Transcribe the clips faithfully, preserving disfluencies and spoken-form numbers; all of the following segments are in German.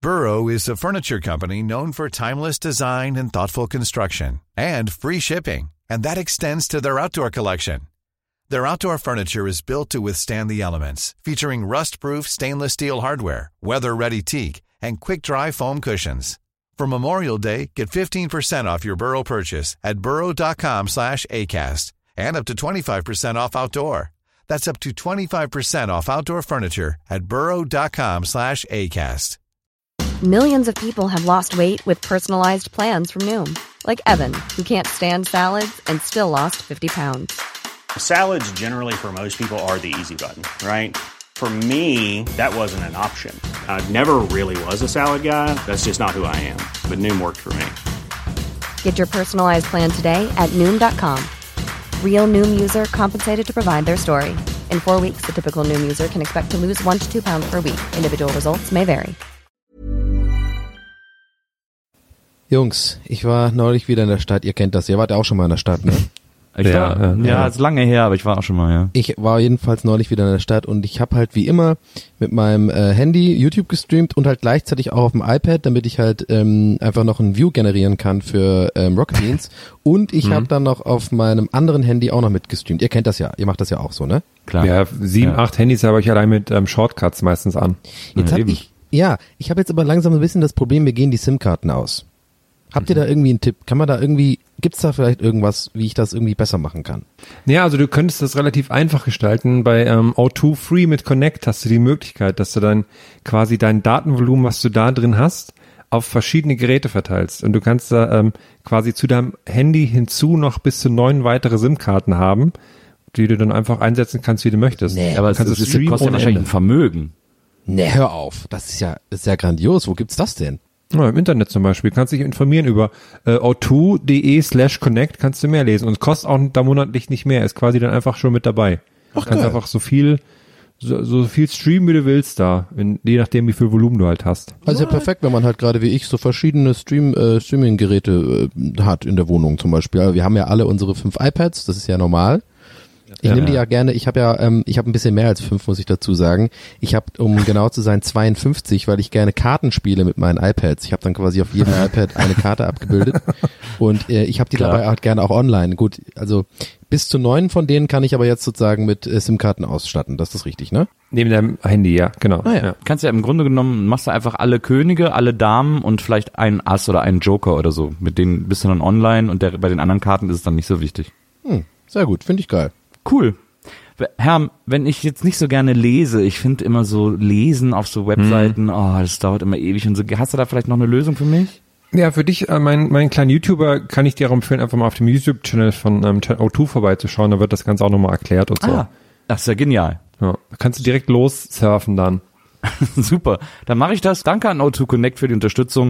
Burrow is a furniture company known for timeless design and thoughtful construction, and free shipping, and that extends to their outdoor collection. Their outdoor furniture is built to withstand the elements, featuring rust-proof stainless steel hardware, weather-ready teak, and quick-dry foam cushions. For Memorial Day, get fifteen percent off your Burrow purchase at burrow.com slash ACAST and up to twenty-five percent off outdoor. That's up to twenty-five percent off outdoor furniture at burrow.com slash ACAST. Millions of people have lost weight with personalized plans from Noom. Like Evan, who can't stand salads and still lost fifty pounds. Salads generally for most people are the easy button, right? For me, that wasn't an option. I never really was a salad guy. That's just not who I am. But Noom worked for me. Get your personalized plan today at Noom dot com. Real Noom user compensated to provide their story. In four weeks, the typical Noom user can expect to lose one to two pounds per week. Individual results may vary. Jungs, ich war neulich wieder in der Stadt. Ihr kennt das. Ihr wart ja auch schon mal in der Stadt, ne? Ich ja, war, ja, ja, ja, ist lange her, aber ich war auch schon mal, ja. Ich war jedenfalls neulich wieder in der Stadt und ich habe halt wie immer mit meinem äh, Handy YouTube gestreamt und halt gleichzeitig auch auf dem iPad, damit ich halt ähm, einfach noch ein View generieren kann für ähm, Rocket Beans. Und ich mhm. habe dann noch auf meinem anderen Handy auch noch mitgestreamt. Ihr kennt das ja, ihr macht das ja auch so, ne? Klar. Ja, sieben, ja. acht Handys habe ich allein mit ähm, Shortcuts meistens an. Jetzt ja, hab ich, ja, ich habe jetzt aber langsam ein bisschen das Problem, mir gehen die SIM-Karten aus. Habt ihr da irgendwie einen Tipp? Kann man da irgendwie, gibt's da vielleicht irgendwas, wie ich das irgendwie besser machen kann? Ja, also du könntest das relativ einfach gestalten. Bei ähm, O zwei Free mit Connect hast du die Möglichkeit, dass du dann quasi dein Datenvolumen, was du da drin hast, auf verschiedene Geräte verteilst. Und du kannst da ähm, quasi zu deinem Handy hinzu noch bis zu neun weitere SIM-Karten haben, die du dann einfach einsetzen kannst, wie du möchtest. Nee, aber es, kannst es ist, kostet ja wahrscheinlich ein Vermögen. Nee, hör auf. Das ist ja, ist ja grandios. Wo gibt's das denn? Ja, im Internet zum Beispiel. Kannst dich informieren über äh, o zwei punkt de slash connect, kannst du mehr lesen. Und es kostet auch da monatlich nicht mehr. Ist quasi dann einfach schon mit dabei. Du Ach, kannst geil. einfach so viel so, so viel streamen, wie du willst da. In, je nachdem, wie viel Volumen du halt hast. Also ja perfekt, wenn man halt gerade wie ich so verschiedene Stream, äh, Streaming-Geräte äh, hat in der Wohnung zum Beispiel. Also wir haben ja alle unsere fünf iPads, das ist ja normal. Ich ja, nehme die ja gerne, ich habe ja, ähm, ich habe ein bisschen mehr als fünf, muss ich dazu sagen. Ich habe, um genau zu sein, zweiundfünfzig, weil ich gerne Karten spiele mit meinen iPads. Ich habe dann quasi auf jedem iPad eine Karte abgebildet und äh, ich habe die Klar. dabei halt gerne auch online. Gut, also bis zu neun von denen kann ich aber jetzt sozusagen mit äh, SIM-Karten ausstatten, das ist richtig, ne? Neben deinem Handy, ja, genau. Ah, ja. Ja. Kannst ja im Grunde genommen, machst du einfach alle Könige, alle Damen und vielleicht einen Ass oder einen Joker oder so. Mit denen bist du dann online und der, bei den anderen Karten ist es dann nicht so wichtig. Hm, sehr gut, finde ich geil. Cool. Herr, wenn ich jetzt nicht so gerne lese, ich finde immer so Lesen auf so Webseiten, hm. oh, das dauert immer ewig und so. Hast du da vielleicht noch eine Lösung für mich? Ja, für dich, äh, mein, mein kleinen YouTuber, kann ich dir auch empfehlen, einfach mal auf dem YouTube-Channel von ähm, O zwei vorbeizuschauen, da wird das Ganze auch nochmal erklärt und so. Ah, das ist ja genial. Ja, da kannst du direkt los surfen dann. Super, dann mache ich das. Danke an O zwei Connect für die Unterstützung.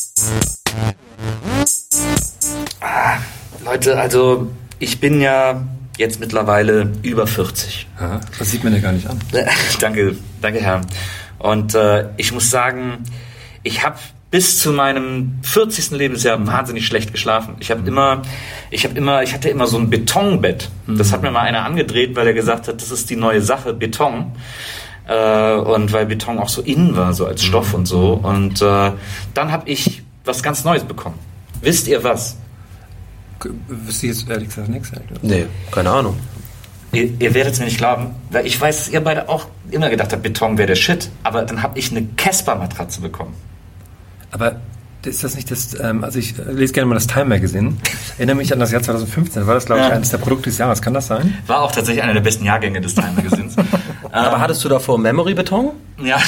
Ah, Leute, also ich bin ja jetzt mittlerweile über vierzig. Ja, das sieht man ja gar nicht an. danke, danke Herr. Und äh, ich muss sagen, ich habe bis zu meinem vierzigsten Lebensjahr wahnsinnig schlecht geschlafen. Ich habe immer, ich habe immer, ich hatte immer so ein Betonbett. Das hat mir mal einer angedreht, weil er gesagt hat, das ist die neue Sache, Beton. Äh, und weil Beton auch so in war, so als Stoff und so. Und äh, dann habe ich was ganz Neues bekommen. Wisst ihr was? Wüsste ich jetzt ehrlich gesagt nichts. Nee, keine Ahnung. Ihr, ihr werdet es mir nicht glauben, weil ich weiß, dass ihr beide auch immer gedacht habt, Beton wäre der Shit. Aber dann habe ich eine Casper-Matratze bekommen. Aber ist das nicht das, ähm, also ich lese gerne mal das Time Magazine. Erinnere mich an das Jahr zwanzig fünfzehn. War das, glaube ich, ja. eines der Produkte des Jahres. Kann das sein? War auch tatsächlich einer der besten Jahrgänge des Time Magazins. Aber hattest du davor Memory-Beton? Ja.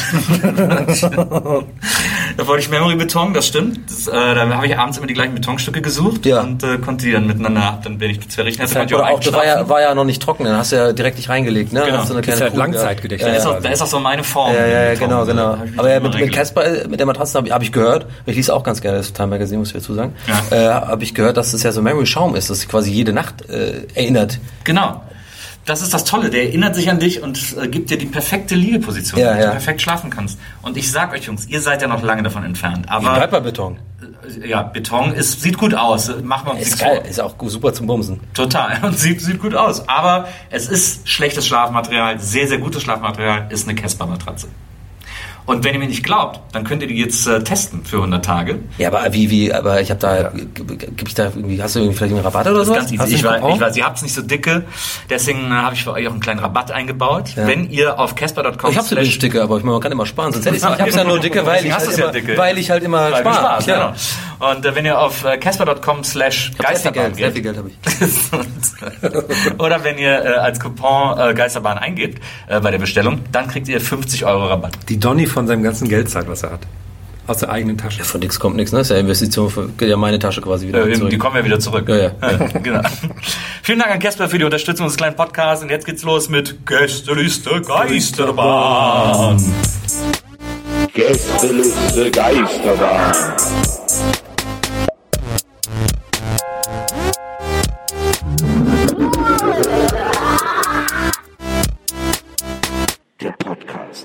Da wollte ich Memory-Beton, das stimmt. Das, äh, da habe ich abends immer die gleichen Betonstücke gesucht ja. und äh, konnte die dann miteinander, dann bin ich zerrichten. Das heißt, auch, das war ja, war ja noch nicht trocken, dann hast du ja direkt nicht reingelegt, ne? Genau. Hast du eine das kleine ist halt Langzeitgedächtnis. Ja, ja. Da, da ist auch so meine Form. Ja, ja, ja genau, genau. Aber ja, mit, mit Casper, mit der Matratze habe hab ich gehört, ich lese auch ganz gerne das Time Magazine, muss ich dazu sagen, ja. äh, habe ich gehört, dass das ja so Memory-Schaum ist, das quasi jede Nacht äh, erinnert. Genau. Das ist das Tolle, der erinnert sich an dich und äh, gibt dir die perfekte Liegeposition, ja, damit ja. du perfekt schlafen kannst. Und ich sag euch Jungs, ihr seid ja noch lange davon entfernt. Aber bleibt bei Beton. Äh, ja, Beton ist, sieht gut aus. Machen wir uns ist nichts geil, vor. ist auch super zum Bumsen. Total, und sieht, sieht gut aus. Aber es ist schlechtes Schlafmaterial, sehr, sehr gutes Schlafmaterial, ist eine Casper-Matratze. Und wenn ihr mir nicht glaubt, dann könnt ihr die jetzt äh, testen für hundert Tage. Ja, aber wie, wie, aber ich habe da, ja. gib ich da irgendwie, hast du irgendwie vielleicht einen Rabatt oder so? Ganz easy. Ich weiß, ich weiß, ihr habt es nicht so dicke, deswegen äh, habe ich für euch auch einen kleinen Rabatt eingebaut. Ja. Wenn ihr auf casper punkt com Ich hab's übrigens dicke, aber ich meine, man kann immer sparen, sonst hätte ich Ich hab's ja nur dicke, weil ich halt immer, dicke. weil ich halt immer weil spare. Ja. Genau. Und äh, wenn ihr auf äh, casper punkt com slash Geisterbahn geht, sehr viel Geld habe ich. oder wenn ihr äh, als Coupon äh, Geisterbahn eingebt äh, bei der Bestellung, dann kriegt ihr fünfzig Euro Rabatt. Die Donny von seinem ganzen Geld zahlt, was er hat. Aus der eigenen Tasche. Ja, von nix kommt nichts, ne? Das ist ja Investition für ja, meine Tasche quasi wieder ja, zurück. Die kommen ja wieder zurück. Ja, ja. ja. Genau. Vielen Dank an Casper für die Unterstützung unseres kleinen Podcasts. Und jetzt geht's los mit Gästeliste Geisterbahn. Gästeliste Geisterbahn. Der Podcast.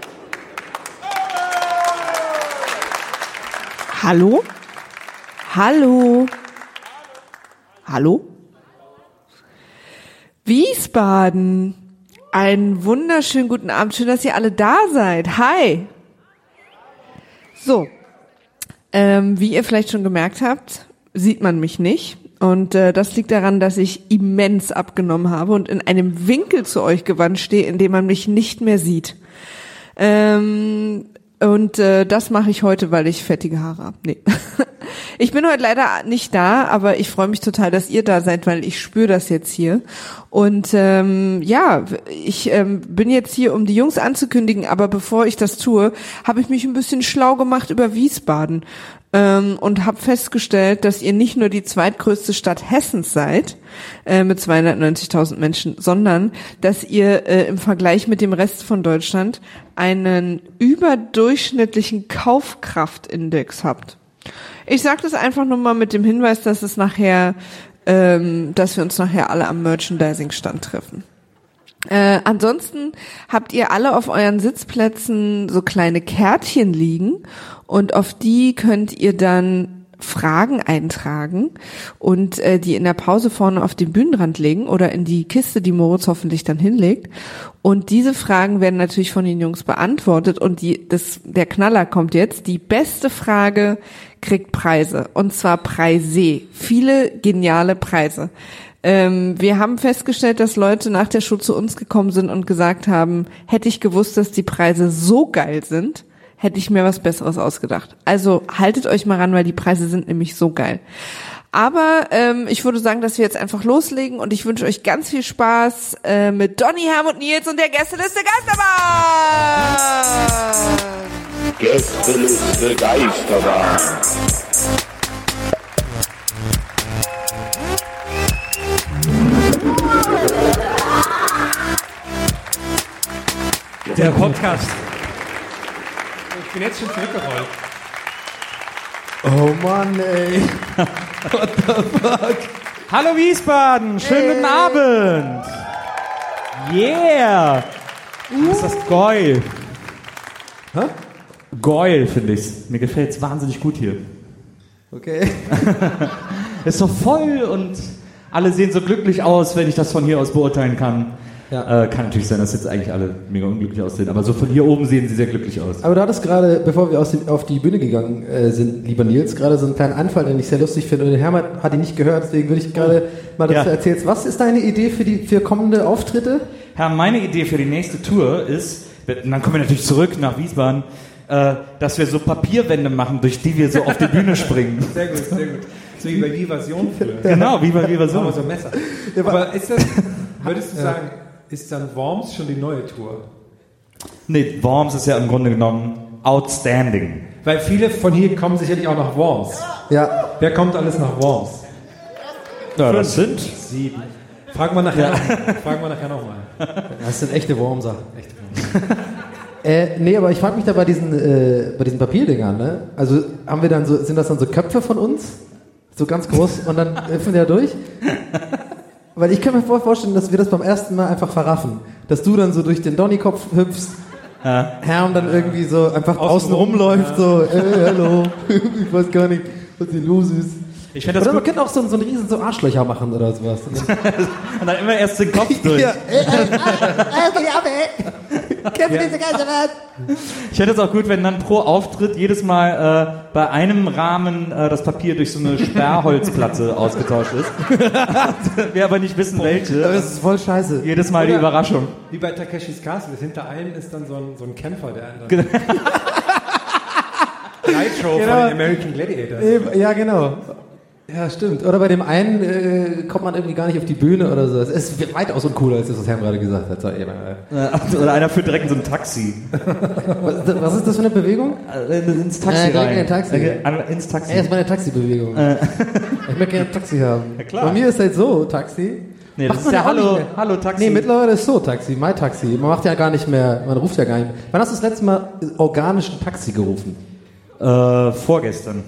Hallo? Hallo? Hallo? Wiesbaden. Einen wunderschönen guten Abend. Schön, dass ihr alle da seid. Hi. So. Ähm, wie ihr vielleicht schon gemerkt habt, sieht man mich nicht. Und äh, das liegt daran, dass ich immens abgenommen habe und in einem Winkel zu euch gewandt stehe, in dem man mich nicht mehr sieht. Ähm... Und äh, das mache ich heute, weil ich fettige Haare habe. Nee. Ich bin heute leider nicht da, aber ich freue mich total, dass ihr da seid, weil ich spüre das jetzt hier. Und ähm, ja, ich ähm, bin jetzt hier, um die Jungs anzukündigen, aber bevor ich das tue, habe ich mich ein bisschen schlau gemacht über Wiesbaden ähm, und habe festgestellt, dass ihr nicht nur die zweitgrößte Stadt Hessens seid, äh, mit zweihundertneunzigtausend Menschen, sondern dass ihr äh, im Vergleich mit dem Rest von Deutschland einen überdurchschnittlichen Kaufkraftindex habt. Ich sage das einfach nur mal mit dem Hinweis, dass es nachher, ähm, dass wir uns nachher alle am Merchandising-Stand treffen. Äh, ansonsten habt ihr alle auf euren Sitzplätzen so kleine Kärtchen liegen und auf die könnt ihr dann Fragen eintragen und äh, die in der Pause vorne auf den Bühnenrand legen oder in die Kiste, die Moritz hoffentlich dann hinlegt. Und diese Fragen werden natürlich von den Jungs beantwortet und die, das, der Knaller kommt jetzt. Die beste Frage kriegt Preise und zwar Preise. Viele geniale Preise. Ähm, wir haben festgestellt, dass Leute nach der Show zu uns gekommen sind und gesagt haben, hätte ich gewusst, dass die Preise so geil sind, hätte ich mir was Besseres ausgedacht. Also haltet euch mal ran, weil die Preise sind nämlich so geil. Aber ähm, ich würde sagen, dass wir jetzt einfach loslegen und ich wünsche euch ganz viel Spaß äh, mit Donny, Herm und Nils und der Gästeliste Geisterbahn. Gästeliste Geisterbahn. Der Podcast. Ich bin jetzt schon zurückgerollt. Oh Mann, ey. What the fuck? Hallo Wiesbaden, schönen guten Abend. Yeah. Uh. Ist das geil. Hä? Geil, finde ich's. Mir gefällt's wahnsinnig gut hier. Okay. Ist so voll und alle sehen so glücklich aus, wenn ich das von hier aus beurteilen kann. Ja. Äh, kann natürlich sein, dass jetzt eigentlich alle mega unglücklich aussehen, aber so von hier oben sehen sie sehr glücklich aus. Aber du hattest gerade, bevor wir aus dem, auf die Bühne gegangen äh, sind, lieber Nils, gerade so einen kleinen Anfall, den ich sehr lustig finde. Und den Hermann hat ihn nicht gehört, deswegen würde ich gerade mal dazu ja. erzählen. Was ist deine Idee für die für kommende Auftritte? Herr, meine Idee für die nächste Tour ist, und dann kommen wir natürlich zurück nach Wiesbaden, äh, dass wir so Papierwände machen, durch die wir so auf die Bühne springen. Sehr gut, sehr gut. So wie bei Vivasion früher. Genau, wie bei Vivasion. Aber so ein Messer. Aber ist das, würdest du sagen, ist dann Worms schon die neue Tour? Nee, Worms ist ja im Grunde genommen outstanding. Weil viele von hier kommen sicherlich auch nach Worms. Ja. Wer kommt alles nach Worms? Ja, das sind sieben. Fragen wir nachher, ja. Fragen wir nachher nochmal. Das sind echte Wormser. Echte Wormser. äh, nee, aber ich frage mich da bei diesen, äh, bei diesen Papierdingern, ne? Also haben wir dann so, sind das dann so Köpfe von uns? So ganz groß und dann öffnen wir da durch? Weil ich kann mir vorstellen, dass wir das beim ersten Mal einfach verraffen. Dass du dann so durch den Donny-Kopf hüpfst, ja. Herm dann irgendwie so einfach außen rumläuft, ja. so, ey, hallo, ich weiß gar nicht, was hier los ist. Ich das oder man könnte auch so, so einen riesen so Arschlöcher machen oder sowas. Und dann immer erst den Kopf durch. Ja, ey, ey, ey, ey, Ich hätte es auch gut, wenn dann pro Auftritt jedes Mal äh, bei einem Rahmen äh, das Papier durch so eine Sperrholzplatte ausgetauscht ist. Wir aber nicht wissen, welche. Das ist voll scheiße. Jedes Mal die Oder Überraschung. Wie bei Takeshis Castle. Hinter einem ist dann so ein, so ein Kämpfer, der andere. Genau. Nitro Genau. von den American Gladiators. Ja, genau. Ja, stimmt. Oder bei dem einen äh, kommt man irgendwie gar nicht auf die Bühne oder so. Es ist weitaus uncooler, als das, was Herr gerade gesagt hat. Sag ich mal. Oder einer führt direkt in so ein Taxi. Was, was ist das für eine Bewegung? Äh, ins Taxi äh, rein. In Taxi. Äh, ins Taxi. Ey, das ist meine Taxi-Bewegung. Äh. Ich möchte gerne ein Taxi haben. Ja, klar. Bei mir ist halt so, Taxi. Nee, Macht das man ist ja auch Hallo, nicht mehr. Hallo Taxi. Nee, mittlerweile ist so Taxi, My Taxi. Man macht ja gar nicht mehr, man ruft ja gar nicht mehr. Wann hast du das letzte Mal organisch ein Taxi gerufen? Äh, vorgestern.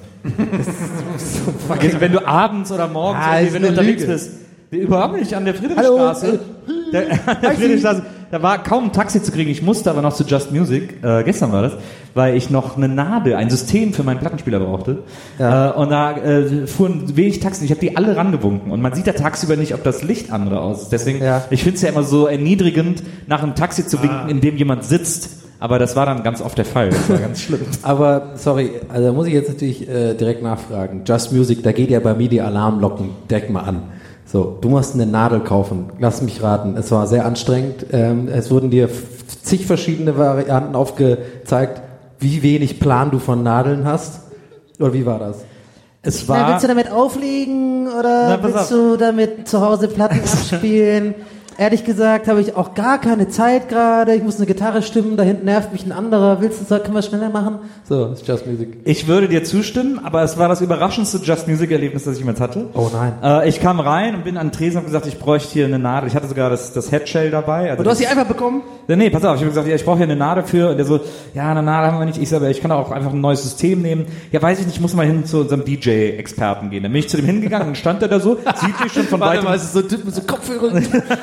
so wenn du abends oder morgens, ah, wenn du unterwegs Lüge. bist. Überhaupt nicht, an der Friedrichstraße. Der, an der Friedrichstraße, da war kaum ein Taxi zu kriegen. Ich musste aber noch zu Just Music, äh, gestern war das, weil ich noch eine Nadel, ein System für meinen Plattenspieler brauchte. Ja. Äh, und da äh, fuhren wenig Taxen. Ich habe die alle rangewunken. Und man sieht da tagsüber nicht, ob das Licht an oder aus ist. Deswegen, ja. Ich finde es ja immer so erniedrigend, nach einem Taxi zu winken, ah. in dem jemand sitzt. Aber das war dann ganz oft der Fall. Das war ganz schlimm. Aber, sorry, also da muss ich jetzt natürlich äh, direkt nachfragen. Just Music, da geht ja bei mir die Alarmglocken direkt mal an. So, du musst eine Nadel kaufen. Lass mich raten. Es war sehr anstrengend. Ähm, es wurden dir zig verschiedene Varianten aufgezeigt, wie wenig Plan du von Nadeln hast. Oder wie war das? Es war. Na, willst du damit auflegen oder Na, willst auf. du damit zu Hause Platten abspielen? Ehrlich gesagt habe ich auch gar keine Zeit gerade. Ich muss eine Gitarre stimmen, da hinten nervt mich ein anderer. Willst du, können wir schneller machen? So, ist Just Music. Ich würde dir zustimmen, aber es war das überraschendste Just Music Erlebnis, das ich jemals hatte. Oh nein. Äh, ich kam rein und bin an den Tresen und habe gesagt, ich bräuchte hier eine Nadel. Ich hatte sogar das, das Headshell dabei. Also und du hast sie einfach bekommen? Nee, nee, pass auf, ich habe gesagt, ja, ich brauche hier eine Nadel für. Und der so, ja, eine Nadel haben wir nicht. Ich sage, ich kann auch einfach ein neues System nehmen. Ja, weiß ich nicht, ich muss mal hin zu unserem D J-Experten gehen. Dann bin ich zu dem hingegangen und stand er da so, sieht mich schon von weitem. Warte mal, ist so ein Typ mit so Kopfhörern.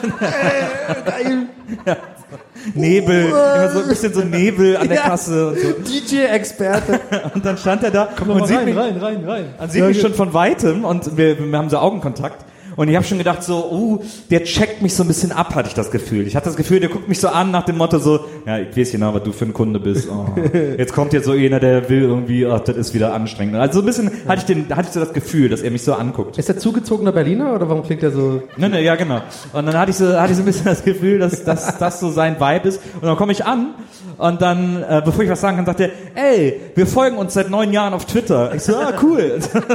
Geil. Ja. Nebel, immer so ein bisschen so Nebel an der ja. Kasse und so. D J-Experte. Und dann stand er da Komm und mal sieht rein, mich, rein, rein, rein. Und sieht mich schon von weitem und wir, wir haben so Augenkontakt. Und ich habe schon gedacht so, oh, der checkt mich so ein bisschen ab, hatte ich das Gefühl. Ich hatte das Gefühl, der guckt mich so an nach dem Motto so, ja, ich weiß genau, was du für ein Kunde bist. Oh, jetzt kommt jetzt so einer, der will irgendwie, ach, das ist wieder anstrengend. Also so ein bisschen hatte ich den, hatte ich so das Gefühl, dass er mich so anguckt. Ist der zugezogener Berliner oder warum klingt er so? Ne, ne, ja, genau. Und dann hatte ich so, hatte ich so ein bisschen das Gefühl, dass, dass das so sein Vibe ist. Und dann komme ich an und dann, äh, bevor ich was sagen kann, sagt er, ey, wir folgen uns seit neun Jahren auf Twitter. Ich so, ah, cool.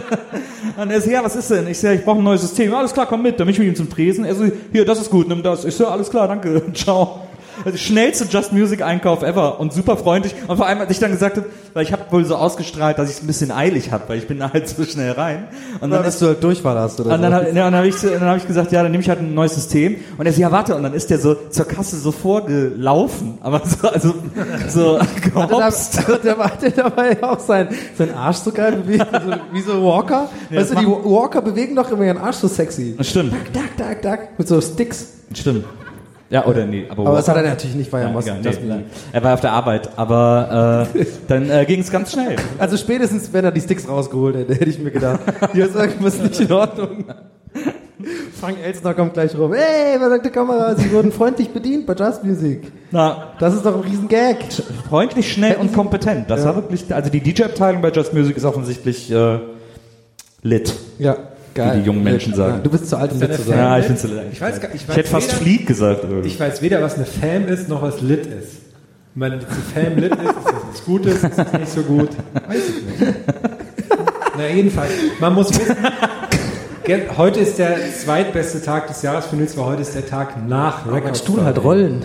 Und er so, ja, was ist denn? Ich so, ich brauche ein neues System. Alles klar, komm mit. Dann bin ich mit ihm zum Tresen. Er so, hier, das ist gut, nimm das. Ich so, alles klar, danke, ciao. Also schnellste Just Music Einkauf ever und super freundlich. Und vor allem, als ich dann gesagt habe, weil ich habe wohl so ausgestrahlt, dass ich es ein bisschen eilig habe, weil ich bin da halt so schnell rein. Und dann ist du halt Durchfall hast oder und dann, so. Hab, ja, und dann habe ich, dann hab ich gesagt, ja, dann nehme ich halt ein neues System. Und er so, ja, warte. Und dann ist der so zur Kasse so vorgelaufen. Aber so, also, so gehopst. Hat der, hat der dabei auch sein, sein Arsch so geil bewegt, also, wie so Walker? Ja, weißt du, die Walker bewegen doch immer ihren Arsch so sexy. Das stimmt. Dack, dack, dack, dack. Mit so Sticks. Stimmt. Ja, oder nee. Aber, aber das hat er natürlich nicht, war ja, ja egal, nee, nee. Er war auf der Arbeit, aber äh, dann äh, ging es ganz schnell. Also spätestens, wenn er die Sticks rausgeholt hätte, hätte ich mir gedacht, hier ist irgendwas nicht in Ordnung. Frank Elstner kommt gleich rum. Hey, verdammte Kamera, Sie wurden freundlich bedient bei Just Music. Na, das ist doch ein Riesengag. Freundlich, schnell und kompetent. Das ja. war wirklich, also die D J-Abteilung bei Just Music ist offensichtlich äh, lit. Ja. Geil. Wie die jungen Menschen sagen. Ja, du bist zu alt, um lit zu sein. Ja, ich bin zu lit. Ich, weiß, ich, weiß ich hätte fast weder, Fleet gesagt. Irgendwie. Ich weiß weder, was eine Fam ist, noch was lit ist. Wenn eine Fam lit ist, ist das was Gutes, ist das nicht so gut. Weiß ich nicht. Na, jedenfalls, man muss wissen, heute ist der zweitbeste Tag des Jahres für Nils, weil heute ist der Tag nach Record. Mein Stuhl halt rollen.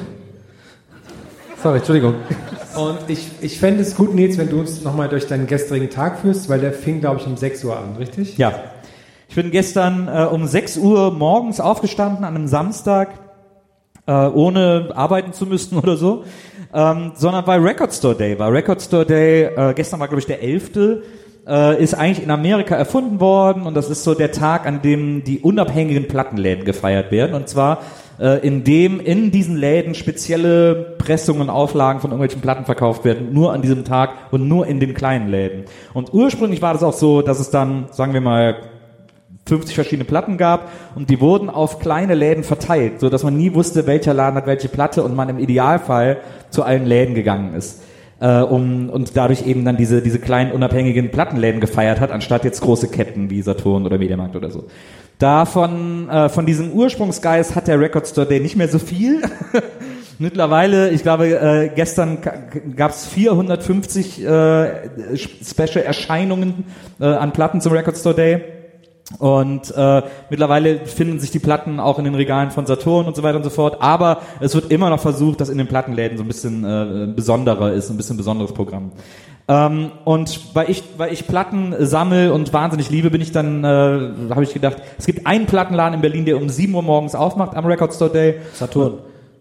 Sorry, Entschuldigung. Und ich, ich fände es gut, Nils, wenn du uns nochmal durch deinen gestrigen Tag führst, weil der fing, glaube ich, um sechs Uhr an, richtig? Ja. Ich bin gestern äh, um sechs Uhr morgens aufgestanden an einem Samstag, äh, ohne arbeiten zu müssen oder so, ähm, sondern weil Record Store Day war. Record Store Day, äh, gestern war glaube ich der elfte Äh, ist eigentlich in Amerika erfunden worden und das ist so der Tag, an dem die unabhängigen Plattenläden gefeiert werden und zwar äh, in dem in diesen Läden spezielle Pressungen und Auflagen von irgendwelchen Platten verkauft werden, nur an diesem Tag und nur in den kleinen Läden. Und ursprünglich war das auch so, dass es dann, sagen wir mal, fünfzig verschiedene Platten gab und die wurden auf kleine Läden verteilt, so dass man nie wusste, welcher Laden hat welche Platte und man im Idealfall zu allen Läden gegangen ist. Äh, um, und dadurch eben dann diese, diese kleinen unabhängigen Plattenläden gefeiert hat, anstatt jetzt große Ketten wie Saturn oder Mediamarkt oder so. Davon, äh, von diesem Ursprungsgeist hat der Record Store Day nicht mehr so viel. Mittlerweile, ich glaube, äh, gestern gab es vierhundertfünfzig äh, Special-Erscheinungen äh, an Platten zum Record Store Day. Und äh, mittlerweile finden sich die Platten auch in den Regalen von Saturn und so weiter und so fort. Aber es wird immer noch versucht, dass in den Plattenläden so ein bisschen äh, besonderer ist, ein bisschen besonderes Programm. Ähm, und weil ich, weil ich Platten sammel und wahnsinnig liebe, bin ich dann, äh, habe ich gedacht, es gibt einen Plattenladen in Berlin, der um sieben Uhr morgens aufmacht am Record Store Day. Saturn.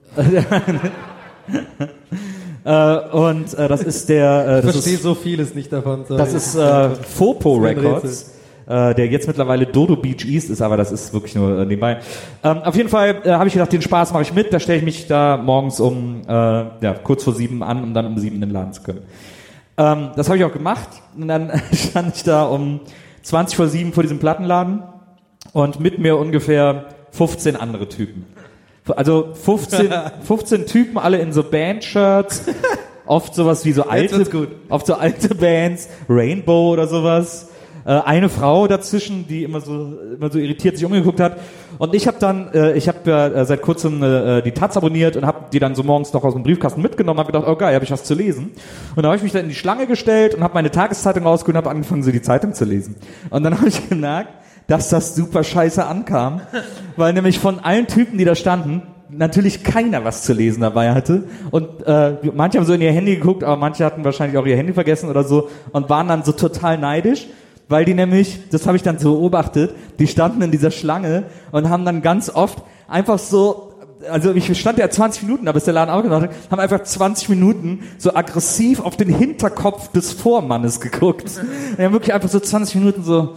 äh, und äh, das ist der. Äh, ich das verstehe ist, so vieles nicht davon. Sorry. Das ist äh, Fopo Records. Äh, der jetzt mittlerweile Dodo Beach East ist, aber das ist wirklich nur äh, nebenbei. Ähm, auf jeden Fall äh, habe ich gedacht, den Spaß mache ich mit, da stelle ich mich da morgens um äh, ja, kurz vor sieben an, um dann um sieben in den Laden zu können. Ähm, das habe ich auch gemacht und dann stand ich da um zwanzig vor sieben vor diesem Plattenladen und mit mir ungefähr fünfzehn andere Typen. Also fünfzehn, fünfzehn Typen, alle in so Band-Shirts, oft sowas wie so alte, oft so alte Bands, Rainbow oder sowas. Eine Frau dazwischen, die immer so immer so irritiert sich umgeguckt hat, und ich habe dann äh, ich habe ja seit kurzem äh, die Taz abonniert und habe die dann so morgens noch aus dem Briefkasten mitgenommen, habe gedacht, oh geil, habe ich was zu lesen, und da habe ich mich dann in die Schlange gestellt und habe meine Tageszeitung rausgeholt und habe angefangen, so die Zeitung zu lesen, und dann habe ich gemerkt, dass das super scheiße ankam, weil nämlich von allen Typen, die da standen, natürlich keiner was zu lesen dabei hatte, und äh, manche haben so in ihr Handy geguckt, aber manche hatten wahrscheinlich auch ihr Handy vergessen oder so und waren dann so total neidisch. Weil die nämlich, das habe ich dann so beobachtet, die standen in dieser Schlange und haben dann ganz oft einfach so, also ich stand ja zwanzig Minuten, aber bis der Laden aufgemacht hat, haben einfach zwanzig Minuten so aggressiv auf den Hinterkopf des Vormannes geguckt. Die haben wirklich einfach so zwanzig Minuten so,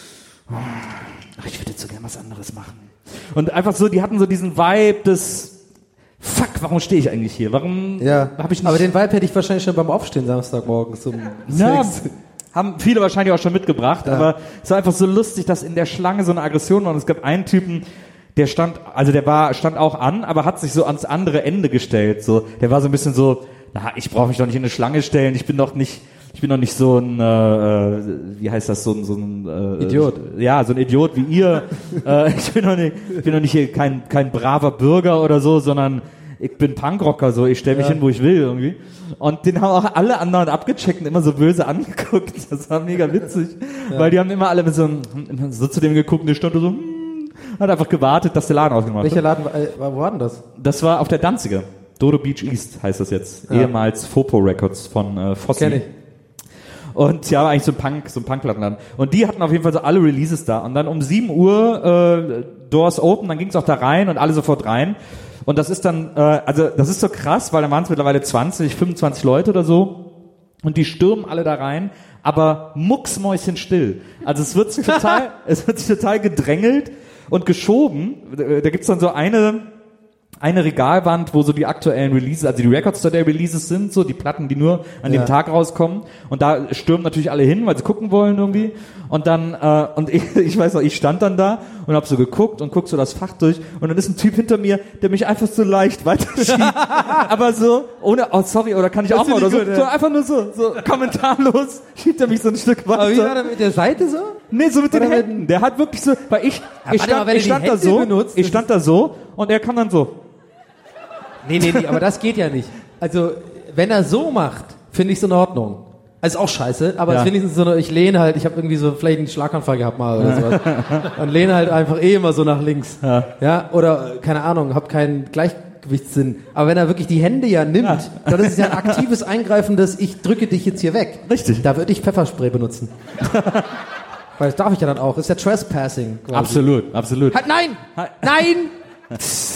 ach, ich würde jetzt so gerne was anderes machen. Und einfach so, die hatten so diesen Vibe des, fuck, warum stehe ich eigentlich hier? Warum ja, habe ich nicht... Aber den Vibe hätte ich wahrscheinlich schon beim Aufstehen Samstagmorgens um ja, sechs. Haben viele wahrscheinlich auch schon mitgebracht, ja. Aber es war einfach so lustig, dass in der Schlange so eine Aggression war. Und es gab einen Typen, der stand, also der war, stand auch an, aber hat sich so ans andere Ende gestellt. So, der war so ein bisschen so, na, ich brauche mich doch nicht in eine Schlange stellen. Ich bin doch nicht, ich bin doch nicht so ein, äh, wie heißt das, so ein, so ein äh, Idiot. Ja, so ein Idiot wie ihr. äh, ich bin doch nicht, ich bin doch nicht hier kein kein braver Bürger oder so, sondern ich bin Punkrocker, so, ich stelle mich ja. hin, wo ich will, irgendwie. Und den haben auch alle anderen abgecheckt und immer so böse angeguckt. Das war mega witzig. Ja. Weil die haben immer alle mit so, so zu dem geguckt und der stand so, hm, hat einfach gewartet, dass der Laden aufgemacht wird. Welcher Laden war, wo war denn das? Das war auf der Danziger. Dodo Beach East heißt das jetzt. Ja. Ehemals Fopo Records von äh, Fossi. Kenn ich. Und ja, war eigentlich so ein Punk, so ein Punkplattenladen. Und die hatten auf jeden Fall so alle Releases da. Und dann um sieben Uhr, äh, Doors open, dann ging's auch da rein und alle sofort rein. Und das ist dann, äh, also das ist so krass, weil da waren es mittlerweile zwanzig, fünfundzwanzig Leute oder so. Und die stürmen alle da rein, aber mucksmäuschenstill. Also es wird sich total, es wird sich total gedrängelt und geschoben. Da gibt's dann so eine, eine Regalwand, wo so die aktuellen Releases, also die Record Store Day Releases sind, so die Platten, die nur an ja. dem Tag rauskommen. Und da stürmen natürlich alle hin, weil sie gucken wollen irgendwie. Und dann, äh, und ich, ich weiß noch, ich stand dann da und hab so geguckt und guck so das Fach durch. Und dann ist ein Typ hinter mir, der mich einfach so leicht weiterschiebt. Aber so, ohne, oh sorry, oder kann ich das auch mal, oder so, gut, ja. so einfach nur so, so kommentarlos schiebt er mich so ein Stück weiter. Aber wie war der mit der Seite so? Nee, so mit oder den Händen. Der hat wirklich so, weil ich, ja, ich stand, mal, ich stand da so, benutzt, ich stand da so und er kam dann so. Nee, nee, nee, aber das geht ja nicht. Also, wenn er so macht, finde ich es in Ordnung. Also auch scheiße, aber ja. es wenigstens so eine, ich lehne halt, ich habe irgendwie so vielleicht einen Schlaganfall gehabt mal oder sowas. Und lehne halt einfach eh immer so nach links. Ja, ja oder keine Ahnung, habe keinen Gleichgewichtssinn. Aber wenn er wirklich die Hände ja nimmt, ja. dann ist es ja ein aktives Eingreifen, dass ich drücke dich jetzt hier weg. Richtig. Da würde ich Pfefferspray benutzen. Weil das darf ich ja dann auch. Das ist ja Trespassing. Quasi. Absolut, absolut. Halt, nein! Halt. Nein!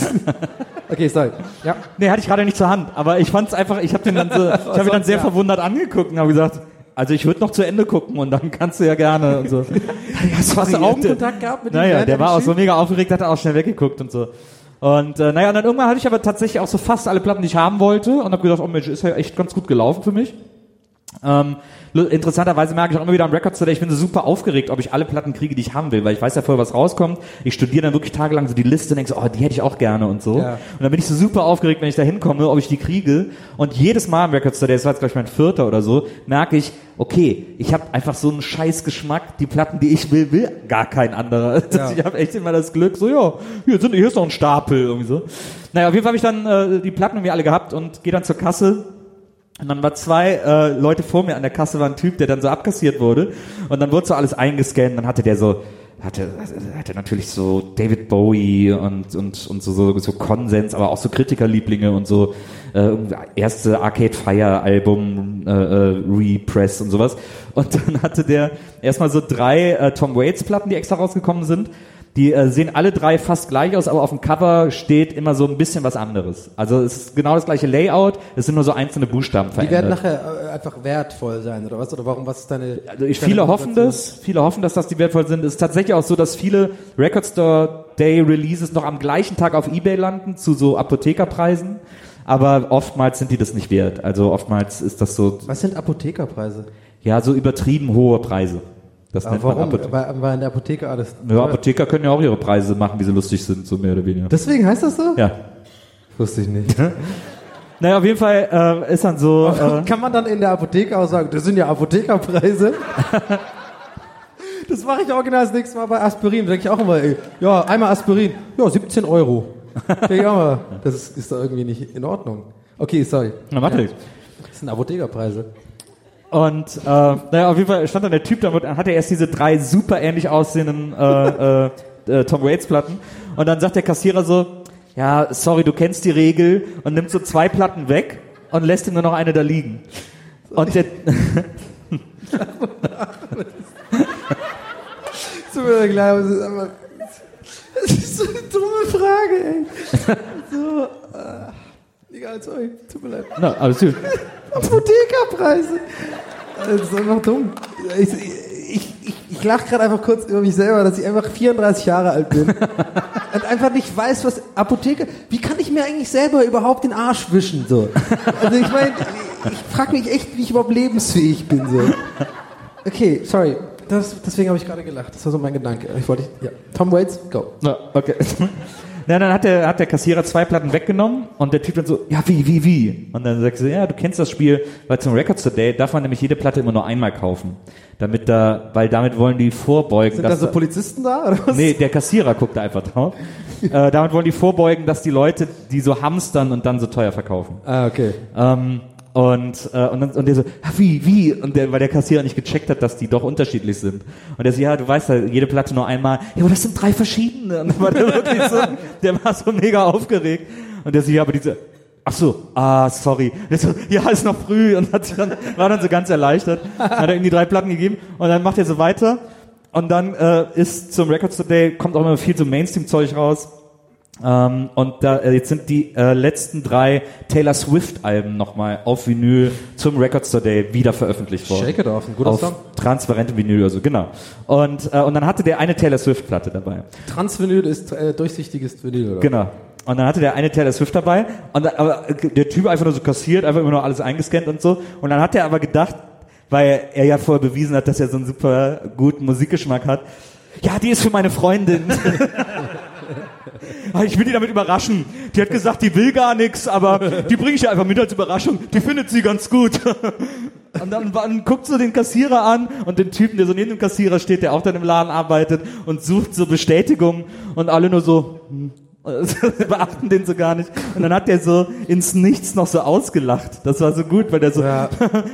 Okay, sorry. Ja. Nee, hatte ich gerade nicht zur Hand, aber ich fand's einfach, ich habe den dann so, ich habe ihn dann sehr ja. verwundert angeguckt und habe gesagt, also ich würde noch zu Ende gucken und dann kannst du ja gerne und so. Hast, hast du Augenkontakt gehabt mit dem? Naja, der war auch so mega aufgeregt, hat auch schnell weggeguckt und so. Und äh, naja, und dann irgendwann hatte ich aber tatsächlich auch so fast alle Platten, die ich haben wollte und habe gedacht, oh Mensch, ist ja echt ganz gut gelaufen für mich. Ähm, interessanterweise merke ich auch immer wieder am Records Today, ich bin so super aufgeregt, ob ich alle Platten kriege, die ich haben will, weil ich weiß ja vorher, was rauskommt. Ich studiere dann wirklich tagelang so die Liste und denke so, oh, die hätte ich auch gerne und so. Ja. Und dann bin ich so super aufgeregt, wenn ich da hinkomme, ob ich die kriege. Und jedes Mal am Records Today, das war jetzt glaube ich mein vierter oder so, merke ich, okay, ich habe einfach so einen scheiß Geschmack, die Platten, die ich will, will gar kein anderer. Ja. Ich habe echt immer das Glück, so ja, hier, sind, hier ist noch ein Stapel, irgendwie so. Naja, auf jeden Fall habe ich dann äh, die Platten irgendwie alle gehabt und gehe dann zur Kasse. Und dann war zwei äh, Leute vor mir an der Kasse, war ein Typ, der dann so abkassiert wurde. Und dann wurde so alles eingescannt. Dann hatte der so, hatte, hatte natürlich so David Bowie und und und so so, so Konsens, aber auch so Kritikerlieblinge und so äh, erste Arcade Fire Album äh, äh, Repress und sowas. Und dann hatte der erstmal so drei äh, Tom Waits Platten, die extra rausgekommen sind. Die äh, sehen alle drei fast gleich aus, aber auf dem Cover steht immer so ein bisschen was anderes. Also es ist genau das gleiche Layout, es sind nur so einzelne Buchstaben verändert. Die werden nachher äh, einfach wertvoll sein, oder was? Oder warum, was ist deine... Also ich, viele hoffen das, viele hoffen, dass das die wertvoll sind. Es ist tatsächlich auch so, dass viele Record Store Day Releases noch am gleichen Tag auf eBay landen, zu so Apothekerpreisen. Aber oftmals sind die das nicht wert. Also oftmals ist das so... Was sind Apothekerpreise? Ja, so übertrieben hohe Preise. Das aber warum? Weil, weil in der Apotheke alles... Ja, Apotheker können ja auch ihre Preise machen, wie sie lustig sind, so mehr oder weniger. Deswegen heißt das so? Ja. Wusste ich nicht. Naja, auf jeden Fall äh, ist dann so... Äh, kann man dann in der Apotheke auch sagen, das sind ja Apothekerpreise? Das mache ich original das nächste Mal bei Aspirin. Da denke ich auch immer, ey, ja, einmal Aspirin, ja, siebzehn Euro. Ich auch mal, das ist, ist doch irgendwie nicht in Ordnung. Okay, sorry. Na, warte. Ja. Das sind Apothekerpreise. Und äh, naja, auf jeden Fall stand dann der Typ da und dann hat er erst diese drei super ähnlich aussehenden äh, äh, Tom Waits Platten und dann sagt der Kassierer so, ja, sorry, du kennst die Regel und nimmt so zwei Platten weg und lässt ihm nur noch eine da liegen. Und der... Tut mir leid, aber das ist einfach... Das ist so eine dumme Frage, ey. So, äh, egal, sorry, tut mir leid. No, alles gut. Apothekerpreise. Das ist einfach dumm. Ich, ich, ich, ich lache gerade einfach kurz über mich selber, dass ich einfach vierunddreißig Jahre alt bin und einfach nicht weiß, was Apotheke... Wie kann ich mir eigentlich selber überhaupt den Arsch wischen? So? Also ich meine, ich frage mich echt, wie ich überhaupt lebensfähig bin. So. Okay, sorry. Das, deswegen habe ich gerade gelacht. Das war so mein Gedanke. Ich wollte... Ja. Tom Waits, go. No, okay. Na, dann hat der, hat der Kassierer zwei Platten weggenommen und der Typ dann so, ja, wie, wie, wie? Und dann sagst du, ja, du kennst das Spiel, weil zum Records Today darf man nämlich jede Platte immer nur einmal kaufen. Damit da, weil damit wollen die vorbeugen. Sind da so Polizisten da, oder was? Nee, der Kassierer guckt da einfach drauf. äh, damit wollen die vorbeugen, dass die Leute, die so hamstern und dann so teuer verkaufen. Ah, okay. Ähm, Und, äh, und, dann, und der so, wie, wie? Und der, weil der Kassierer nicht gecheckt hat, dass die doch unterschiedlich sind. Und der so, ja, du weißt ja, jede Platte nur einmal. Ja, aber das sind drei verschiedene. Und dann war der wirklich so, der war so mega aufgeregt. Und der so, ja, aber diese, ach so, ah, sorry. Der so, ja, ist noch früh. Und hat sich dann, war dann so ganz erleichtert. Hat er ihm die drei Platten gegeben. Und dann macht er so weiter. Und dann äh, ist zum Records Today, kommt auch immer viel so Mainstream-Zeug raus. Ähm, und da äh, jetzt sind die äh, letzten drei Taylor Swift Alben nochmal auf Vinyl zum Records Today wieder veröffentlicht worden. Shake It Off, ein guter auf Song. Transparente Vinyl, also genau. Und äh, und dann hatte der eine Taylor Swift Platte dabei. Transvinyl ist äh, durchsichtiges Vinyl, oder? Genau. Und dann hatte der eine Taylor Swift dabei und dann, aber der Typ einfach nur so kassiert, einfach immer nur alles eingescannt und so. Und dann hat er aber gedacht, weil er ja vorher bewiesen hat, dass er so einen super guten Musikgeschmack hat, ja, die ist für meine Freundin. Ich will die damit überraschen. Die hat gesagt, die will gar nichts, aber die bringe ich ja einfach mit als Überraschung. Die findet sie ganz gut. Und dann, dann guckt so den Kassierer an und den Typen, der so neben dem Kassierer steht, der auch dann im Laden arbeitet und sucht so Bestätigung und alle nur so... Hm. beachten den so gar nicht. Und dann hat der so ins Nichts noch so ausgelacht. Das war so gut, weil der so... Ja.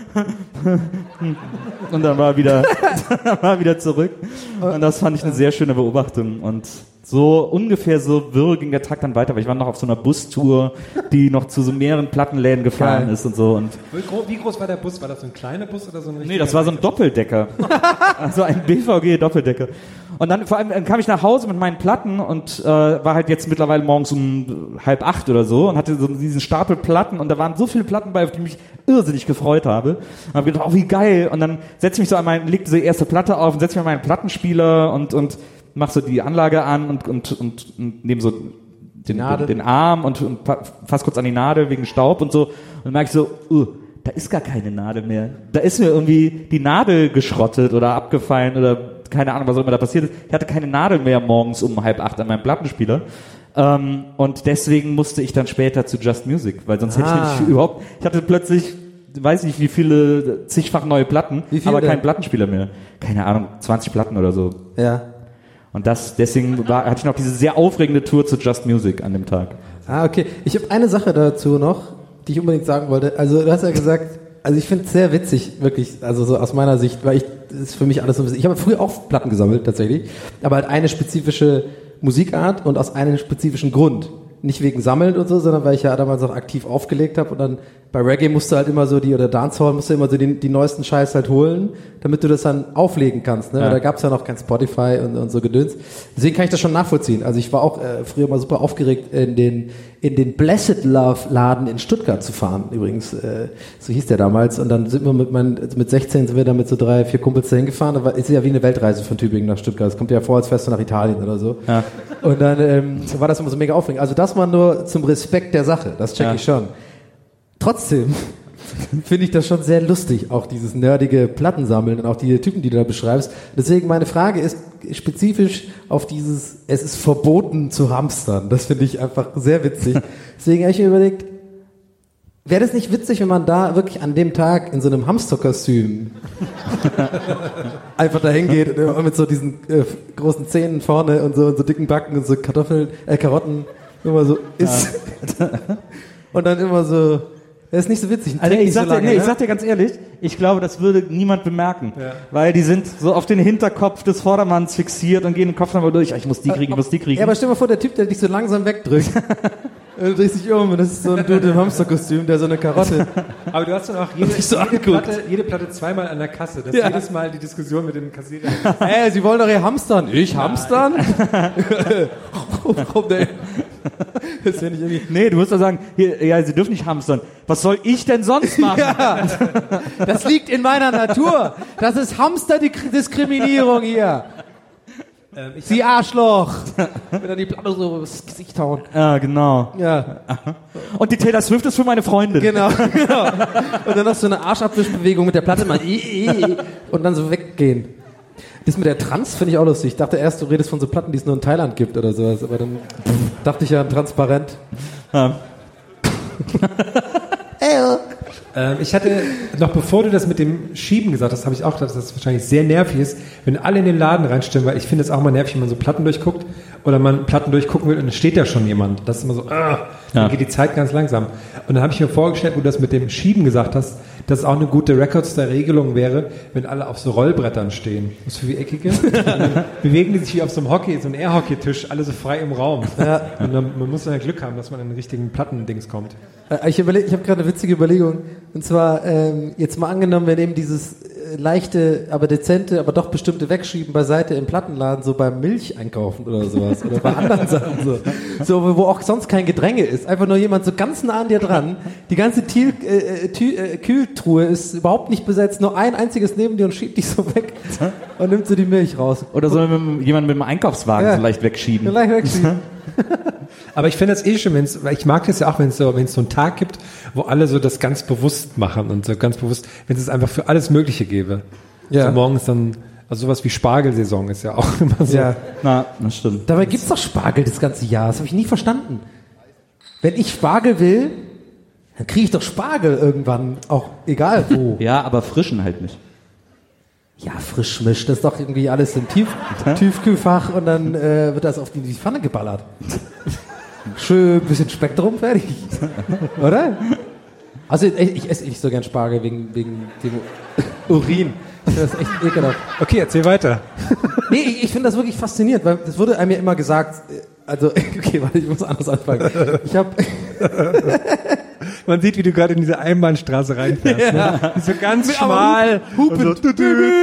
Und dann war er wieder, war er wieder zurück. Und das fand ich eine sehr schöne Beobachtung. Und so ungefähr so wirr ging der Tag dann weiter, weil ich war noch auf so einer Bustour, die noch zu so mehreren Plattenläden gefahren Geil. ist und so. Und wie groß war der Bus? War das so ein kleiner Bus oder so ein Nee, das war so ein Doppeldecker. Also ein B V G-Doppeldecker. Und dann vor allem dann kam ich nach Hause mit meinen Platten und äh, war halt jetzt mittlerweile morgens um halb acht oder so und hatte so diesen Stapel Platten und da waren so viele Platten bei, auf die ich mich irrsinnig gefreut habe. Und habe gedacht, oh wie geil. Und dann setze ich mich so an meinen, leg diese erste Platte auf und setze mich an meinen Plattenspieler und und mach so die Anlage an und und und, und nehme so den, den, den Arm und, und fass kurz an die Nadel wegen Staub und so und dann merke ich so, uh, da ist gar keine Nadel mehr. Da ist mir irgendwie die Nadel geschrottet oder abgefallen oder keine Ahnung, was auch immer da passiert ist. Ich hatte keine Nadel mehr morgens um halb acht an meinem Plattenspieler. Ähm, und deswegen musste ich dann später zu Just Music, weil sonst ah. hätte ich nicht überhaupt, ich hatte plötzlich, weiß nicht wie viele, zigfach neue Platten, wie aber denn? Keinen Plattenspieler mehr. Keine Ahnung, zwanzig Platten oder so. Ja. Und das, deswegen war, hatte ich noch diese sehr aufregende Tour zu Just Music an dem Tag. Ah, okay. Ich habe eine Sache dazu noch, die ich unbedingt sagen wollte. Also du hast ja gesagt, also ich finde es sehr witzig, wirklich, also so aus meiner Sicht, weil ich, das ist für mich alles so ein bisschen, ich habe früher auch Platten gesammelt, tatsächlich, aber halt eine spezifische Musikart und aus einem spezifischen Grund. Nicht wegen Sammeln und so, sondern weil ich ja damals auch aktiv aufgelegt habe und dann bei Reggae musst du halt immer so die, oder Dancehall musst du immer so die, die neuesten Scheiß halt holen, damit du das dann auflegen kannst, ne? Ja. Da gab's ja noch kein Spotify und, und so Gedöns. Deswegen kann ich das schon nachvollziehen. Also ich war auch äh, früher mal super aufgeregt, in den in den Blessed Love Laden in Stuttgart zu fahren, übrigens, äh, so hieß der damals. Und dann sind wir mit meinen, also mit sechzehn sind wir da mit so drei, vier Kumpels da hingefahren. Da war, ist ja wie eine Weltreise von Tübingen nach Stuttgart. Das kommt ja vor, als fährst du nach Italien oder so. Ja. Und dann ähm, war das immer so mega aufregend. Also das war nur zum Respekt der Sache, das check ja. ich schon. Trotzdem finde ich das schon sehr lustig, auch dieses nerdige Plattensammeln und auch die Typen, die du da beschreibst. Deswegen meine Frage ist spezifisch auf dieses, es ist verboten zu hamstern. Das finde ich einfach sehr witzig. Deswegen habe ich mir überlegt, wäre das nicht witzig, wenn man da wirklich an dem Tag in so einem Hamsterkostüm einfach da hingeht und mit so diesen äh, großen Zähnen vorne und so, und so dicken Backen und so Kartoffeln, äh, Karotten immer so isst. Ja. Und dann immer so, das ist nicht so witzig. Also ich, so sag lange, dir, nee, ne? ich sag dir ganz ehrlich, ich glaube, das würde niemand bemerken. Ja. Weil die sind so auf den Hinterkopf des Vordermanns fixiert und gehen den Kopf nochmal durch. Ich muss die kriegen, ich muss die kriegen. Ja, aber stell dir mal vor, der Typ, der dich so langsam wegdrückt. Du drehst dich um und das ist so ein Dude im Hamsterkostüm, der so eine Karotte. Aber du hast dann auch jede, so jede, Platte, jede Platte zweimal an der Kasse. Das ist ja. jedes Mal die Diskussion mit dem Kassierer. Ey, Sie wollen doch hier hamstern. Ich hamstern? Warum denn? Das ist ja nicht irgendwie... Nee, du musst doch sagen, hier, ja, Sie dürfen nicht hamstern. Was soll ich denn sonst machen? Ja, das liegt in meiner Natur. Das ist Hamsterdiskriminierung hier. Ähm, Sie Arschloch! Wenn dann die Platte so ins Gesicht hauen. Ja, genau. Ja. Und die Taylor Swift ist für meine Freundin. Genau, genau. Und dann noch so eine Arschabwischbewegung mit der Platte mal und dann so weggehen. Das mit der Trans finde ich auch lustig. Ich dachte erst, du redest von so Platten, die es nur in Thailand gibt oder sowas, aber dann dachte ich ja transparent. Ja. ähm, ich hatte, noch bevor du das mit dem Schieben gesagt hast, habe ich auch gedacht, dass das wahrscheinlich sehr nervig ist, wenn alle in den Laden reinstimmen, weil ich finde es auch mal nervig, wenn man so Platten durchguckt oder man Platten durchgucken will und dann steht da schon jemand. Das ist immer so, ah, dann ja. geht die Zeit ganz langsam. Und dann habe ich mir vorgestellt, wo du das mit dem Schieben gesagt hast, dass es auch eine gute Record-Store-Regelung wäre, wenn alle auf so Rollbrettern stehen. Was für wie eckige? Dann bewegen die sich wie auf so einem Hockey, so einem Air-Hockey-Tisch, alle so frei im Raum. Ja. Und dann, man muss dann ja Glück haben, dass man an den richtigen Plattendings kommt. Ich, überleg, ich habe gerade eine witzige Überlegung. Und zwar, ähm, jetzt mal angenommen, wir nehmen dieses äh, leichte, aber dezente, aber doch bestimmte Wegschieben beiseite im Plattenladen, so beim Milch einkaufen oder sowas. Oder bei anderen Sachen so. So, wo auch sonst kein Gedränge ist. Einfach nur jemand so ganz nah an dir dran. Die ganze Thiel, äh, Tü, äh, Kühltruhe ist überhaupt nicht besetzt. Nur ein einziges neben dir und schiebt dich so weg. Und nimmt so die Milch raus. Oder so mit, jemand mit dem Einkaufswagen ja. so leicht wegschieben. So leicht wegschieben. Aber ich finde das eh schon, wenn's, weil ich mag das ja auch, wenn es so, wenn es so einen Tag gibt, wo alle so das ganz bewusst machen und so ganz bewusst, wenn es einfach für alles Mögliche gäbe. Ja. So morgens dann, also sowas wie Spargelsaison ist ja auch immer so. Ja, na, das stimmt. Dabei gibt's doch Spargel das ganze Jahr. Das habe ich nie verstanden. Wenn ich Spargel will, dann kriege ich doch Spargel irgendwann, auch egal wo. Ja, aber frischen halt nicht. Ja, frisch mischt, das ist doch irgendwie alles im Tief, Tiefkühlfach und dann äh, wird das auf die, die Pfanne geballert. Schön, bisschen Speck drum, fertig. Oder? Also ich, ich esse nicht so gern Spargel wegen, wegen dem Urin. Das ist echt ekelhaft. Okay, erzähl weiter. Nee, ich, ich finde das wirklich faszinierend, weil das wurde einem ja immer gesagt, also, okay, warte, ich muss anders anfangen. Ich habe... Man sieht, wie du gerade in diese Einbahnstraße reinfährst. Ja. Ne? So ganz schmal. Hupen. So.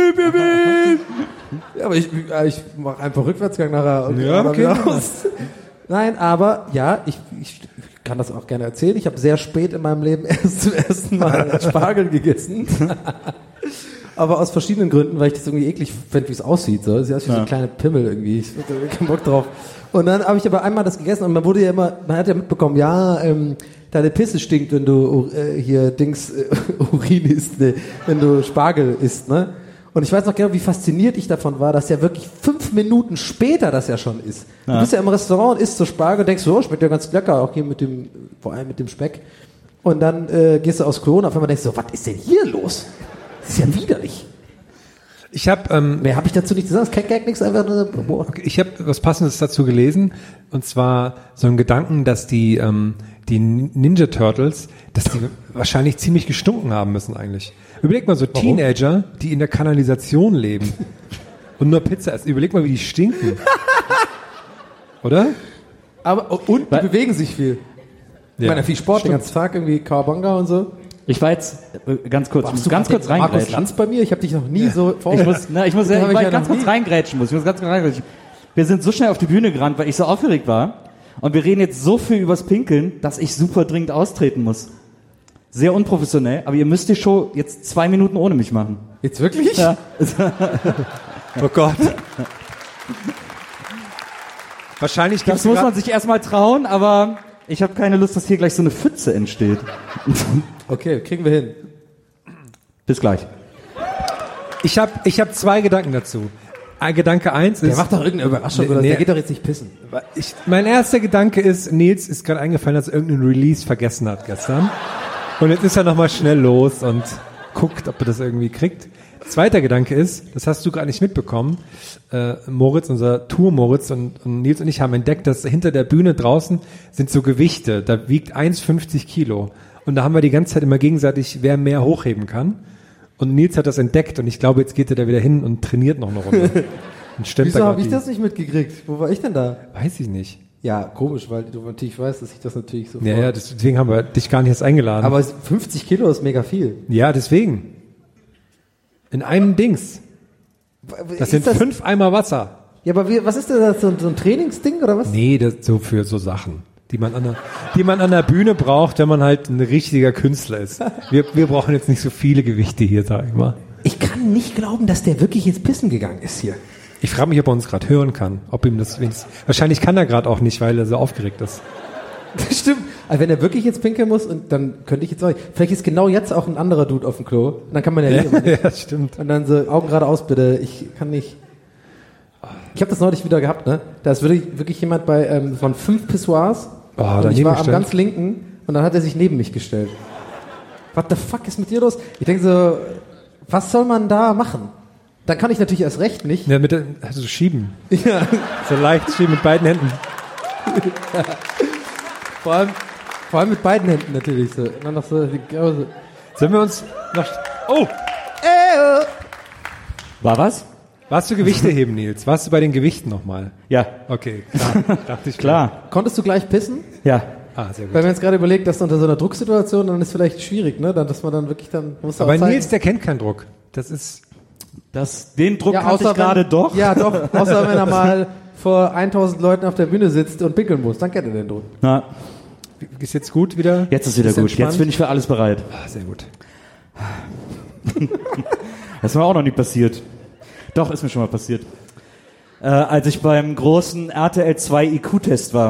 Ja, aber ich, ich mache einfach Rückwärtsgang nachher. Ja, okay. Raus. Nein, aber ja, ich, ich kann das auch gerne erzählen. Ich habe sehr spät in meinem Leben erst zum ersten Mal Spargel gegessen. Aber aus verschiedenen Gründen, weil ich das irgendwie eklig fände, wie es aussieht. So. Sieht aus wie ja. so ein kleiner Pimmel irgendwie. Ich hatte keinen Bock drauf. Und dann habe ich aber einmal das gegessen und man wurde ja immer, man hat ja mitbekommen, ja, ähm, deine Pisse stinkt, wenn du äh, hier Dings äh, Urin isst, ne? Wenn du Spargel isst, ne? Und ich weiß noch genau, wie fasziniert ich davon war, dass ja wirklich fünf Minuten später das ja schon ist. Ja. Du bist ja im Restaurant, isst so Spargel, denkst so, oh, schmeckt ja ganz lecker, auch hier mit dem, vor allem mit dem Speck. Und dann äh, gehst du aufs Klo und auf einmal denkst du so, was ist denn hier los? Das ist ja widerlich. Ich habe ähm, Mehr habe ich dazu nicht gesagt, kein Gag, nichts, einfach nur... Boah. Ich habe was Passendes dazu gelesen, und zwar so einen Gedanken, dass die, ähm, die Ninja Turtles, dass die wahrscheinlich ziemlich gestunken haben müssen eigentlich. Überleg mal so Warum? Teenager, die in der Kanalisation leben und nur Pizza essen. Überleg mal, wie die stinken. Oder? Aber, und die Weil, bewegen sich viel. Ich ja, meine, viel Sport, stimmt. den ganzen Tag, irgendwie Kawabanga und so. Ich war jetzt äh, ganz kurz, Warst muss ganz kurz reingrätschen. Markus Lanz bei mir? Ich habe dich noch nie ja. so vor. Ich muss, na, ich muss ja, ich, ich ja ganz kurz nie. reingrätschen muss. Ich muss ganz kurz reingrätschen. Wir sind so schnell auf die Bühne gerannt, weil ich so aufgeregt war. Und wir reden jetzt so viel übers Pinkeln, dass ich super dringend austreten muss. Sehr unprofessionell, aber ihr müsst die Show jetzt zwei Minuten ohne mich machen. Jetzt wirklich? Ja. Oh Gott. Wahrscheinlich Das muss man sich erstmal trauen, aber ich habe keine Lust, dass hier gleich so eine Pfütze entsteht. Okay, kriegen wir hin. Bis gleich. Ich habe ich hab zwei Gedanken dazu. Ein Gedanke eins ist... Der macht doch irgendeine Überraschung, nee, oder? Nee, der geht doch jetzt nicht pissen. Ich, mein erster Gedanke ist, Nils ist gerade eingefallen, dass er irgendeinen Release vergessen hat gestern. Und jetzt ist er nochmal schnell los und guckt, ob er das irgendwie kriegt. Zweiter Gedanke ist, das hast du gerade nicht mitbekommen, äh, Moritz, unser Tour-Moritz und, und Nils und ich haben entdeckt, dass hinter der Bühne draußen sind so Gewichte, da wiegt eins Komma fünfzig Kilo. Und da haben wir die ganze Zeit immer gegenseitig, wer mehr hochheben kann. Und Nils hat das entdeckt und ich glaube, jetzt geht er da wieder hin und trainiert noch eine Runde. Und stemmt Wieso da habe ich die, das nicht mitgekriegt? Wo war ich denn da? Weiß ich nicht. Ja, komisch, weil du natürlich weißt, dass ich das natürlich so... Ja, ja, deswegen haben wir dich gar nicht erst eingeladen. Aber fünfzig Kilo ist mega viel. Ja, deswegen. In einem Dings. Das sind das fünf Eimer Wasser. Ja, aber wie, was ist denn das, so, so ein Trainingsding oder was? Nee, das so für so Sachen, die man an der, die man an der Bühne braucht, wenn man halt ein richtiger Künstler ist. Wir, wir brauchen jetzt nicht so viele Gewichte hier, sag ich mal. Ich kann nicht glauben, dass der wirklich ins Pissen gegangen ist hier. Ich frage mich, ob er uns gerade hören kann. Ob ihm das wenigstens, wahrscheinlich kann er gerade auch nicht, weil er so aufgeregt ist. Das stimmt. Also wenn er wirklich jetzt pinkeln muss, und dann könnte ich jetzt auch, vielleicht ist genau jetzt auch ein anderer Dude auf dem Klo. Und dann kann man ja nicht. Ja, ja, stimmt. Und dann so, Augen geradeaus bitte, ich kann nicht. Ich habe das neulich wieder gehabt, ne? Da ist wirklich, wirklich jemand bei, ähm, von fünf Pissoirs. Oh, und ich war am ganz linken und dann hat er sich neben mich gestellt. What the fuck ist mit dir los? Ich denke so, was soll man da machen? Dann kann ich natürlich erst recht nicht. Ja, mit der, also schieben. Ja. So leicht schieben mit beiden Händen. Vor allem, vor allem mit beiden Händen natürlich so. Immer noch so, so. Sollen wir uns noch... Oh! Äh, War was? Warst du Gewichte heben, Nils? Warst du bei den Gewichten nochmal? Ja. Okay, klar. Dachte ich klar. Konntest du gleich pissen? Ja. Ah, sehr gut. Weil wir jetzt gerade überlegt, dass unter so einer Drucksituation, dann ist vielleicht schwierig, ne? Dann, dass man dann wirklich dann... Muss Aber zeigen. Nils, der kennt keinen Druck. Das ist... Das, den Druck ja, hatte ich gerade doch. Ja, doch. Außer wenn er mal vor tausend Leuten auf der Bühne sitzt und pinkeln muss, dann kennt er den Druck. Na. Ist jetzt gut wieder? Jetzt ist wieder gut. Entspannt. Jetzt bin ich für alles bereit. Ah, sehr gut. Das ist mir auch noch nie passiert. Doch, ist mir schon mal passiert. Äh, als ich beim großen R T L zwei I Q-Test war.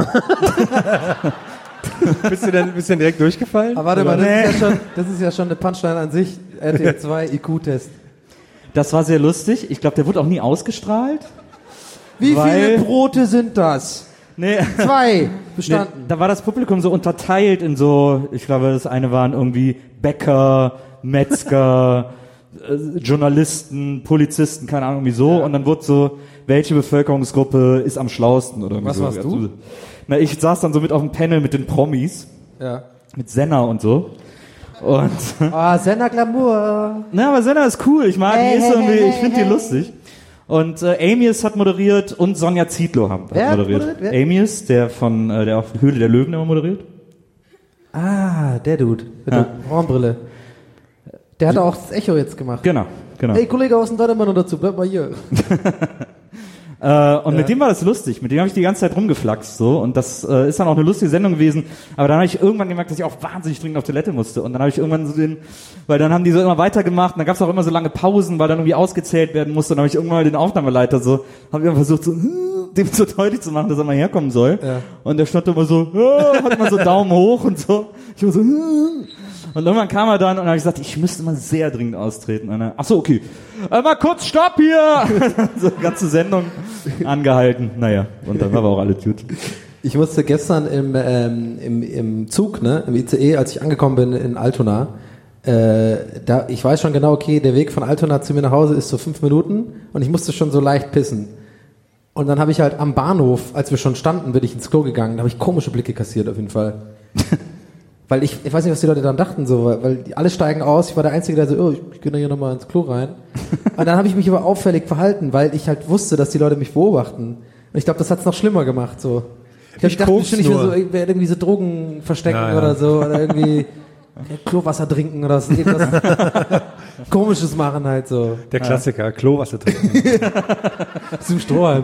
bist, du denn, bist du denn direkt durchgefallen? Aber warte mal, das, nee. ist ja schon, das ist ja schon eine Punchline an sich. R T L zwei I Q-Test. Das war sehr lustig. Ich glaube, der wurde auch nie ausgestrahlt. Wie viele Brote sind das? Nee. Zwei. Bestanden. Nee, da war das Publikum so unterteilt in so, ich glaube, das eine waren irgendwie Bäcker, Metzger, äh, Journalisten, Polizisten, keine Ahnung, wie so. Und dann wurde so, welche Bevölkerungsgruppe ist am schlausten oder Was so. warst du? Na, ich saß dann so mit auf dem Panel mit den Promis. Ja. Mit Senna und so. Und ah, oh, Senna Glamour. Na, aber Senna ist cool. Ich mag hey, die, ist irgendwie, hey, ich finde hey. die lustig. Und äh, Amius hat moderiert und Sonja Zietlow haben, hat Wer moderiert. Hat moderiert? Amius, der von äh, der auf Höhle der Löwen immer moderiert. Ah, der Dude mit ja. der Hornbrille. Der hat auch das Echo jetzt gemacht. Genau, genau. Hey, Kollege aus dem Donnermann noch dazu, bleib mal hier. Äh, und ja. mit dem war das lustig. Mit dem habe ich die ganze Zeit rumgeflaxt so und das äh, ist dann auch eine lustige Sendung gewesen. Aber dann habe ich irgendwann gemerkt, dass ich auch wahnsinnig dringend auf Toilette musste. Und dann habe ich irgendwann so den, weil dann haben die so immer weitergemacht und dann gab es auch immer so lange Pausen, weil dann irgendwie ausgezählt werden musste. Und dann habe ich irgendwann mal den Aufnahmeleiter so, habe ich immer versucht so, dem so deutlich zu machen, dass er mal herkommen soll. Ja. Und der stand immer so, ja, hat mal so Daumen hoch und so. Ich war so, und irgendwann kam er dann und habe ich gesagt, ich müsste mal sehr dringend austreten. Und dann, ach so, okay. Äh, mal kurz, stopp hier! So ganze Sendung angehalten. Naja, und dann war aber auch alles gut. Ich musste gestern im, ähm, im, im Zug, ne, im I C E, als ich angekommen bin in Altona, äh, da, ich weiß schon genau, okay, der Weg von Altona zu mir nach Hause ist so fünf Minuten und ich musste schon so leicht pissen. Und dann habe ich halt am Bahnhof, als wir schon standen, bin ich ins Klo gegangen, da habe ich komische Blicke kassiert auf jeden Fall. Weil ich, ich weiß nicht, was die Leute dann dachten, so, weil, weil die, alle steigen aus, ich war der Einzige, der so, oh, ich, ich gehe da hier nochmal ins Klo rein. Und dann habe ich mich aber auffällig verhalten, weil ich halt wusste, dass die Leute mich beobachten. Und ich glaube, das hat's noch schlimmer gemacht, so. Ich, ich dachte bestimmt, ich will so, ich werde irgendwie so Drogen verstecken ja, ja. oder so, oder irgendwie Klowasser trinken oder so, irgendwas Komisches machen halt so. Der Klassiker, ja. Klowasser trinken. Zum Strohhalm.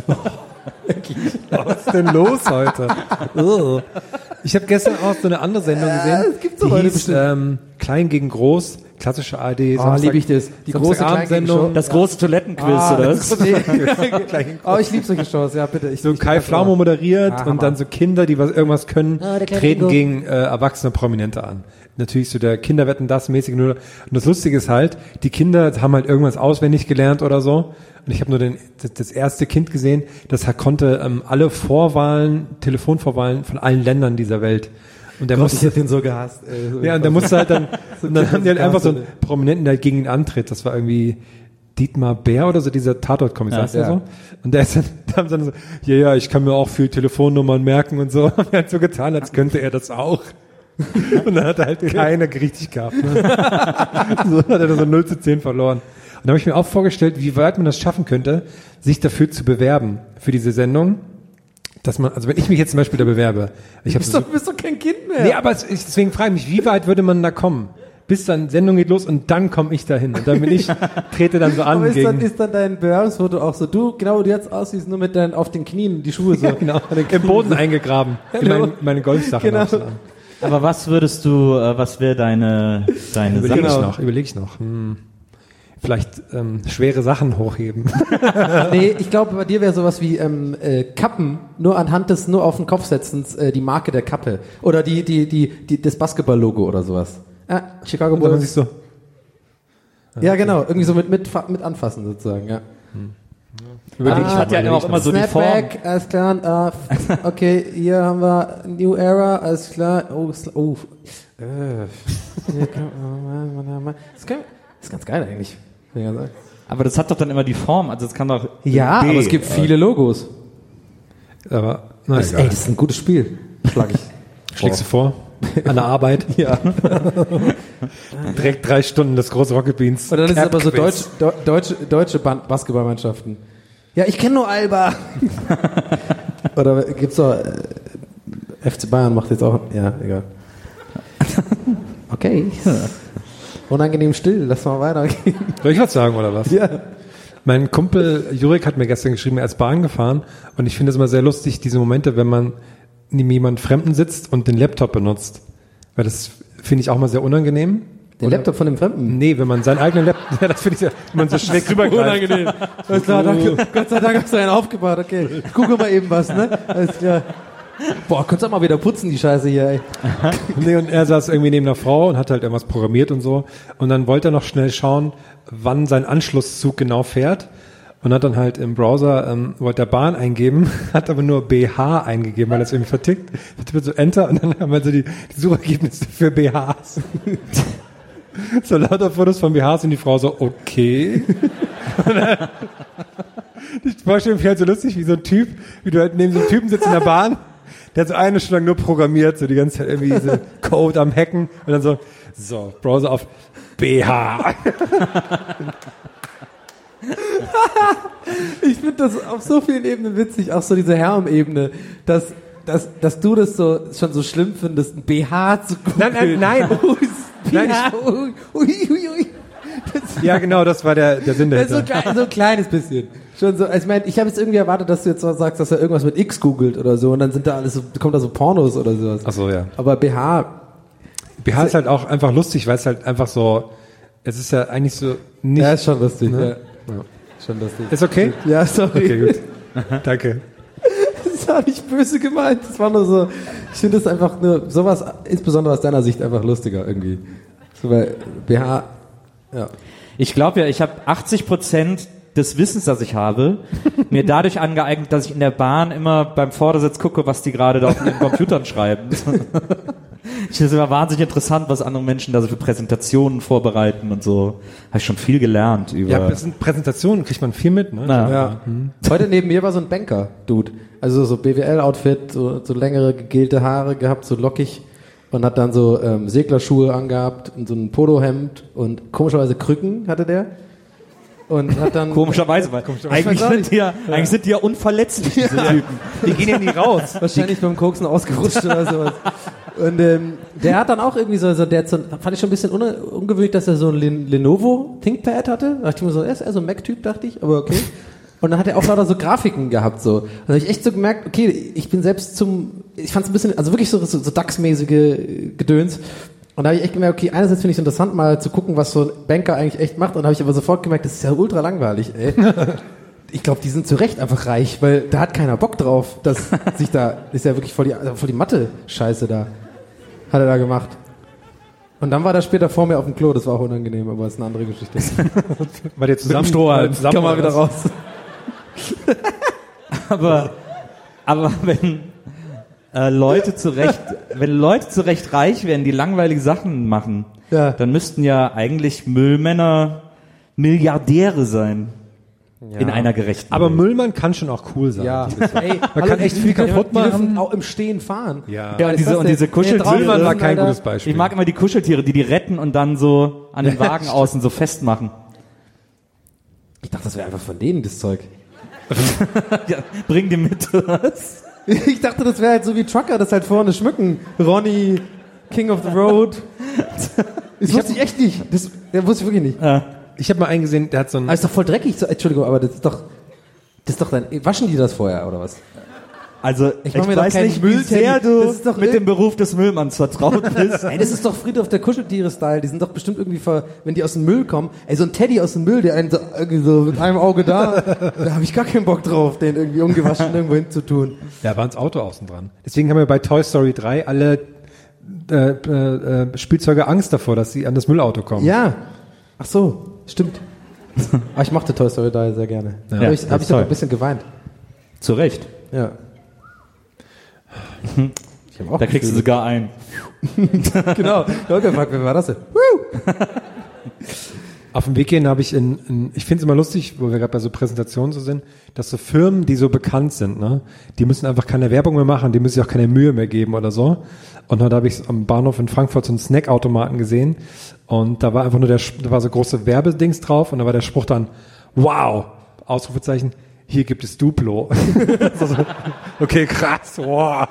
Was ist denn los heute? Oh. Ich habe gestern auch so eine andere Sendung gesehen, ja, das gibt's doch die hieß ähm, Klein gegen Groß, klassische A R D. Oh, liebe ich das. Die große Sendung. Das große Toilettenquiz, ah, oder? Das nee. Oh, ich liebe solche Shows, ja bitte. Ich, so ich Kai Pflaume moderiert ah, und dann so Kinder, die was irgendwas können, oh, treten gegen äh, erwachsene Prominente an. Natürlich so der Kinderwetten das mäßig nur. Und das Lustige ist halt, die Kinder haben halt irgendwas auswendig gelernt oder so. Und ich habe nur den, das, das erste Kind gesehen, das hat, konnte ähm, alle Vorwahlen, Telefonvorwahlen von allen Ländern dieser Welt. Und der Gott, musste, ich hab den so gehasst. Ey. Ja, und der musste halt dann, so und dann haben die halt einfach so einen Prominenten, der halt gegen ihn antritt. Das war irgendwie Dietmar Bär oder so, dieser Tatort-Kommissar. Ja, ja. So. Und der ist dann, da haben sie dann so, ja, ja, ich kann mir auch viel Telefonnummern merken und so. Und er hat so getan, als könnte er das auch. Und dann hat er halt keiner richtig gehabt. Ne? So hat er so null zu zehn verloren. Und da habe ich mir auch vorgestellt, wie weit man das schaffen könnte, sich dafür zu bewerben, für diese Sendung. Dass man, also wenn ich mich jetzt zum Beispiel da bewerbe. Ich du bist, so, doch, bist doch kein Kind mehr. Nee, aber es, ich, deswegen frage ich mich, wie weit würde man da kommen? Bis dann Sendung geht los und dann komme ich dahin. Und dann bin ich, trete dann so an. Aber ist, gegen, dann, ist dann dein Bewerbungsfoto auch so, du, genau wie du jetzt aussiehst, nur mit deinen, auf den Knien, die Schuhe so. Ja, genau, im Boden eingegraben. In mein, meine Golfsachen. Genau. Aber was würdest du, äh, was wäre deine, deine Überlege Sache? ich noch, überlege ich noch. Hm. Vielleicht ähm, schwere Sachen hochheben. Nee, ich glaube, bei dir wäre sowas wie ähm, äh, Kappen, nur anhand des, nur auf den Kopf setzens, äh, die Marke der Kappe. Oder die, die, die, die das Basketball-Logo oder sowas. Ah, Chicago Bulls. Bulls. So. Ja, genau, irgendwie so mit, mit, mit anfassen sozusagen, ja. Hm. Überlegt ah, hat ja auch immer so die Form. Snapback, alles klar. Uh, okay, hier haben wir New Era, alles klar. Oh, oh. Äh. Das ist ganz geil eigentlich. Aber das hat doch dann immer die Form, also es kann doch... Ja, B, aber es gibt viele Logos. Aber, na das, ey, das ist ein gutes Spiel. Schlag ich. Schlägst du vor? An der Arbeit? Ja. Direkt drei Stunden das große Rocket Beans. Und dann ist es aber so deutsch, deutsche, deutsche Basketballmannschaften. Ja, ich kenne nur Alba. Oder gibt's doch, äh, F C Bayern macht jetzt auch, ja, egal. Okay. Unangenehm still, lass mal weitergehen. Soll ich was sagen, oder was? Ja. Mein Kumpel Jurek hat mir gestern geschrieben, er ist Bahn gefahren und ich finde es immer sehr lustig, diese Momente, wenn man neben jemand Fremden sitzt und den Laptop benutzt. Weil das finde ich auch mal sehr unangenehm. Den oder? Laptop von dem Fremden? Nee, wenn man seinen eigenen Laptop, ja, das finde ich ja, wenn man so schräg rübergreift. Unangenehm. Alles klar, danke. Gott sei Dank hast du einen aufgebaut, okay. Ich gucke mal eben was, ne? Alles klar. Boah, könntest du auch mal wieder putzen, die Scheiße hier, ey. Nee, und er saß irgendwie neben einer Frau und hat halt irgendwas programmiert und so. Und dann wollte er noch schnell schauen, wann sein Anschlusszug genau fährt. Und hat dann halt im Browser, ähm, wollte er Bahn eingeben, hat aber nur B H eingegeben, weil er es irgendwie vertickt. Hat so Enter und dann haben wir so die, die Suchergebnisse für B Hs. So lauter Fotos von B Hs und die Frau so, okay. Die Vorstellung finde ich halt so lustig, wie so ein Typ, wie du halt neben so einem Typen sitzt in der Bahn, der hat so eine Stunde lang nur programmiert, so die ganze Zeit irgendwie so Code am Hacken und dann so, so, Browser auf B H. Ich finde das auf so vielen Ebenen witzig, auch so diese Herm-Ebene, dass, dass, dass du das so schon so schlimm findest, ein B H zu googeln. Nein, nein, nein. Oh, nein ich, ui, ui, ui. Das, ja, genau, das war der, der Sinn dahinter. So, klein, so ein kleines bisschen. Schon so, also ich meine, ich habe jetzt irgendwie erwartet, dass du jetzt so sagst, dass er irgendwas mit X googelt oder so und dann sind da alles so, kommt da so Pornos oder sowas. Ach so, ja. Aber B H... B H ist halt auch einfach lustig, weil es halt einfach so, es ist ja eigentlich so nicht... Ja, ist schon lustig, ne? ja. Ja. Schon lustig. Ist okay? Ja, sorry. Okay, gut. Danke. Das war nicht böse gemeint. Das war nur so, ich finde das einfach nur, sowas, insbesondere aus deiner Sicht, einfach lustiger irgendwie. So bei B H, ja. Ich glaube ja, ich habe achtzig Prozent des Wissens, das ich habe, mir dadurch angeeignet, dass ich in der Bahn immer beim Vordersitz gucke, was die gerade da auf ihren Computern schreiben. Ich finde es immer wahnsinnig interessant, was andere Menschen da so für Präsentationen vorbereiten und so. Habe ich schon viel gelernt über... Ja, das sind Präsentationen, kriegt man viel mit, ne? Ja. Ja. Mhm. Heute neben mir war so ein Banker-Dude. Also so B W L-Outfit, so, so längere gegelte Haare gehabt, so lockig und hat dann so ähm, Seglerschuhe angehabt und so ein Polohemd und komischerweise Krücken hatte der. Und hat dann... Komischerweise, weil eigentlich sind, die ja, ja. eigentlich sind die ja unverletzlich, diese ja. Typen. Die gehen ja nie raus. Wahrscheinlich beim Koksen ausgerutscht oder sowas. Und ähm, der hat dann auch irgendwie so, so der hat so, fand ich schon ein bisschen un- ungewöhnlich, dass er so ein Len- Lenovo ThinkPad hatte. Da dachte ich mir so, er ist eher so ein Mac-Typ, dachte ich, aber okay. Und dann hat er auch lauter so Grafiken gehabt, so. Da habe ich echt so gemerkt, okay, ich bin selbst zum, ich fand es ein bisschen, also wirklich so, so, so DAX-mäßige Gedöns. Und da habe ich echt gemerkt, okay, einerseits finde ich es interessant, mal zu gucken, was so ein Banker eigentlich echt macht. Und da habe ich aber sofort gemerkt, das ist ja ultra langweilig, ey. Ich glaube, die sind zu Recht einfach reich, weil da hat keiner Bock drauf, dass sich da, ist ja wirklich voll die, voll die Mathe-Scheiße da. Hat er da gemacht. Und dann war der später vor mir auf dem Klo, das war auch unangenehm, aber das ist eine andere Geschichte. War der zusammen? Mit dem Strohhalm, zusammen kann man wieder raus. aber, aber wenn äh, Leute zu Recht, wenn Leute zu Recht reich werden, die langweilige Sachen machen, ja. dann müssten ja eigentlich Müllmänner Milliardäre sein. Ja. In einer gerechten Aber Welt. Müllmann kann schon auch cool sein. Ja. Ey, man kann echt viel kaputt machen. Die dürfen auch im Stehen fahren. Ja, ja und, diese, und diese Kuscheltiere. Müllmann war kein gutes Beispiel. Ich mag immer die Kuscheltiere, die die retten und dann so an den Wagen außen so festmachen. Ich dachte, das wäre einfach von denen, das Zeug. Ja, bring die mit, was? Ich dachte, das wäre halt so wie Trucker, das halt vorne schmücken. Ronny, King of the Road. Das wusste ich echt nicht. Das, das wusste ich wirklich nicht. Ja. Ich habe mal einen gesehen, der hat so ein... Ah, ist doch voll dreckig. So, Entschuldigung, aber das ist doch... Das ist doch dann... Waschen die das vorher, oder was? Also, ich, ich, ich weiß nicht, wie sehr du mit dem Beruf des Müllmanns vertraut bist. Ey, das ist doch Friedhof der Kuscheltiere-Style. Die sind doch bestimmt irgendwie, ver, wenn die aus dem Müll kommen. Ey, so ein Teddy aus dem Müll, der einen so, irgendwie so mit einem Auge da, da habe ich gar keinen Bock drauf, den irgendwie ungewaschen irgendwo hinzutun. Ja, war ins Auto außen dran. Deswegen haben wir bei Toy Story drei alle äh, äh, Spielzeuge Angst davor, dass sie an das Müllauto kommen. Ja. Ach so, stimmt. Aber ich mochte Toy Story drei sehr gerne. Ja, da habe ich, hab ich aber ein bisschen geweint. Zu Recht. Ja. Ich hab auch da kriegst du sogar ein. Genau. Leute, wer war das denn? Auf dem Weg hierhin habe ich in, in ich finde es immer lustig, wo wir gerade bei so Präsentationen so sind, dass so Firmen, die so bekannt sind, ne, die müssen einfach keine Werbung mehr machen, die müssen sich auch keine Mühe mehr geben oder so. Und heute habe ich am Bahnhof in Frankfurt so einen Snackautomaten gesehen und da war einfach nur der, da war so große Werbedings drauf und da war der Spruch dann, wow, Ausrufezeichen, hier gibt es Duplo. Okay, krass, wow.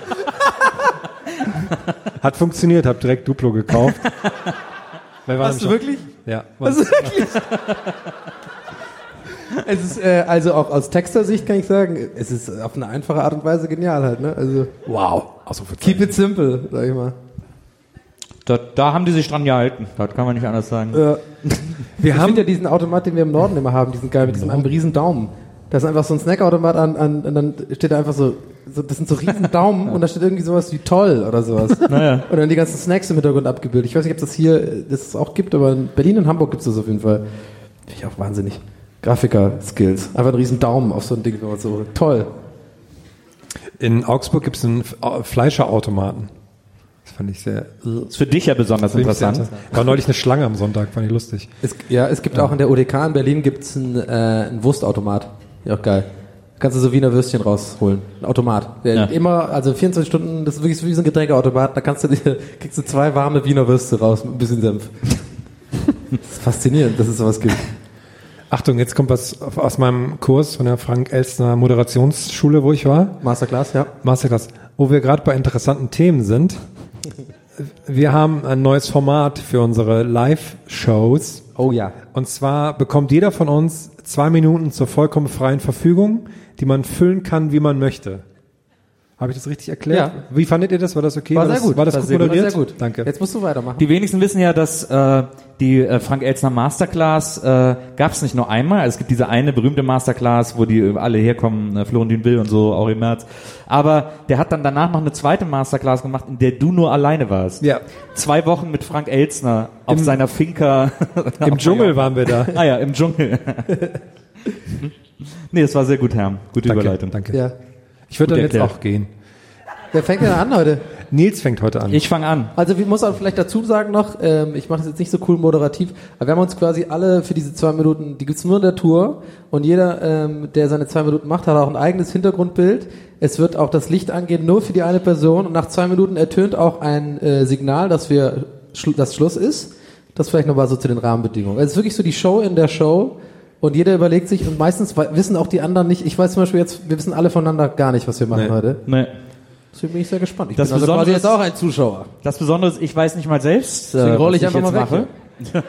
Hat funktioniert, hab direkt Duplo gekauft. Hast du wirklich? Ja. Hast du wirklich? Es ist, äh, also auch aus Texter-Sicht kann ich sagen, es ist auf eine einfache Art und Weise genial halt, ne? Also, wow. Keep it simple, sag ich mal. Da, da haben die sich dran gehalten. Das kann man nicht anders sagen. Ja. Wir ich haben ja diesen Automat, den wir im Norden immer haben, diesen geil mit diesem einem riesen Daumen. Das ist einfach so ein Snackautomat an, an, und dann steht da einfach so, so das sind so riesen Daumen und da steht irgendwie sowas wie toll oder sowas. Naja. Und dann die ganzen Snacks im Hintergrund abgebildet. Ich weiß nicht, ob das hier das auch gibt, aber in Berlin und Hamburg gibt es das auf jeden Fall. Finde ich auch wahnsinnig. Grafiker-Skills. Einfach einen riesen Daumen auf so ein Ding. So toll. In Augsburg gibt es einen Fleischerautomaten. Das fand ich sehr... Das ist für dich ja besonders interessant. War neulich eine Schlange am Sonntag, fand ich lustig. Es, ja, es gibt ja. auch in der O D K in Berlin gibt's einen, äh, einen Wurstautomat. Ja, auch geil. Kannst du so Wiener Würstchen rausholen. Ein Automat. Der ja. immer, also vierundzwanzig Stunden, das ist wirklich wie so ein Getränkeautomat. Da kannst du dir, kriegst du zwei warme Wiener Würste raus mit ein bisschen Senf. Das ist faszinierend, dass es sowas gibt. Achtung, jetzt kommt was aus meinem Kurs von der Frank-Elstner Moderationsschule, wo ich war. Masterclass, ja. Masterclass. Wo wir gerade bei interessanten Themen sind. Wir haben ein neues Format für unsere Live-Shows. Oh ja. Und zwar bekommt jeder von uns zwei Minuten zur vollkommen freien Verfügung, die man füllen kann, wie man möchte. Habe ich das richtig erklärt? Ja. Wie fandet ihr das? War das okay? War war sehr das, gut. War das war gut sehr moderiert? Gut, war sehr gut. Danke. Jetzt musst du weitermachen. Danke. Jetzt musst du weitermachen. Die, Jetzt musst du weitermachen. die wenigsten wissen ja, dass äh, die äh, Frank Elstner Masterclass äh, gab es nicht nur einmal. Also es gibt diese eine berühmte Masterclass, wo die alle herkommen, äh, Florentin Will und so, auch im März. Aber der hat dann danach noch eine zweite Masterclass gemacht, in der du nur alleine warst. Ja. Zwei Wochen mit Frank Elstner auf Im, seiner Finca. Im Dschungel waren wir da. Ah ja, im Dschungel. Nee, es war sehr gut, Herr. Gute Danke, Überleitung. Danke. Ja. Ich würde Gut dann jetzt erklärt. auch gehen. Wer fängt denn an heute? Nils fängt heute an. Ich fange an. Also wir muss auch vielleicht dazu sagen noch, ähm, ich mache das jetzt nicht so cool moderativ, aber wir haben uns quasi alle für diese zwei Minuten, die gibt's nur in der Tour und jeder, ähm, der seine zwei Minuten macht, hat auch ein eigenes Hintergrundbild. Es wird auch das Licht angehen, nur für die eine Person und nach zwei Minuten ertönt auch ein äh, Signal, dass wir schlu- dass Schluss ist. Das vielleicht nochmal so zu den Rahmenbedingungen. Es ist wirklich so die Show in der Show und jeder überlegt sich und meistens we- wissen auch die anderen nicht, ich weiß zum Beispiel jetzt, wir wissen alle voneinander gar nicht, was wir machen Nee. heute. Nee. Deswegen bin ich sehr gespannt. Ich Das bin also Besondere quasi jetzt ist- auch ein Zuschauer. Das Besondere ist, ich weiß nicht mal selbst, Deswegen äh, roll was ich einfach jetzt mal weg, mache.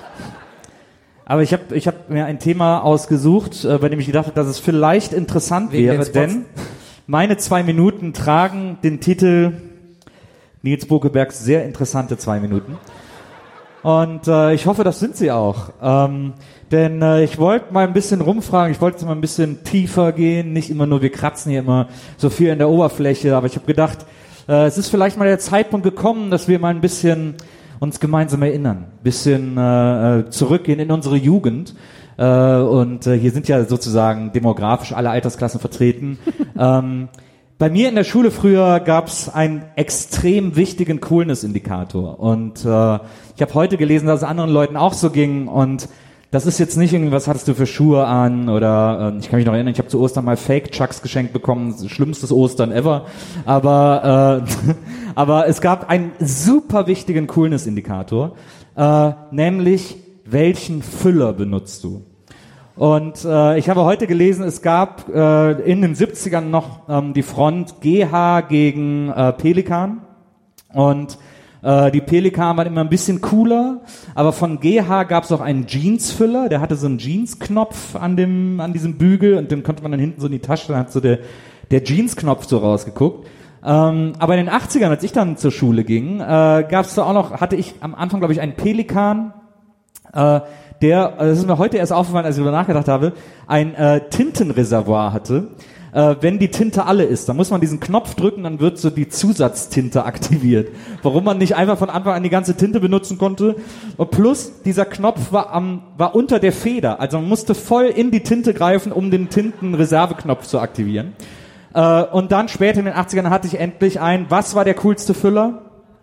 Aber ich habe ich hab mir ein Thema ausgesucht, äh, bei dem ich gedacht habe, dass es vielleicht interessant Wegen wäre, den Spots? denn meine zwei Minuten tragen den Titel Nils Bokebergs sehr interessante zwei Minuten. Und äh, ich hoffe, das sind sie auch. Ähm, denn äh, ich wollte mal ein bisschen rumfragen, ich wollte mal ein bisschen tiefer gehen, nicht immer nur, wir kratzen hier immer so viel in der Oberfläche, aber ich habe gedacht, äh, es ist vielleicht mal der Zeitpunkt gekommen, dass wir mal ein bisschen uns gemeinsam erinnern, ein bisschen äh, zurückgehen in unsere Jugend. Äh, und äh, hier sind ja sozusagen demografisch alle Altersklassen vertreten. ähm, Bei mir in der Schule früher gab es einen extrem wichtigen Coolness-Indikator und äh, ich habe heute gelesen, dass es anderen Leuten auch so ging und das ist jetzt nicht irgendwie, was hattest du für Schuhe an oder äh, ich kann mich noch erinnern, ich habe zu Ostern mal Fake-Chucks geschenkt bekommen, schlimmstes Ostern ever, aber äh, aber es gab einen super wichtigen Coolness-Indikator, äh, nämlich welchen Füller benutzt du? Und äh, ich habe heute gelesen, es gab äh, in den siebzigern noch ähm, die Front G H gegen äh, Pelikan und äh, die Pelikan waren immer ein bisschen cooler, aber von G H gab es auch einen Jeansfüller, der hatte so einen Jeansknopf an dem an diesem Bügel und den konnte man dann hinten so in die Tasche, dann hat so der der Jeansknopf so rausgeguckt. Ähm, aber in den achtzigern, als ich dann zur Schule ging, äh, gab es da auch noch, hatte ich am Anfang, glaube ich, einen Pelikan, äh, der, das ist mir heute erst aufgefallen, als ich darüber nachgedacht habe, ein äh, Tintenreservoir hatte. Äh, wenn die Tinte alle ist, dann muss man diesen Knopf drücken, dann wird so die Zusatztinte aktiviert. Warum man nicht einfach von Anfang an die ganze Tinte benutzen konnte. Und plus, dieser Knopf war am, war unter der Feder. Also man musste voll in die Tinte greifen, um den Tintenreserveknopf zu aktivieren. Äh, und dann später in den achtzigern hatte ich endlich ein, was war der coolste Füller?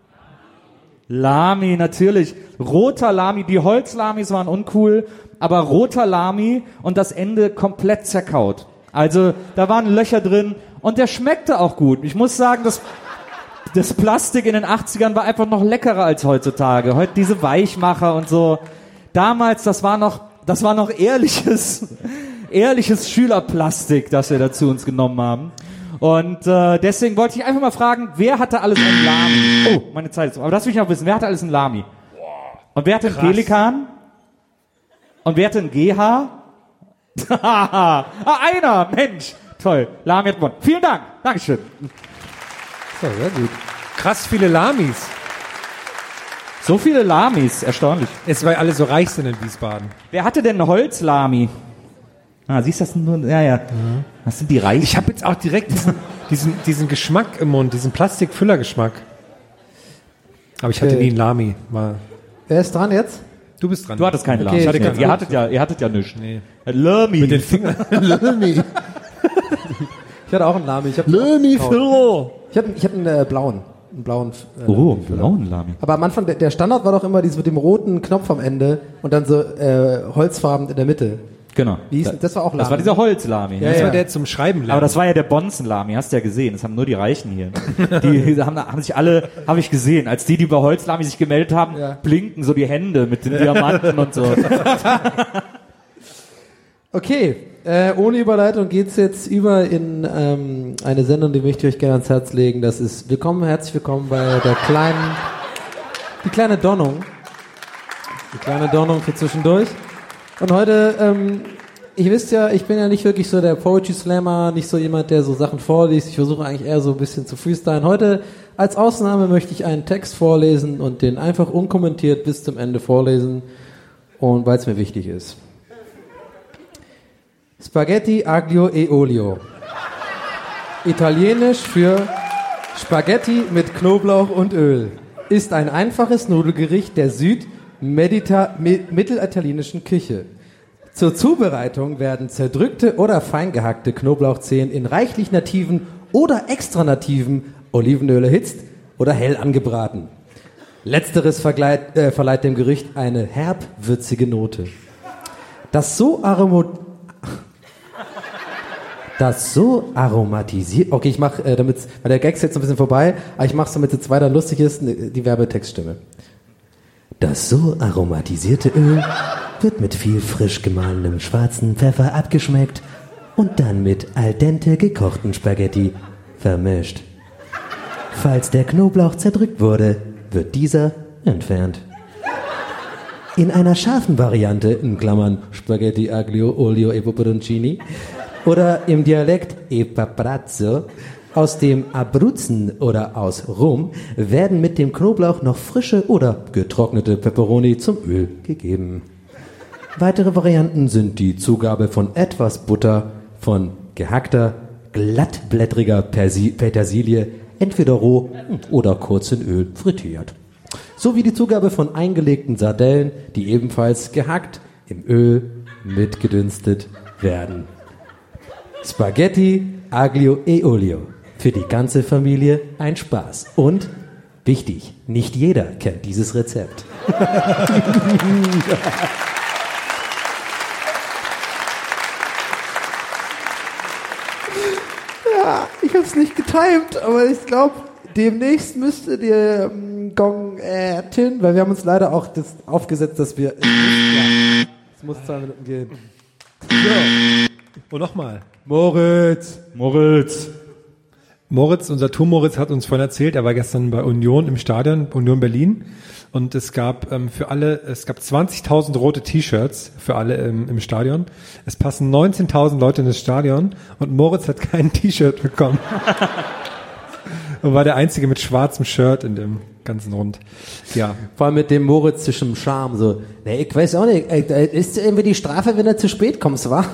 Lamy, natürlich. Roter Lamy, die Holzlamis waren uncool, aber roter Lamy und das Ende komplett zerkaut. Also da waren Löcher drin und der schmeckte auch gut. Ich muss sagen, das, das Plastik in den achtzigern war einfach noch leckerer als heutzutage. Heute diese Weichmacher und so. Damals, das war noch, das war noch ehrliches, ehrliches Schülerplastik, das wir da zu uns genommen haben. Und äh, deswegen wollte ich einfach mal fragen, wer hatte alles einen Lamy? Oh, meine Zeit ist um. Aber das will ich noch wissen. Wer hatte alles einen Lamy? Und wer hatte einen Pelikan? Und wer hatte einen G H? ah, einer! Mensch! Toll. Lamy hat gewonnen. Vielen Dank. Dankeschön. So, sehr gut. Krass viele Lamis. So viele Lamis. Erstaunlich. Es weil alle so reich sind in Wiesbaden. Wer hatte denn einen Holzlamy? Ah, siehst du das nur? Ja, ja. Mhm. Was sind die Reichen? Ich habe jetzt auch direkt diesen, diesen, diesen Geschmack im Mund, diesen Plastikfüllergeschmack. Aber ich hatte Okay. nie einen Lamy. War Wer ist dran jetzt? Du bist dran. Du hattest keinen Okay, Lamy. ich Hatte hatte ihr, keinen. hattet ja, ihr hattet ja nichts. Nee. Lamy. Mit den Fingern. Lamy. Ich hatte auch einen Lamy. Ich hab Lamy Füller. Ich hatte, ich hatte einen äh, blauen. Einen blauen äh, Oh, blauen Lamy. Aber am Anfang, der, der Standard war doch immer dieses mit dem roten Knopf am Ende und dann so äh, holzfarben in der Mitte. Genau. Wie hieß, das war auch Lamy. Das war dieser Holzlamy. Ja, Das ja. war der zum Schreiben lernen. Aber das war ja der Bonzen-Lamy, hast du ja gesehen. Das haben nur die Reichen hier. Die haben, haben sich alle, habe ich gesehen, als die, die bei Holzlamy sich gemeldet haben, Ja. blinken so die Hände mit den Diamanten und so. Okay, äh, ohne Überleitung geht's jetzt über in ähm, eine Sendung, die möchte ich euch gerne ans Herz legen. Das ist Willkommen, herzlich willkommen bei der kleinen, die kleine Donnung. Die kleine Donnung für zwischendurch. Und heute, ähm, ich wisst ja, ich bin ja nicht wirklich so der Poetry Slammer, nicht so jemand, der so Sachen vorliest. Ich versuche eigentlich eher so ein bisschen zu freestylen. Heute als Ausnahme möchte ich einen Text vorlesen und den einfach unkommentiert bis zum Ende vorlesen. Und weil es mir wichtig ist. Spaghetti aglio e olio. Italienisch für Spaghetti mit Knoblauch und Öl. Ist ein einfaches Nudelgericht der süd-mittelitalienischen Küche. Zur Zubereitung werden zerdrückte oder fein gehackte Knoblauchzehen in reichlich nativen oder extra nativen Olivenöl erhitzt oder hell angebraten. Letzteres vergleit, äh, verleiht dem Gericht eine herb-würzige Note. Das so aromatiert Das so aromatisiert. Okay, ich mache, äh, damit, weil der Gag ist jetzt ein bisschen vorbei, aber ich mache es, damit es weiter lustig ist, die Werbetextstimme. Das so aromatisierte Öl wird mit viel frisch gemahlenem schwarzen Pfeffer abgeschmeckt und dann mit al dente gekochten Spaghetti vermischt. Falls der Knoblauch zerdrückt wurde, wird dieser entfernt. In einer scharfen Variante, in Klammern Spaghetti aglio olio e peperoncini, oder im Dialekt e paparazzo, aus dem Abruzzen oder aus Rom, werden mit dem Knoblauch noch frische oder getrocknete Peperoni zum Öl gegeben. Weitere Varianten sind die Zugabe von etwas Butter, von gehackter, glattblättriger Persi- Petersilie, entweder roh oder kurz in Öl frittiert. Sowie die Zugabe von eingelegten Sardellen, die ebenfalls gehackt im Öl mitgedünstet werden. Spaghetti aglio e olio. Für die ganze Familie ein Spaß. Und, wichtig, nicht jeder kennt dieses Rezept. Ja, ich hab's nicht getimt, aber ich glaube, demnächst müsste der ähm, Gong äh, Tin, weil wir haben uns leider auch das aufgesetzt, dass wir... Ja, es muss zwei Minuten gehen. So. Und nochmal. Moritz. Moritz. Moritz, unser Tour Moritz hat uns vorhin erzählt, er war gestern bei Union im Stadion, Union Berlin. Und es gab ähm, für alle, es gab zwanzigtausend rote T-Shirts für alle im, im Stadion. Es passen neunzehntausend Leute in das Stadion und Moritz hat kein T-Shirt bekommen. Und war der Einzige mit schwarzem Shirt in dem ganzen Rund. Ja. Vor allem mit dem Moritz zwischen Charme, so, ne, ich weiß auch nicht, äh, ist irgendwie die Strafe, wenn du zu spät kommst, wa?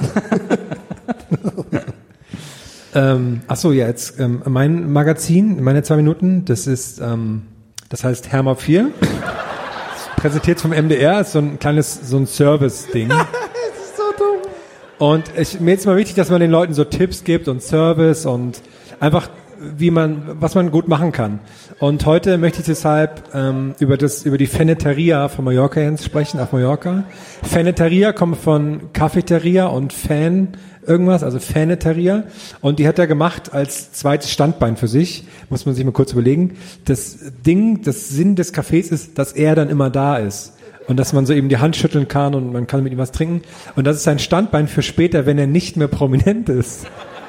ähm, ach so, ja, jetzt ähm, mein Magazin, meine zwei Minuten, das ist, ähm, das heißt Herma vier, präsentiert vom M D R, ist so ein kleines, so ein Service-Ding. Das ist so dumm. Und ich, mir ist mal wichtig, dass man den Leuten so Tipps gibt und Service und einfach, wie man, was man gut machen kann. Und heute möchte ich deshalb ähm, über das, über die Feneteria von Mallorca jetzt sprechen, auf Mallorca. Feneteria kommt von Cafeteria und Fan irgendwas, also Feneteria. Und die hat er gemacht als zweites Standbein für sich. Muss man sich mal kurz überlegen. Das Ding, das Sinn des Cafés ist, dass er dann immer da ist. Und dass man so eben die Hand schütteln kann und man kann mit ihm was trinken. Und das ist ein Standbein für später, wenn er nicht mehr prominent ist.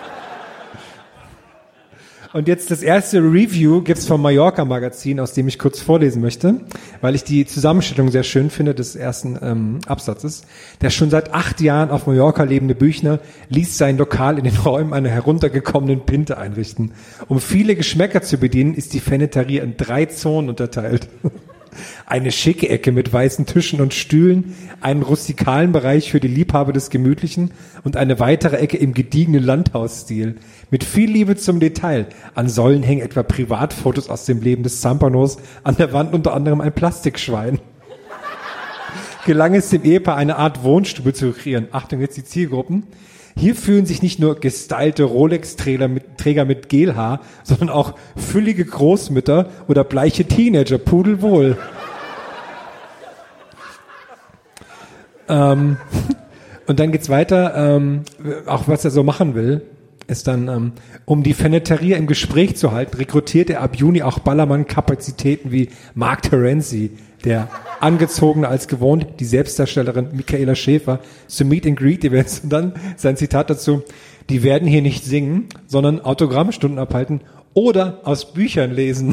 Und jetzt das erste Review gibt's vom Mallorca Magazin, aus dem ich kurz vorlesen möchte, weil ich die Zusammenstellung sehr schön finde des ersten ähm, Absatzes. Der schon seit acht Jahren auf Mallorca lebende Büchner ließ sein Lokal in den Räumen einer heruntergekommenen Pinte einrichten. Um viele Geschmäcker zu bedienen, ist die Feneteria in drei Zonen unterteilt. Eine schicke Ecke mit weißen Tischen und Stühlen, einen rustikalen Bereich für die Liebhaber des Gemütlichen und eine weitere Ecke im gediegenen Landhausstil. Mit viel Liebe zum Detail. An Säulen hängen etwa Privatfotos aus dem Leben des Zampanos, an der Wand unter anderem ein Plastikschwein. Gelang es dem Ehepaar, eine Art Wohnstube zu kreieren. Achtung, jetzt die Zielgruppen. Hier fühlen sich nicht nur gestylte Rolex-Träger mit, Träger mit Gelhaar, sondern auch füllige Großmütter oder bleiche Teenager pudelwohl. ähm, und dann geht's weiter, ähm, auch was er so machen will, ist dann, ähm, um die Feneteria im Gespräch zu halten, rekrutiert er ab Juni auch Ballermann-Kapazitäten wie Mark Terenzi, der angezogener als gewohnt, die Selbstdarstellerin Michaela Schäfer, zu Meet and Greet Events. Und dann sein Zitat dazu: Die werden hier nicht singen, sondern Autogrammstunden abhalten oder aus Büchern lesen.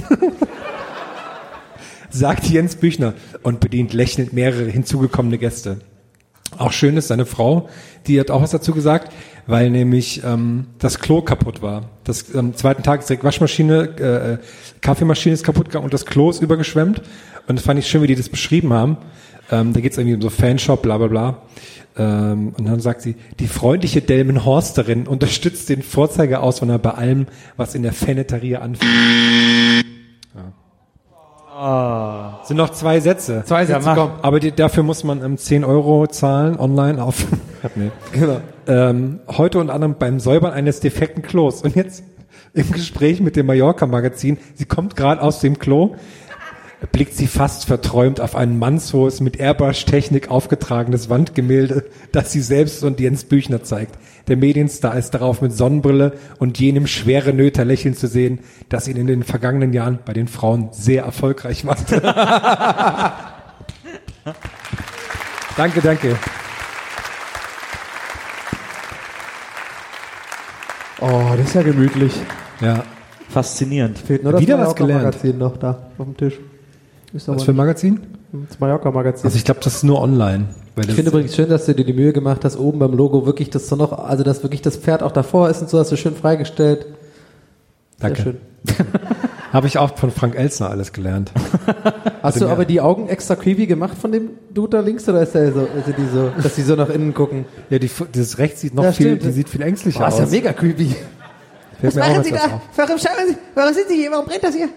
Sagt Jens Büchner und bedient lächelnd mehrere hinzugekommene Gäste. Auch schön ist seine Frau, die hat auch was dazu gesagt, weil nämlich ähm, das Klo kaputt war. Das am zweiten Tag ist direkt Waschmaschine, äh, Kaffeemaschine ist kaputt gegangen und das Klo ist übergeschwemmt. Und das fand ich schön, wie die das beschrieben haben. Ähm, da geht es irgendwie um so Fanshop, bla bla bla. Ähm, und dann sagt sie, die freundliche Delmenhorsterin unterstützt den Vorzeigeauswanderer bei allem, was in der Faneterie anfängt. Ja. Oh. Sind noch zwei Sätze. Zwei Sätze, ja, komm. Aber die, dafür muss man ähm, zehn Euro zahlen, online auf. nee. Genau. Ähm, heute unter anderem beim Säubern eines defekten Klos. Und jetzt im Gespräch mit dem Mallorca-Magazin, sie kommt gerade aus dem Klo, blickt sie fast verträumt auf ein mannshohes, mit Airbrush-Technik aufgetragenes Wandgemälde, das sie selbst und Jens Büchner zeigt. Der Medienstar ist darauf mit Sonnenbrille und jenem schwere Nöter lächeln zu sehen, das ihn in den vergangenen Jahren bei den Frauen sehr erfolgreich machte. Danke, danke. Oh, das ist ja gemütlich. Ja. Faszinierend. Fehlt nur das Wieder was gelernt. Magazin noch da auf dem Tisch. Ist Was für ein Magazin? Das Mallorca-Magazin. Also ich glaube, das ist nur online. Weil Ich das finde übrigens schön, dass du dir die Mühe gemacht hast, oben beim Logo wirklich das so noch, also dass wirklich das Pferd auch davor ist und so, hast du schön freigestellt. Danke. Sehr schön. Habe ich auch von Frank Elsner alles gelernt. Hast du aber die Augen extra creepy gemacht von dem Dude da links oder ist der so, ist die so, dass die so nach innen gucken? Ja, die, das rechts sieht noch Ja, viel, stimmt. die sieht viel ängstlicher Boah, aus. ist ja mega creepy. Fällt mir auch machen was Sie da? dazu auf. Warum schauen Sie? Warum sind Sie hier? Warum brennt das hier?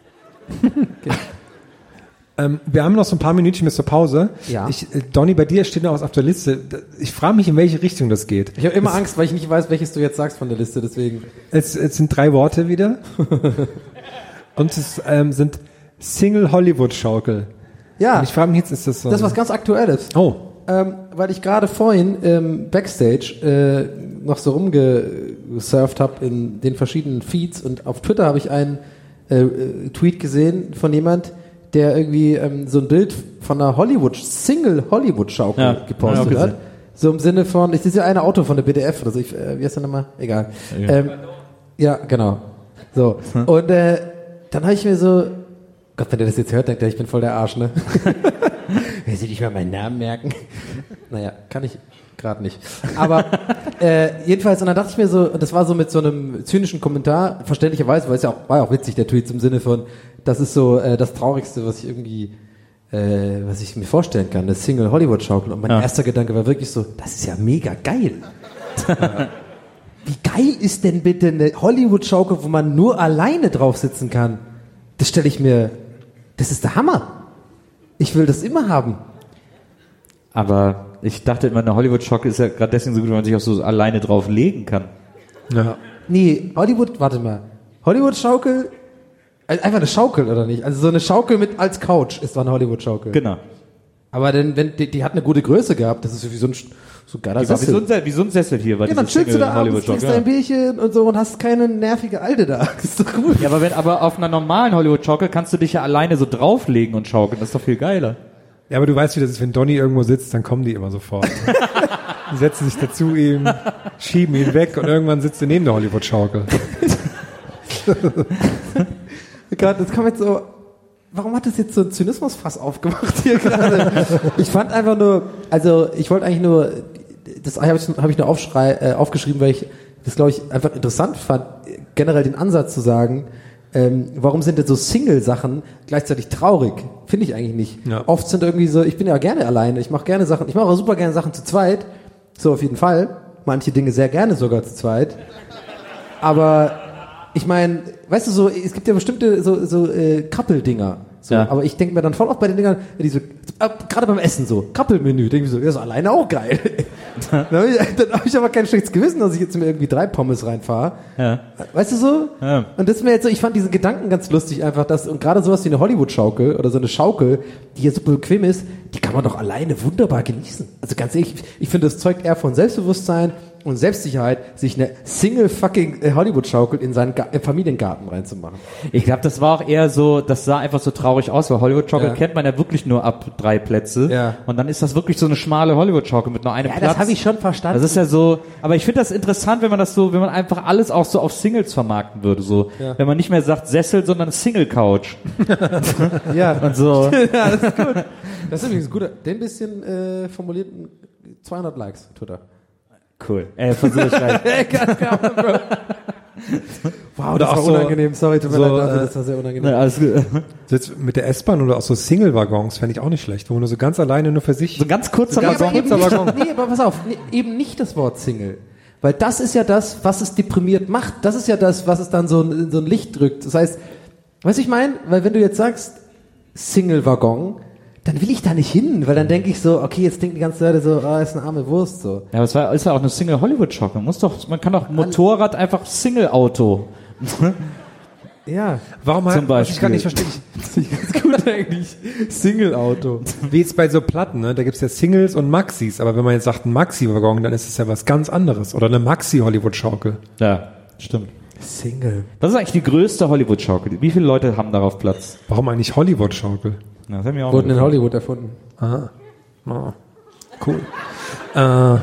Ähm, wir haben noch so ein paar Minütchen bis zur Pause. Ja. Ich, äh, Donny, bei dir steht noch was auf der Liste. Ich frage mich, in welche Richtung das geht. Ich habe immer es, Angst, weil ich nicht weiß, welches du jetzt sagst von der Liste, deswegen. Es, es sind drei Worte wieder. Und es ähm, sind Single-Hollywood-Schaukel. Ja. Und ich frage mich jetzt, ist das so? Das ist was ganz Aktuelles. Oh. Ähm, weil ich gerade vorhin ähm, Backstage äh, noch so rumgesurft habe in den verschiedenen Feeds und auf Twitter habe ich einen äh, äh, Tweet gesehen von jemand, der irgendwie ähm, so ein Bild von einer Hollywood, Single-Hollywood-Schaukel Ja, gepostet ja, hat. So im Sinne von, ich sehe ja ein Auto von der B D F oder so, ich, äh, wie heißt der nochmal? Egal. Ja, ähm, ja genau. So. Und äh, dann habe ich mir so, Gott, wenn der das jetzt hört, denkt er, ich bin voll der Arsch, ne? Will sie nicht mal meinen Namen merken? Naja, kann ich gerade nicht. Aber äh, jedenfalls, und dann dachte ich mir so, und das war so mit so einem zynischen Kommentar, verständlicherweise, weil es ja auch, war ja auch witzig, der Tweet im Sinne von, das ist so äh, das Traurigste, was ich irgendwie, äh, was ich mir vorstellen kann, eine Single-Hollywood-Schaukel. Und mein Ja. erster Gedanke war wirklich so, das ist ja mega geil. Wie geil ist denn bitte eine Hollywood-Schaukel, wo man nur alleine drauf sitzen kann? Das stelle ich mir, das ist der Hammer. Ich will das immer haben. Aber ich dachte immer, eine Hollywood-Schaukel ist ja gerade deswegen so gut, weil man sich auch so alleine drauf legen kann. Ja. Nee, Hollywood, warte mal. Hollywood-Schaukel, also einfach eine Schaukel, oder nicht? Also so eine Schaukel mit als Couch ist doch eine Hollywood-Schaukel. Genau. Aber denn, wenn, die, die hat eine gute Größe gehabt, das ist wie so ein, so ein geiler Die war wie Sessel. so, ein, Se- wie so ein Sessel hier. War Ja, dann diese chillst du da abends, Hollywood-Schaukel, trinkst dein Bierchen und so und hast keine nervige Alte da. Das ist doch gut. Ja, aber wenn, aber auf einer normalen Hollywood-Schaukel kannst du dich ja alleine so drauflegen und schaukeln. Das ist doch viel geiler. Ja, aber du weißt, wie das ist, wenn Donny irgendwo sitzt, dann kommen die immer sofort. Die setzen sich dazu ihm, schieben ihn weg und irgendwann sitzt er neben der Hollywood-Schaukel. Gott, das kam jetzt so, warum hat das jetzt so ein Zynismusfass aufgemacht hier gerade? Ich fand einfach nur, also ich wollte eigentlich nur, das habe ich, hab ich nur aufschrei, äh, aufgeschrieben, weil ich das, glaube ich, einfach interessant fand, generell den Ansatz zu sagen, ähm, warum sind denn so Single-Sachen gleichzeitig traurig? Finde ich eigentlich nicht. Ja. Oft sind irgendwie so, ich bin ja gerne alleine, ich mache gerne Sachen, ich mache auch super gerne Sachen zu zweit, so auf jeden Fall, manche Dinge sehr gerne sogar zu zweit, aber ich meine, weißt du so, es gibt ja bestimmte so, so äh, Couple-Dinger. So, Ja. aber ich denke mir dann voll oft bei den Dingern, die so, äh, gerade beim Essen so, Couple-Menü, denke ich so, ja, so alleine auch geil. dann habe ich, dann hab ich aber kein schlechtes Gewissen, dass ich jetzt mir irgendwie drei Pommes reinfahre. Ja. Weißt du so? Ja. Und das ist mir jetzt so, ich fand diesen Gedanken ganz lustig einfach, dass, und gerade sowas wie eine Hollywood-Schaukel oder so eine Schaukel, die hier super bequem ist, die kann man doch alleine wunderbar genießen. Also ganz ehrlich, ich, ich finde, das zeugt eher von Selbstbewusstsein und Selbstsicherheit, sich eine Single-fucking Hollywood-Schaukel in seinen Ga- äh, Familiengarten reinzumachen. Ich glaube, das war auch eher so, das sah einfach so traurig aus, weil Hollywood-Schaukel Ja. kennt man ja wirklich nur ab drei Plätze. Ja. Und dann ist das wirklich so eine schmale Hollywood-Schaukel mit nur einem Ja, Platz. das habe ich schon verstanden. Das ist ja so, aber ich finde das interessant, wenn man das so, wenn man einfach alles auch so auf Singles vermarkten würde, so. Ja. Wenn man nicht mehr sagt Sessel, sondern Single-Couch. Ja. Und so. Ja, das ist gut. Das ist übrigens gut. Den bisschen äh, formulierten zweihundert Likes, Twitter. Cool. Ey, versuch ich rein. Ganz genau, Bro. Wow, oder das auch war so, unangenehm. Sorry, tut mir so, leid dafür, äh, das war sehr unangenehm. Na, alles gut. So jetzt mit der S-Bahn oder auch so Single-Waggons fände ich auch nicht schlecht, wo man so ganz alleine nur für sich... So ein ganz kurzer Nee, aber Waggon. eben nicht, nee, aber pass auf, nee, eben nicht das Wort Single. Weil das ist ja das, was es deprimiert macht. Das ist ja das, was es dann so in so ein Licht drückt. Das heißt, weißt du, ich meine, weil wenn du jetzt sagst Single-Waggon, dann will ich da nicht hin, weil dann denke ich so, okay, jetzt denken die ganzen Leute so, ah, ist eine arme Wurst, so. Ja, aber es war, ist ja auch eine Single-Hollywood-Shock. Man muss doch, man kann doch Motorrad einfach Single-Auto. Ja. Warum Zum halt, was ich gar Beispiel. nicht verstehe, Das ist ganz gut eigentlich. Single-Auto. wie jetzt bei so Platten, ne? Da gibt's ja Singles und Maxis, aber wenn man jetzt sagt ein Maxi-Waggon, dann ist es ja was ganz anderes. Oder eine Maxi-Hollywood-Schaukel. Ja, stimmt. Single. Was ist eigentlich die größte Hollywood-Schaukel? Wie viele Leute haben darauf Platz? Warum eigentlich Hollywood-Schaukel? Na, das haben wir auch Wurden mal in Hollywood erfunden. Aha. Oh. Cool. äh,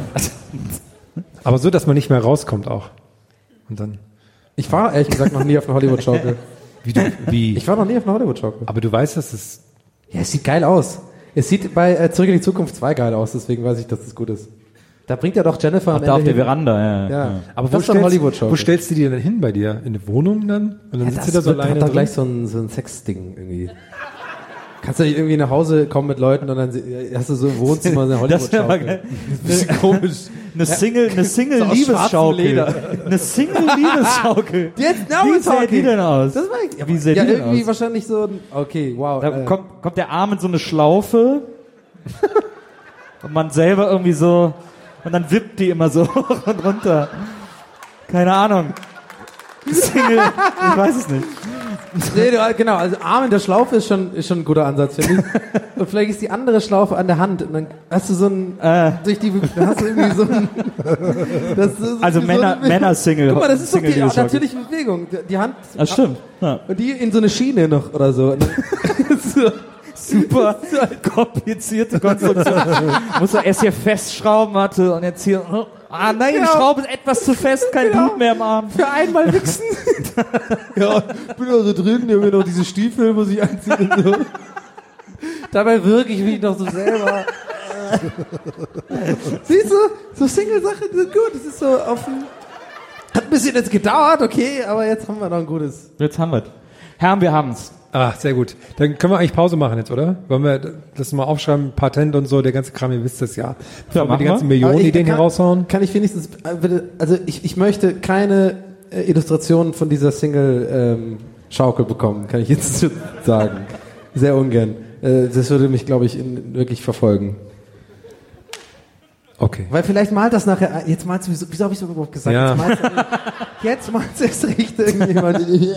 aber so, dass man nicht mehr rauskommt auch. Und dann... Ich war ehrlich gesagt noch nie auf einer Hollywood-Schaukel. Wie, du, wie? Ich war noch nie auf einer Hollywood-Schaukel. Aber du weißt, dass es... Ja, es sieht geil aus. Es sieht bei äh, Zurück in die Zukunft zwei geil aus, deswegen weiß ich, dass es gut ist. Da bringt ja doch Jennifer Ach, am da auf Ende der hin. Veranda, ja. Ja. Aber Das wo ist doch stellst, Hollywood-Schaukel. wo stellst du die denn hin bei dir? In eine Wohnung dann? Und dann Ja, sitzt das du da so wird, alleine hat da drin? gleich so ein, so ein Sexding irgendwie. Kannst du nicht irgendwie nach Hause kommen mit Leuten und dann se- hast du so im Wohnzimmer eine Das wäre mal Hollywood-Schaukel. geil. Bisschen komisch. Eine Single, eine So aus schwarzem Single-Liebesschaukel. Leder. Eine Single-Liebesschaukel. Jetzt, now Wie we're sähe die talking. denn aus? Das war ich, ja, Wie sähe ja die denn irgendwie aus? wahrscheinlich so ein, okay, wow. Da äh, kommt, kommt der Arm in so eine Schlaufe und man selber irgendwie so, und dann wippt die immer so hoch und runter. Keine Ahnung. Single, ich weiß es nicht. Nee, du- genau, also Arm in der Schlaufe ist schon, ist schon ein guter Ansatz, finde ich. Und vielleicht ist die andere Schlaufe an der Hand und dann hast du so ein, Äh. durch die, dann hast du irgendwie so ein, das ist Also wie Männer- so eine- Männer-Single- Guck mal, das ist doch die Single-Liebesschaukel. natürliche Bewegung. Die- Die Hand. Das stimmt. Ja. Und die in so eine Schiene noch oder so. Und dann- so. Super komplizierte Konstruktion. Muss er erst hier festschrauben, warte, und jetzt hier, ah nein, die Genau. Schraube ist etwas zu fest, kein Genau. Blut mehr im Arm. Für einmal wichsen. Ja, bin da so drin, hier haben wir noch diese Stiefel, muss ich anziehen und so. Dabei wirke ich mich noch so selber. Siehst du, so Single-Sachen sind gut. Das ist so offen. Hat ein bisschen jetzt gedauert, okay, aber jetzt haben wir noch ein gutes. Jetzt haben wir es. Herren, wir haben's. Ah, sehr gut. Dann können wir eigentlich Pause machen jetzt, oder? Wollen wir das mal aufschreiben, Patent und so, der ganze Kram, ihr wisst das ja. Bevor wir die ganzen Millionen Aber ich- Ideen hier kann- raushauen. Kann ich wenigstens, äh, bitte, also ich, ich möchte keine äh, Illustrationen von dieser Single-Schaukel bekommen, kann ich jetzt so sagen. Sehr ungern. Äh, das würde mich, glaube ich, in, wirklich verfolgen. Okay. Weil vielleicht malt das nachher, jetzt malst du, wieso, wieso habe ich so überhaupt gesagt? Ja. Jetzt malst du, jetzt malst du erst recht irgendjemand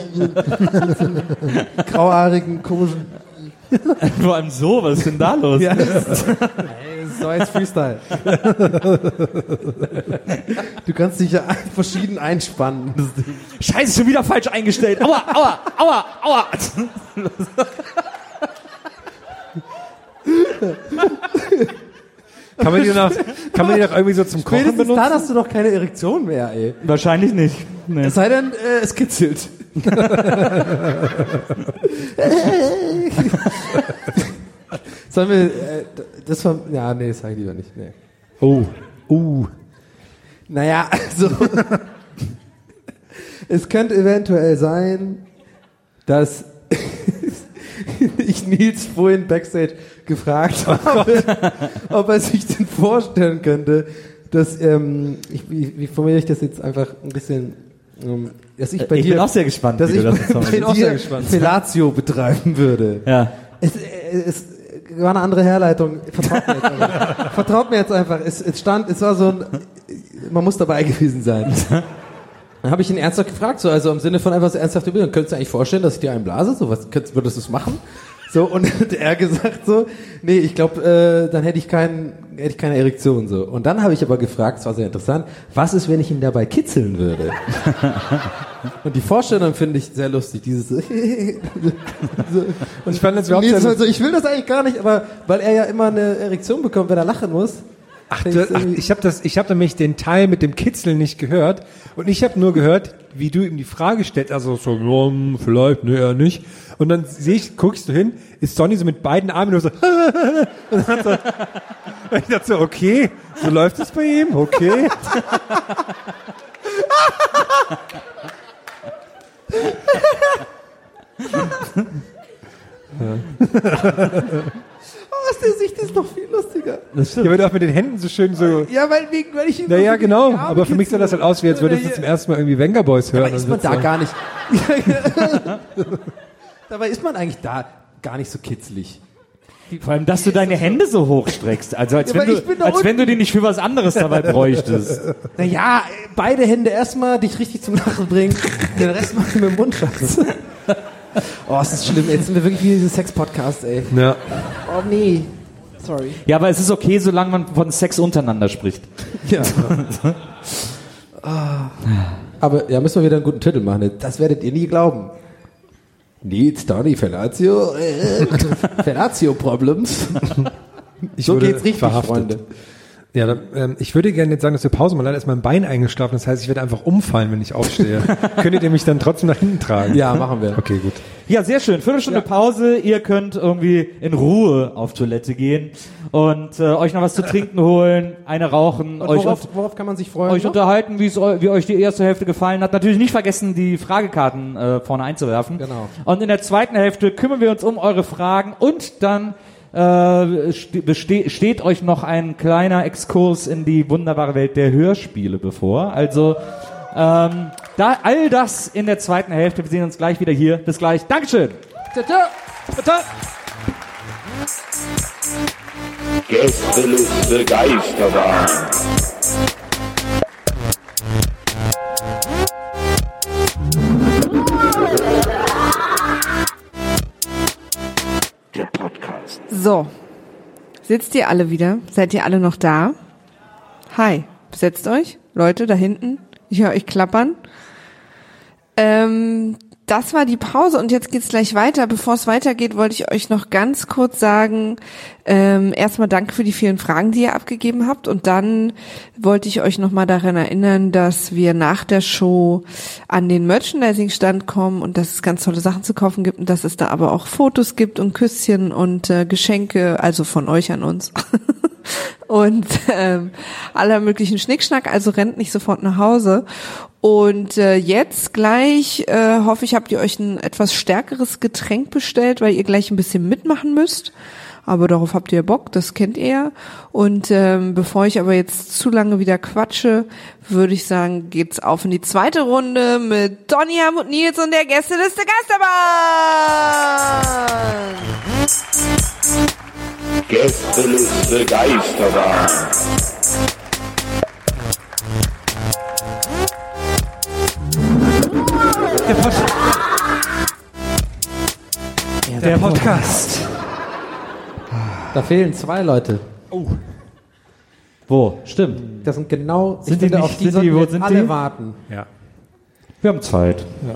grauhaarigen, komischen. Vor allem so, was ist denn da los? Ja, das ist, ey, das ist so jetzt Freestyle. Du kannst dich ja verschieden einspannen. Scheiße, schon wieder falsch eingestellt. Aua, aua, aua, aua. Kann man die noch, kann man die noch irgendwie so zum Kochen Spätestens benutzen? dann hast du doch keine Erektion mehr, ey. Wahrscheinlich nicht. Nee. Es sei denn, äh, es kitzelt. Sollen wir, äh, das war, ja, nee, das sag ich lieber nicht, nee. Oh, uh. Naja, also, es könnte eventuell sein, dass ich Nils vorhin Backstage gefragt habe, ob er sich denn vorstellen könnte, dass, ähm, ich, wie, wie formuliere ich das jetzt einfach ein bisschen, ähm, dass ich bei Ich dir, bin auch sehr gespannt, dass wie ich du das jetzt bei machst. bin auch dir sehr gespannt. Fellatio betreiben würde. Ja. Es, es war eine andere Herleitung. Vertraut mir jetzt einfach. Vertraut mir jetzt einfach. Es, es stand, es war so ein, man muss dabei gewesen sein. Dann habe ich ihn ernsthaft gefragt, so, also im Sinne von einfach so ernsthaft über, könntest du eigentlich vorstellen, dass ich dir einen blase? So, was könntest, würdest du es machen? So, und hat er gesagt so, nee, ich glaube, äh, dann hätte ich keinen, hätte ich keine Erektion, so. Und dann habe ich aber gefragt, es war sehr interessant, was ist, wenn ich ihn dabei kitzeln würde? Und die Vorstellung finde ich sehr lustig, dieses so, und Ich fand das überhaupt nee, sehr so, also ich will das eigentlich gar nicht, aber weil er ja immer eine Erektion bekommt, wenn er lachen muss. Ach, das, ach, ich habe das, ich habe nämlich den Teil mit dem Kitzeln nicht gehört und ich habe nur gehört, wie du ihm die Frage stellst, also so, ja, vielleicht, ne, eher nicht. Und dann sehe ich, guckst du hin, ist Sonny so mit beiden Armen nur so, und dann so, Ich dachte so, okay, so läuft es bei ihm, okay. Aus der Sicht ist noch viel lustiger. Ja, weil du auch mit den Händen so schön so... Ja, weil, wegen, weil ich... Naja, so genau. Aber für mich sah das halt aus, wie als würdest du zum ersten Mal irgendwie Venga Boys hören. Aber ist man da so gar nicht... Dabei ist man eigentlich da gar nicht so kitzlig. Vor allem, dass du deine Hände so hochstreckst. Also als, Ja, wenn, du, als wenn du die nicht für was anderes dabei bräuchtest. Naja, beide Hände erstmal dich richtig zum Lachen bringen, den Rest machen wir im Mundschatz. Oh, es ist schlimm. Jetzt sind wir wirklich wie dieses Sex-Podcast, ey. Ja. Oh, nee. Sorry. Ja, aber es ist okay, solange man von Sex untereinander spricht. Ja. Aber ja, müssen wir wieder einen guten Titel machen. Das werdet ihr nie glauben. Needs Donny Fellatio. Fellatio Problems. Ich so wurde geht's richtig, verhaftet. Freunde. Ja, dann, ähm, ich würde gerne jetzt sagen, dass wir Pause machen. Leider ist mein Bein eingeschlafen. Das heißt, ich werde einfach umfallen, wenn ich aufstehe. Könntet ihr mich dann trotzdem nach hinten tragen? Ja, machen wir. Okay, gut. Ja, sehr schön. Viertelstunde ja. Pause. Ihr könnt irgendwie in Ruhe auf Toilette gehen und äh, euch noch was zu trinken holen, eine rauchen, und euch worauf, auf, worauf kann man sich freuen? euch noch? unterhalten, wie es eu- wie euch die erste Hälfte gefallen hat. Natürlich nicht vergessen, die Fragekarten äh, vorne einzuwerfen. Genau. Und in der zweiten Hälfte kümmern wir uns um eure Fragen und dann äh, ste- steht euch noch ein kleiner Exkurs in die wunderbare Welt der Hörspiele bevor. Also ähm, da all das in der zweiten Hälfte. Wir sehen uns gleich wieder hier. Bis gleich. Dankeschön. Tata. Tata. Gästeliste Geisterbahn. Der Podcast. So, sitzt ihr alle wieder? Seid ihr alle noch da? Hi, setzt euch, Leute da hinten. Ich höre euch klappern. Ähm, das war die Pause und jetzt geht's gleich weiter. Bevor es weitergeht, wollte ich euch noch ganz kurz sagen, ähm, erstmal danke für die vielen Fragen, die ihr abgegeben habt und dann wollte ich euch nochmal daran erinnern, dass wir nach der Show an den Merchandising-Stand kommen und dass es ganz tolle Sachen zu kaufen gibt und dass es da aber auch Fotos gibt und Küsschen und äh, Geschenke, also von euch an uns. Und ähm, aller möglichen Schnickschnack, also rennt nicht sofort nach Hause. Und äh, jetzt gleich äh, hoffe ich, habt ihr euch ein etwas stärkeres Getränk bestellt, weil ihr gleich ein bisschen mitmachen müsst. Aber darauf habt ihr Bock, das kennt ihr ja. Und ähm, bevor ich aber jetzt zu lange wieder quatsche, würde ich sagen, geht's auf in die zweite Runde mit Donny, Helmut, Nils und der Gästeliste Geisterbahn. Gästeliste Geisterbahn. Der, Pod- der Podcast. Da fehlen zwei Leute. Oh. Wo? Stimmt. Das sind genau, Sind ich die finde, nicht- auf die sind sollten die- wir wo jetzt sind alle die? warten. Ja. Wir haben Zeit. Ja.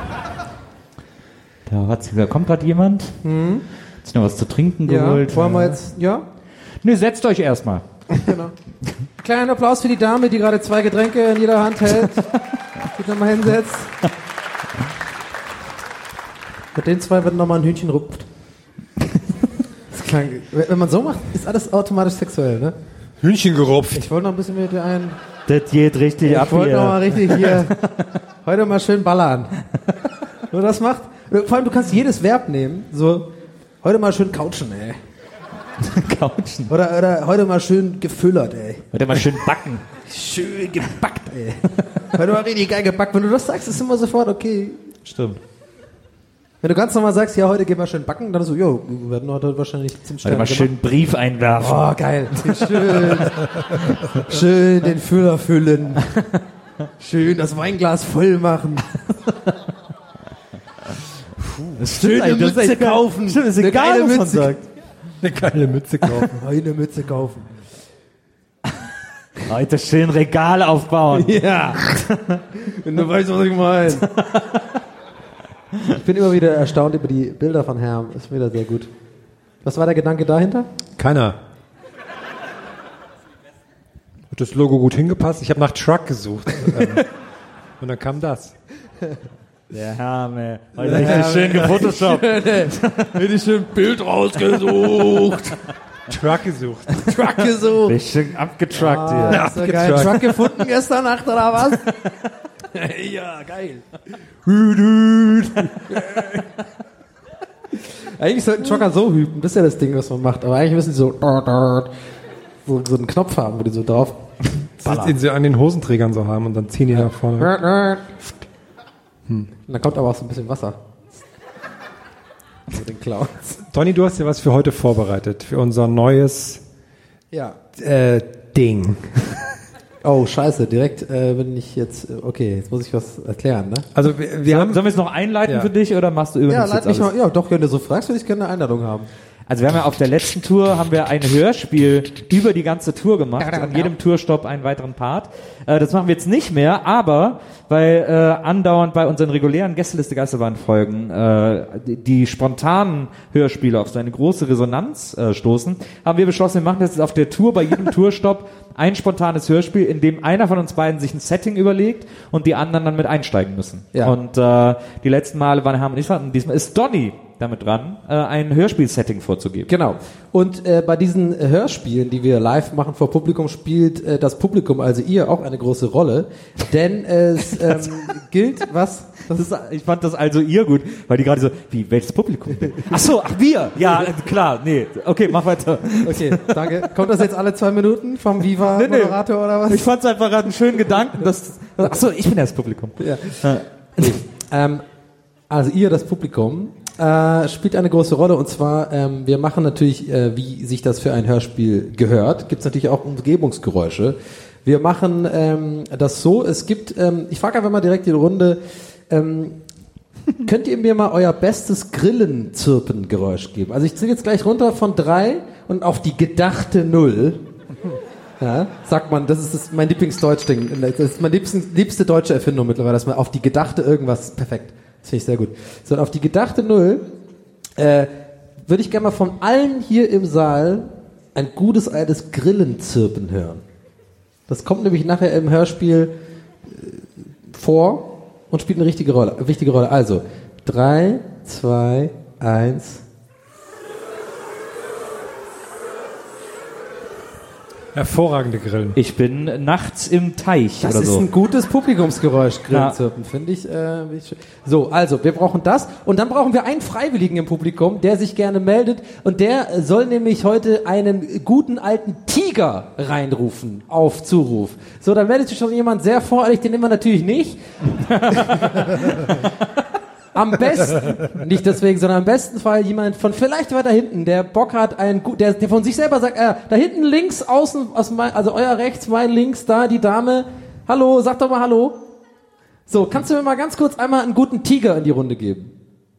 Da, hat's, da kommt gerade jemand. Mhm. Hat sich noch was zu trinken Ja, geholt. wollen wir jetzt, ja? Ne, setzt euch erstmal. Genau. Kleinen Applaus für die Dame, die gerade zwei Getränke in jeder Hand hält. Die nochmal hinsetzt. Mit den zwei wird nochmal ein Hühnchen rupft. Das klang, wenn man so macht, ist alles automatisch sexuell, ne? Hühnchen gerupft. Ich wollte noch ein bisschen mit dir ein... Das geht richtig Ich ab wollte hier. noch mal richtig hier... Heute mal schön ballern. Wenn man das macht... Vor allem, du kannst jedes Verb nehmen. So, heute mal schön couchen, ey. Couchen. Oder, oder heute mal schön gefüllert, ey. Heute mal schön backen. Schön gebackt, ey. Heute mal richtig geil gebackt. Wenn du das sagst, ist immer sofort okay. Stimmt. Wenn du ganz normal sagst, ja, heute gehen wir schön backen, dann so, jo, wir werden heute wahrscheinlich ziemlich Heute mal schön Brief einwerfen. Oh, geil. Schön. Schön den Füller füllen. Schön das Weinglas voll machen. Schön eine Das ist Mütze echt geil. kaufen. Stimmt, ist Eine egal, geile was man Mütze. sagt. Eine geile Mütze kaufen. Eine Mütze kaufen. Heute schön Regal aufbauen. Ja. Wenn du weißt, was ich meine. Ich bin immer wieder erstaunt über die Bilder von Herrn. Ist wieder sehr gut. Was war der Gedanke dahinter? Keiner. Hat das Logo gut hingepasst? Ich habe nach Truck gesucht. Und dann kam das. Der Herme. Heute richtig schön gefotoshoppt. Richtig schön Bild rausgesucht. Truck gesucht. Truck gesucht. Richtig abgetruckt Ah, hier. ist so geil. Truck gefunden gestern Nacht, oder was? Ja, geil. Eigentlich sollten Trucker so hüpen, das ist ja das Ding, was man macht. Aber eigentlich müssen sie so so, so einen Knopf haben, wo die so drauf Das den sie an den Hosenträgern so haben und dann ziehen die nach vorne. Hm. Und dann kommt aber auch so ein bisschen Wasser. Mit den Clowns. Donny, du hast ja was für heute vorbereitet, für unser neues Ja. äh, Ding. Oh, scheiße, direkt äh, bin ich jetzt, okay, jetzt muss ich was erklären, ne? Also wir, wir haben... Sollen wir es noch einleiten Ja. für dich oder machst du über Ja, leit mich mal, ja, doch, wenn du so fragst, würde ich gerne eine Einladung haben. Also wir haben ja auf der letzten Tour haben wir ein Hörspiel über die ganze Tour gemacht, an jedem Tourstopp einen weiteren Part. Äh, das machen wir jetzt nicht mehr, aber weil äh, andauernd bei unseren regulären Gästeliste Geisterbahn-Folgen äh, die, die spontanen Hörspiele auf so eine große Resonanz äh, stoßen, haben wir beschlossen, wir machen jetzt auf der Tour bei jedem Tourstopp ein spontanes Hörspiel, in dem einer von uns beiden sich ein Setting überlegt und die anderen dann mit einsteigen müssen. Ja. Und äh, die letzten Male waren Hermann und ich, und diesmal ist Donny damit dran, äh, ein Hörspiel-Setting vorzugeben. Genau. Und äh, bei diesen äh, Hörspielen, die wir live machen vor Publikum, spielt äh, das Publikum, also ihr, auch eine große Rolle. Denn es ähm, gilt, was? Das ist, ich fand das also ihr gut, weil die gerade so, wie, welches Publikum? Ach so, ach wir! Ja, äh, klar, nee. Okay, mach weiter. Okay, danke. Kommt das jetzt alle zwei Minuten vom Viva-Moderator nee, nee. oder was? Ich fand es einfach gerade einen schönen Gedanken, dass, ach so, ich bin das Publikum. Ja. Nee. ähm, also ihr, das Publikum, äh, spielt eine große Rolle, und zwar, ähm, wir machen natürlich, äh, wie sich das für ein Hörspiel gehört, gibt es natürlich auch Umgebungsgeräusche. Wir machen ähm, das so, es gibt, ähm, ich frage einfach mal direkt die Runde, ähm, könnt ihr mir mal euer bestes Grillenzirpen-Geräusch geben? Also ich zähle jetzt gleich runter von drei und auf die gedachte Null. Ja, sagt man, das ist das, mein Lieblingsdeutsch-Ding. Das ist meine liebste, liebste deutsche Erfindung mittlerweile, dass man auf die gedachte irgendwas, perfekt. Das finde ich sehr gut. So, und auf die gedachte Null äh, würde ich gerne mal von allen hier im Saal ein gutes altes Grillenzirpen hören. Das kommt nämlich nachher im Hörspiel äh, vor und spielt eine richtige Rolle, wichtige Rolle. Also, drei, zwei, eins... Hervorragende Grillen. Ich bin nachts im Teich das oder so. Das ist ein gutes Publikumsgeräusch, Grillenzirpen, ja. Finde ich, äh, ich. So, also, wir brauchen das. Und dann brauchen wir einen Freiwilligen im Publikum, der sich gerne meldet. Und der soll nämlich heute einen guten alten Tiger reinrufen, auf Zuruf. So, dann meldet sich schon jemand sehr voreilig, den nehmen wir natürlich nicht. Am besten, nicht deswegen, sondern am besten Fall jemand von vielleicht weiter hinten, der Bock hat, einen, der, der von sich selber sagt, äh, da hinten links, außen, aus mein, also euer rechts, mein links, da, die Dame, hallo, sag doch mal hallo. So, kannst du mir mal ganz kurz einmal einen guten Tiger in die Runde geben?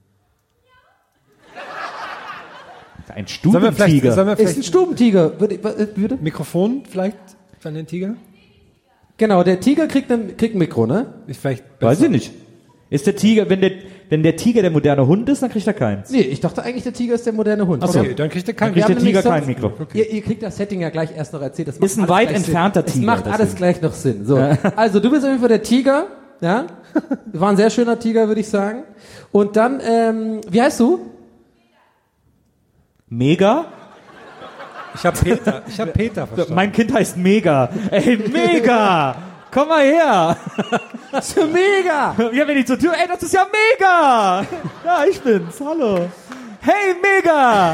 Ein Stubentiger. Sollen wir vielleicht Ist ein Stubentiger. Würde, würde? Mikrofon vielleicht von den Tiger? Genau, der Tiger kriegt ein, kriegt ein Mikro, ne? Ist vielleicht Weiß ich nicht. Ist der Tiger, wenn der, wenn der Tiger der moderne Hund ist, dann kriegt er keins. Nee, ich dachte eigentlich, der Tiger ist der moderne Hund. Achso, okay, dann kriegt er kein Dann kriegt der Tiger kein sonst, Mikro. Okay. Ihr, ihr kriegt das Setting ja gleich erst noch erzählt. Das macht Ist ein alles weit gleich entfernter Sinn. Tiger, Es macht deswegen. alles gleich noch Sinn. So, also du bist auf jeden Fall der Tiger, ja? War ein sehr schöner Tiger, würde ich sagen. Und dann, ähm, wie heißt du? Mega? Ich hab Peter, ich hab Peter verstanden. Mein Kind heißt Mega. Ey, Mega! Komm mal her! Das ist ja mega! Ja, wenn ich zur Tür, ey, das ist ja Mega! Ja, ich bin's, hallo. Hey, Mega!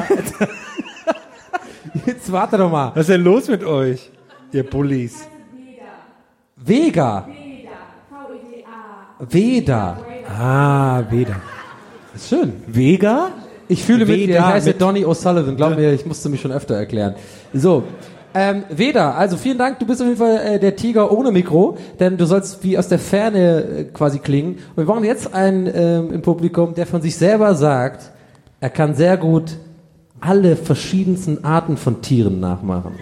Jetzt warte doch mal. Was ist denn los mit euch, ihr Bullies? Vega. Veda. Ah, Veda. Das ist schön. Vega? Ich fühle mit dir, ich Veda heiße mit- Donny O'Sullivan. Glaub mir, ich musste mich schon öfter erklären. So. Ähm, Veda, also vielen Dank, du bist auf jeden Fall äh, der Tiger ohne Mikro, denn du sollst wie aus der Ferne äh, quasi klingen. Und wir brauchen jetzt einen ähm, im Publikum, der von sich selber sagt, er kann sehr gut alle verschiedensten Arten von Tieren nachmachen.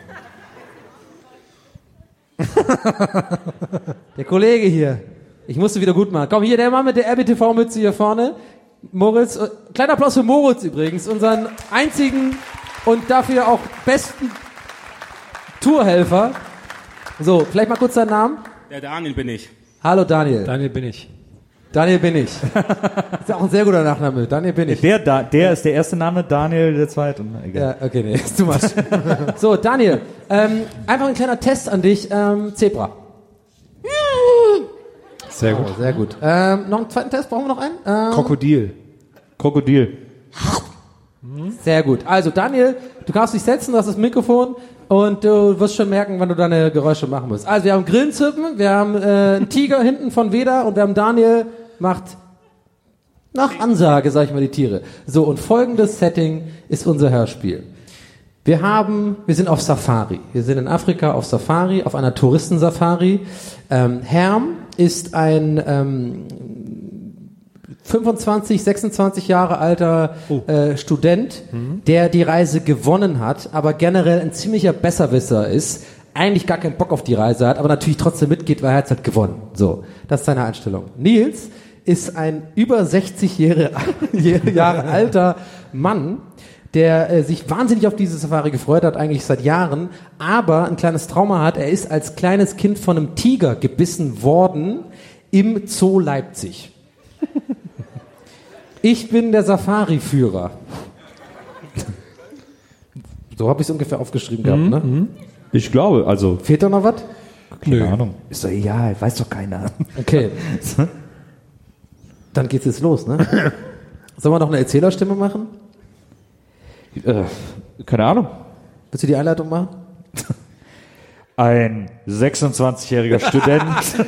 Der Kollege hier, ich musste wieder gut machen. Komm, hier der Mann mit der R B T V-Mütze hier vorne. Moritz, äh, kleiner Applaus für Moritz übrigens, unseren einzigen und dafür auch besten Tourhelfer. So, vielleicht mal kurz deinen Namen. Der Daniel bin ich. Hallo Daniel. Daniel bin ich. Daniel bin ich. Ist ja auch ein sehr guter Nachname. Daniel bin ich. Der, da, der ist der erste Name, Daniel der zweite. Ja, okay, nee, ist too much. So, Daniel, ähm, einfach ein kleiner Test an dich. Ähm, Zebra. Sehr gut. Oh, sehr gut. Ähm, noch einen zweiten Test, brauchen wir noch einen? Ähm, Krokodil. Krokodil. Sehr gut. Also Daniel, du kannst dich setzen, du hast das Mikrofon und du wirst schon merken, wann du deine Geräusche machen musst. Also wir haben Grillenzirpen, wir haben äh, einen Tiger hinten von Veda und wir haben Daniel macht nach Ansage, sag ich mal, die Tiere. So, und folgendes Setting ist unser Hörspiel. Wir haben, wir sind auf Safari. Wir sind in Afrika auf Safari, auf einer Touristensafari. Ähm, Herm ist ein ähm, fünfundzwanzig, sechsundzwanzig Jahre alter oh. äh, Student, mhm. der die Reise gewonnen hat, aber generell ein ziemlicher Besserwisser ist, eigentlich gar keinen Bock auf die Reise hat, aber natürlich trotzdem mitgeht, weil er hat es halt gewonnen. So, das ist seine Einstellung. Nils ist ein über sechzig Jahre, Jahre alter Mann, der äh, sich wahnsinnig auf diese Safari gefreut hat, eigentlich seit Jahren, aber ein kleines Trauma hat. Er ist als kleines Kind von einem Tiger gebissen worden im Zoo Leipzig. Ich bin der Safari-Führer. So habe ich es ungefähr aufgeschrieben gehabt, Mhm, ne? mhm. Ich glaube, also. Fehlt da noch was? Keine Nö. Ahnung. Ist doch egal, weiß doch keiner. Okay. Dann geht's jetzt los, ne? Sollen wir noch eine Erzählerstimme machen? Äh, keine Ahnung. Willst du die Einleitung machen? Ein sechsundzwanzigjähriger Student.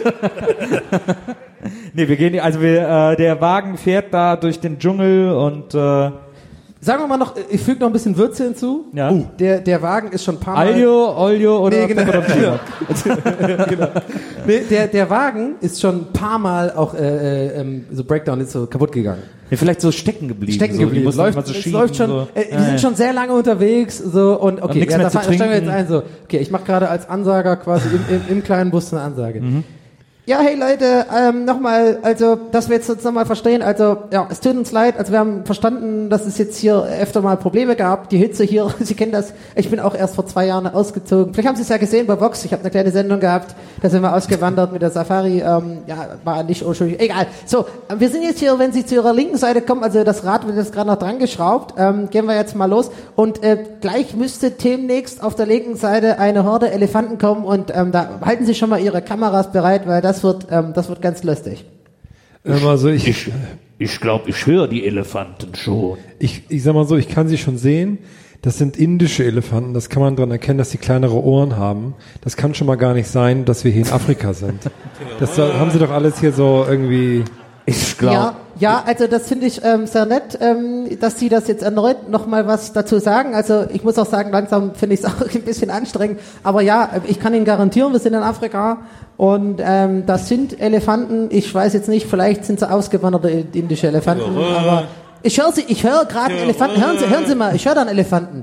Nee, wir gehen, also wir, äh, der Wagen fährt da durch den Dschungel und äh, sagen wir mal noch, ich füge noch ein bisschen Würze hinzu. Ja. Uh, der, der Wagen ist schon ein paar Mal... Alio, Olio oder nee, genau, Pepperoni. genau. Nee, der, der Wagen ist schon ein paar Mal auch äh, äh, so Breakdown ist so kaputt gegangen. Ja, vielleicht so stecken geblieben. Stecken so, geblieben. Es läuft, läuft, so es schieben, läuft schon, so. äh, wir ja, sind ja. schon sehr lange unterwegs so und okay, Und ja, da, mehr zu fa- da steigen wir jetzt trinken. ein so. Okay, ich mache gerade als Ansager quasi im, im, im kleinen Bus eine Ansage. Mhm. Ja, hey Leute, ähm, nochmal, also, dass wir jetzt uns nochmal verstehen, also, ja, es tut uns leid, also wir haben verstanden, dass es jetzt hier öfter mal Probleme gab, die Hitze hier, Sie kennen das, ich bin auch erst vor zwei Jahren ausgezogen, vielleicht haben Sie es ja gesehen bei Vox, ich habe eine kleine Sendung gehabt, da sind wir ausgewandert mit der Safari, ähm, ja, war nicht unschuldig, egal. So, äh, wir sind jetzt hier, wenn Sie zu Ihrer linken Seite kommen, also das Rad wird jetzt gerade noch dran geschraubt, ähm, gehen wir jetzt mal los und äh, gleich müsste demnächst auf der linken Seite eine Horde Elefanten kommen und ähm, da halten Sie schon mal Ihre Kameras bereit, weil das wird, ähm, das wird ganz lustig. Ähm, also ich, Ich, ich glaube, ich höre die Elefanten schon. ich, ich sag mal so, ich kann sie schon sehen. Das sind indische Elefanten. Das kann man daran erkennen, dass sie kleinere Ohren haben. Das kann schon mal gar nicht sein, dass wir hier in Afrika sind. Das haben sie doch alles hier so irgendwie... Ich glaube... Ja, ja, also das finde ich ähm, sehr nett, ähm, dass Sie das jetzt erneut nochmal was dazu sagen. Also ich muss auch sagen, langsam finde ich es auch ein bisschen anstrengend. Aber ja, ich kann Ihnen garantieren, wir sind in Afrika und ähm, das sind Elefanten. Ich weiß jetzt nicht, vielleicht sind sie ausgewanderte indische Elefanten, aber ich höre Sie, ich höre gerade einen Elefanten. Hören Sie, hören Sie mal, ich höre da einen Elefanten.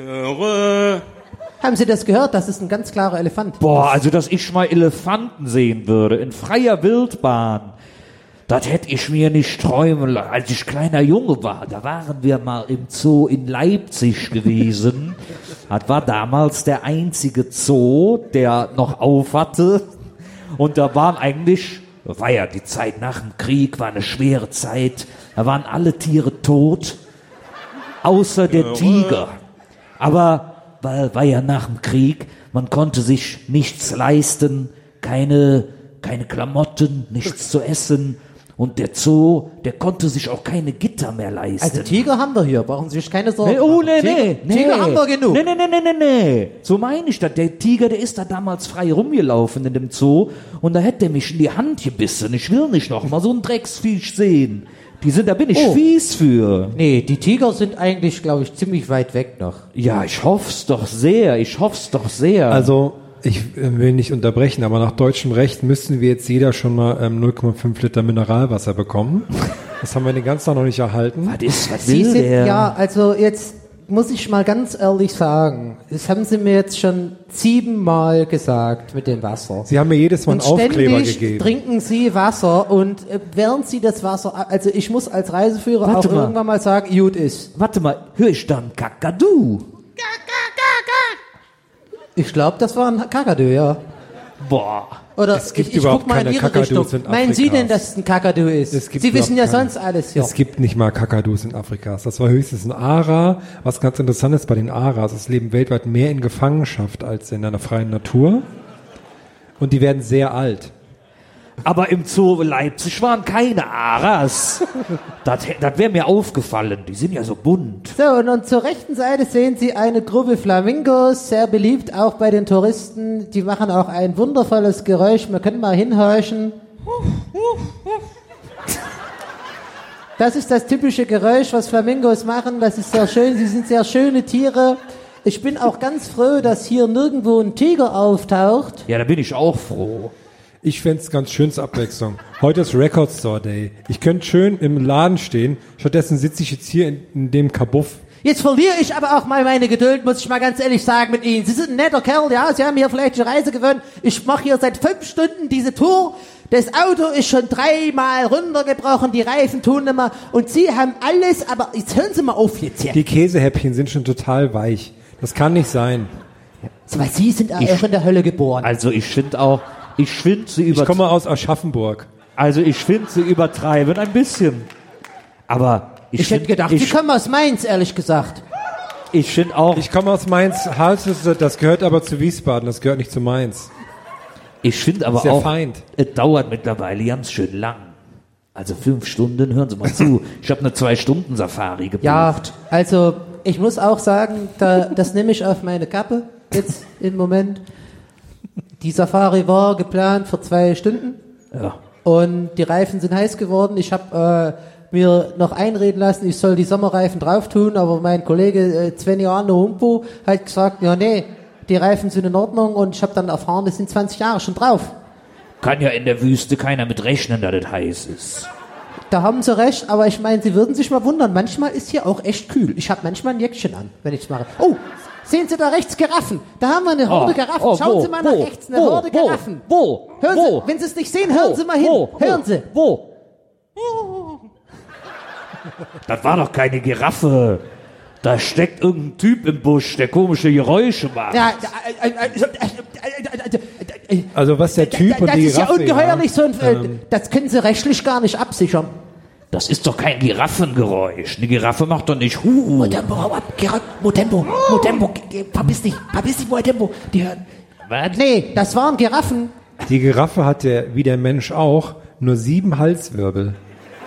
Haben Sie das gehört? Das ist ein ganz klarer Elefant. Boah, also dass ich mal Elefanten sehen würde in freier Wildbahn, das hätte ich mir nicht träumen lassen. Als ich kleiner Junge war, da waren wir mal im Zoo in Leipzig gewesen. Das war damals der einzige Zoo, der noch auf hatte. Und da waren eigentlich, war ja die Zeit nach dem Krieg, war eine schwere Zeit. Da waren alle Tiere tot, außer der Tiger. Aber weil war ja nach dem Krieg, man konnte sich nichts leisten, keine, keine Klamotten, nichts zu essen. Und der Zoo, der konnte sich auch keine Gitter mehr leisten. Also Tiger haben wir hier, brauchen Sie sich keine Sorgen Nee, oh, nee, machen. nee, Tiger, nee. Tiger haben wir genug. Nee, nee, nee, nee, nee, nee. So meine ich das. Der Tiger, der ist da damals frei rumgelaufen in dem Zoo und da hätte er mich in die Hand gebissen. Ich will nicht noch mal so ein Drecksviech sehen. Die sind, da bin ich Oh. fies für. Nee, die Tiger sind eigentlich, glaube ich, ziemlich weit weg noch. Ja, ich hoff's doch sehr. Ich hoff's doch sehr. Also, ich äh, will nicht unterbrechen, aber nach deutschem Recht müssten wir jetzt jeder schon mal ähm, null Komma fünf Liter Mineralwasser bekommen. Das haben wir den ganzen Tag noch nicht erhalten. Was ist, was Sie will sind, der? ja, also jetzt muss ich mal ganz ehrlich sagen, das haben Sie mir jetzt schon siebenmal gesagt mit dem Wasser. Sie haben mir jedes Mal einen Und Aufkleber ständig gegeben. trinken Sie Wasser und äh, während Sie das Wasser, also ich muss als Reiseführer Warte auch mal. irgendwann mal sagen, gut ist. Warte mal, höre ich dann Kakadu? Ich glaube, das war ein Kakadu, ja. Boah. Oder Es gibt ich, ich überhaupt guck mal in keine Ihre Kakadus Richtung. in Meinen Sie Afrika. denn, dass es ein Kakadu ist? Es gibt Sie wissen ja überhaupt keine- sonst alles hier. Es gibt nicht mal Kakadus in Afrika. Das war höchstens ein Ara. Was ganz interessant ist bei den Aras, es leben weltweit mehr in Gefangenschaft als in einer freien Natur. Und die werden sehr alt. Aber im Zoo Leipzig waren keine Aras. Das, das wäre mir aufgefallen. Die sind ja so bunt. So, und, und zur rechten Seite sehen Sie eine Gruppe Flamingos, sehr beliebt auch bei den Touristen. Die machen auch ein wundervolles Geräusch. Wir können mal hinhorchen. Das ist das typische Geräusch, was Flamingos machen. Das ist sehr schön. Sie sind sehr schöne Tiere. Ich bin auch ganz froh, dass hier nirgendwo ein Tiger auftaucht. Ja, da bin ich auch froh. Ich fänd's ganz schön zur Abwechslung. Heute ist Record Store Day. Ich könnte schön im Laden stehen. Stattdessen sitze ich jetzt hier in, in dem Kabuff. Jetzt verliere ich aber auch mal meine Geduld, muss ich mal ganz ehrlich sagen mit Ihnen. Sie sind ein netter Kerl, ja, Sie haben hier vielleicht eine Reise gewonnen. Ich mache hier seit fünf Stunden diese Tour. Das Auto ist schon dreimal runtergebrochen, die Reifen tun immer. Und Sie haben alles, aber jetzt hören Sie mal auf jetzt hier. Die Käsehäppchen sind schon total weich. Das kann nicht sein. So, weil Sie sind auch Ich- in der Hölle geboren. Also ich finde auch, ich finde sie über. Ich komme aus Aschaffenburg. Also ich finde sie übertreiben ein bisschen. Aber ich, Ich, hätte find- gedacht, ich, Sie kommen aus Mainz, ehrlich gesagt. ich finde auch, Ich komme aus Mainz. Halswitz, das gehört aber zu Wiesbaden. Das gehört nicht zu Mainz. ich finde aber ist der auch, Feind. es dauert mittlerweile ganz schön lang. Also fünf Stunden, hören Sie mal zu. Ich habe eine Zwei-Stunden-Safari gebucht. Ja, also ich muss auch sagen, da, das nehme ich auf meine Kappe jetzt im Moment. Die Safari war geplant für zwei Stunden Ja. und die Reifen sind heiß geworden. Ich habe äh, mir noch einreden lassen, ich soll die Sommerreifen drauf tun, aber mein Kollege äh, Svenja Arne Humpo hat gesagt, ja nee, die Reifen sind in Ordnung und ich habe dann erfahren, das sind zwanzig Jahre schon drauf. Kann ja in der Wüste keiner mit rechnen, dass es heiß ist. Da haben Sie recht, aber ich meine, Sie würden sich mal wundern, manchmal ist hier auch echt kühl. Ich habe manchmal ein Jäckchen an, wenn ich es mache. Oh, sehen Sie da rechts Giraffen? Da haben wir eine Horde Oh, Giraffen. oh, Schauen wo, Sie mal nach wo, rechts, eine wo, Horde wo, Giraffen. Wo? Hören Wo? Sie, wenn Sie es nicht sehen, hören Sie mal hin. Wo? Hören Wo? Sie. Wo? Das war doch keine Giraffe. Da steckt irgendein Typ im Busch, der komische Geräusche macht. Ja, äh, äh, äh, äh, äh, Also was der Typ und das die ist ja Giraffe... ungeheuerlich so ein, äh, Ähm. das können Sie rechtlich gar nicht absichern. Das ist doch kein Giraffengeräusch. Eine Giraffe macht doch nicht Hu. Motempo, hau ab, Gerard, Motempo, Motempo, ge- verpiss dich, verpiss dich, Motempo, die hören. Was? Nee, das waren Giraffen. Die Giraffe hat der, wie der Mensch auch, nur sieben Halswirbel.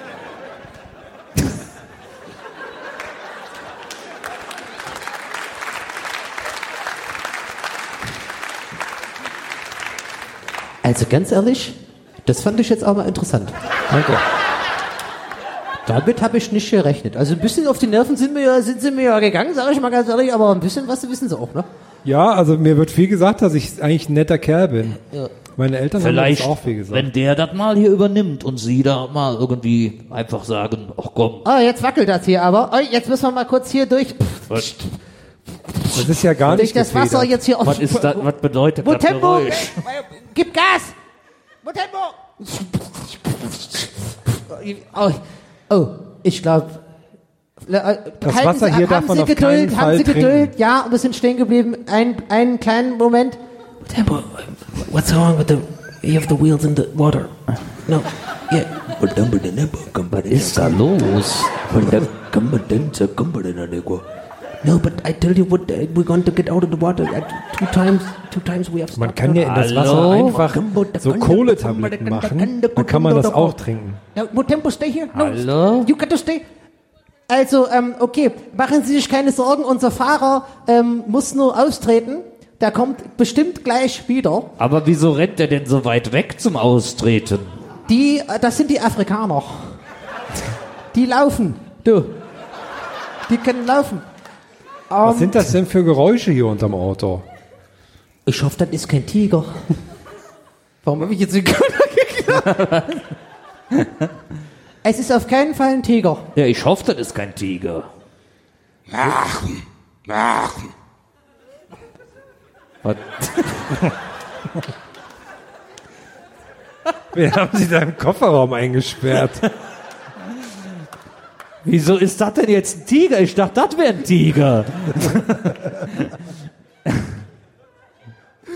Also ganz ehrlich, das fand ich jetzt auch mal interessant. Danke. Damit habe ich nicht gerechnet. Also ein bisschen auf die Nerven sind, mir ja, sind sie mir ja gegangen, sage ich mal ganz ehrlich, aber ein bisschen was wissen sie auch, ne? Ja, also mir wird viel gesagt, dass ich eigentlich ein netter Kerl bin. Ja. Meine Eltern Vielleicht, haben das auch viel gesagt. wenn der das mal hier übernimmt und sie da mal irgendwie einfach sagen, ach komm. Oh, jetzt wackelt das hier aber. Oh, jetzt müssen wir mal kurz hier durch. Was, Das ist ja gar durch nicht das Wasser gefedert. jetzt hier auf. was, ist das, was bedeutet das Motempo, Geräusch? gib Gas! Motempo! Oh, oh ich glaube. Das Wasser hier darf man Sie auf Geduld, keinen haben Fall Sie Geduld, trinken. ja, wir sind stehen geblieben. Ein, einen kleinen Moment. Motempo, what's wrong with the, you have the wheels in the water? No, yeah. Was ist da los? No, but I tell you what, uh, we're going to get out of the water. Uh, two times, two times we have. Man kann ja in das Wasser Hallo? einfach so Kohletabletten machen, dann kann man das auch trinken. No, Motempo, stay here. No, Hallo? you got to stay. Also, ähm, okay, machen Sie sich keine Sorgen, unser Fahrer ähm, muss nur austreten. Der kommt bestimmt gleich wieder. Aber wieso rennt der denn so weit weg zum Austreten? Die, äh, das sind die Afrikaner. Die laufen, du. Die können laufen. Was Ähm, sind das denn für Geräusche hier unterm Auto? Ich hoffe, das ist kein Tiger. Warum habe ich jetzt den Körner geklaut? Es ist auf keinen Fall ein Tiger. Ja, ich hoffe, das ist kein Tiger. Was? Wir haben sie da im Kofferraum eingesperrt. Wieso ist das denn jetzt ein Tiger? Ich dachte, das wäre ein Tiger.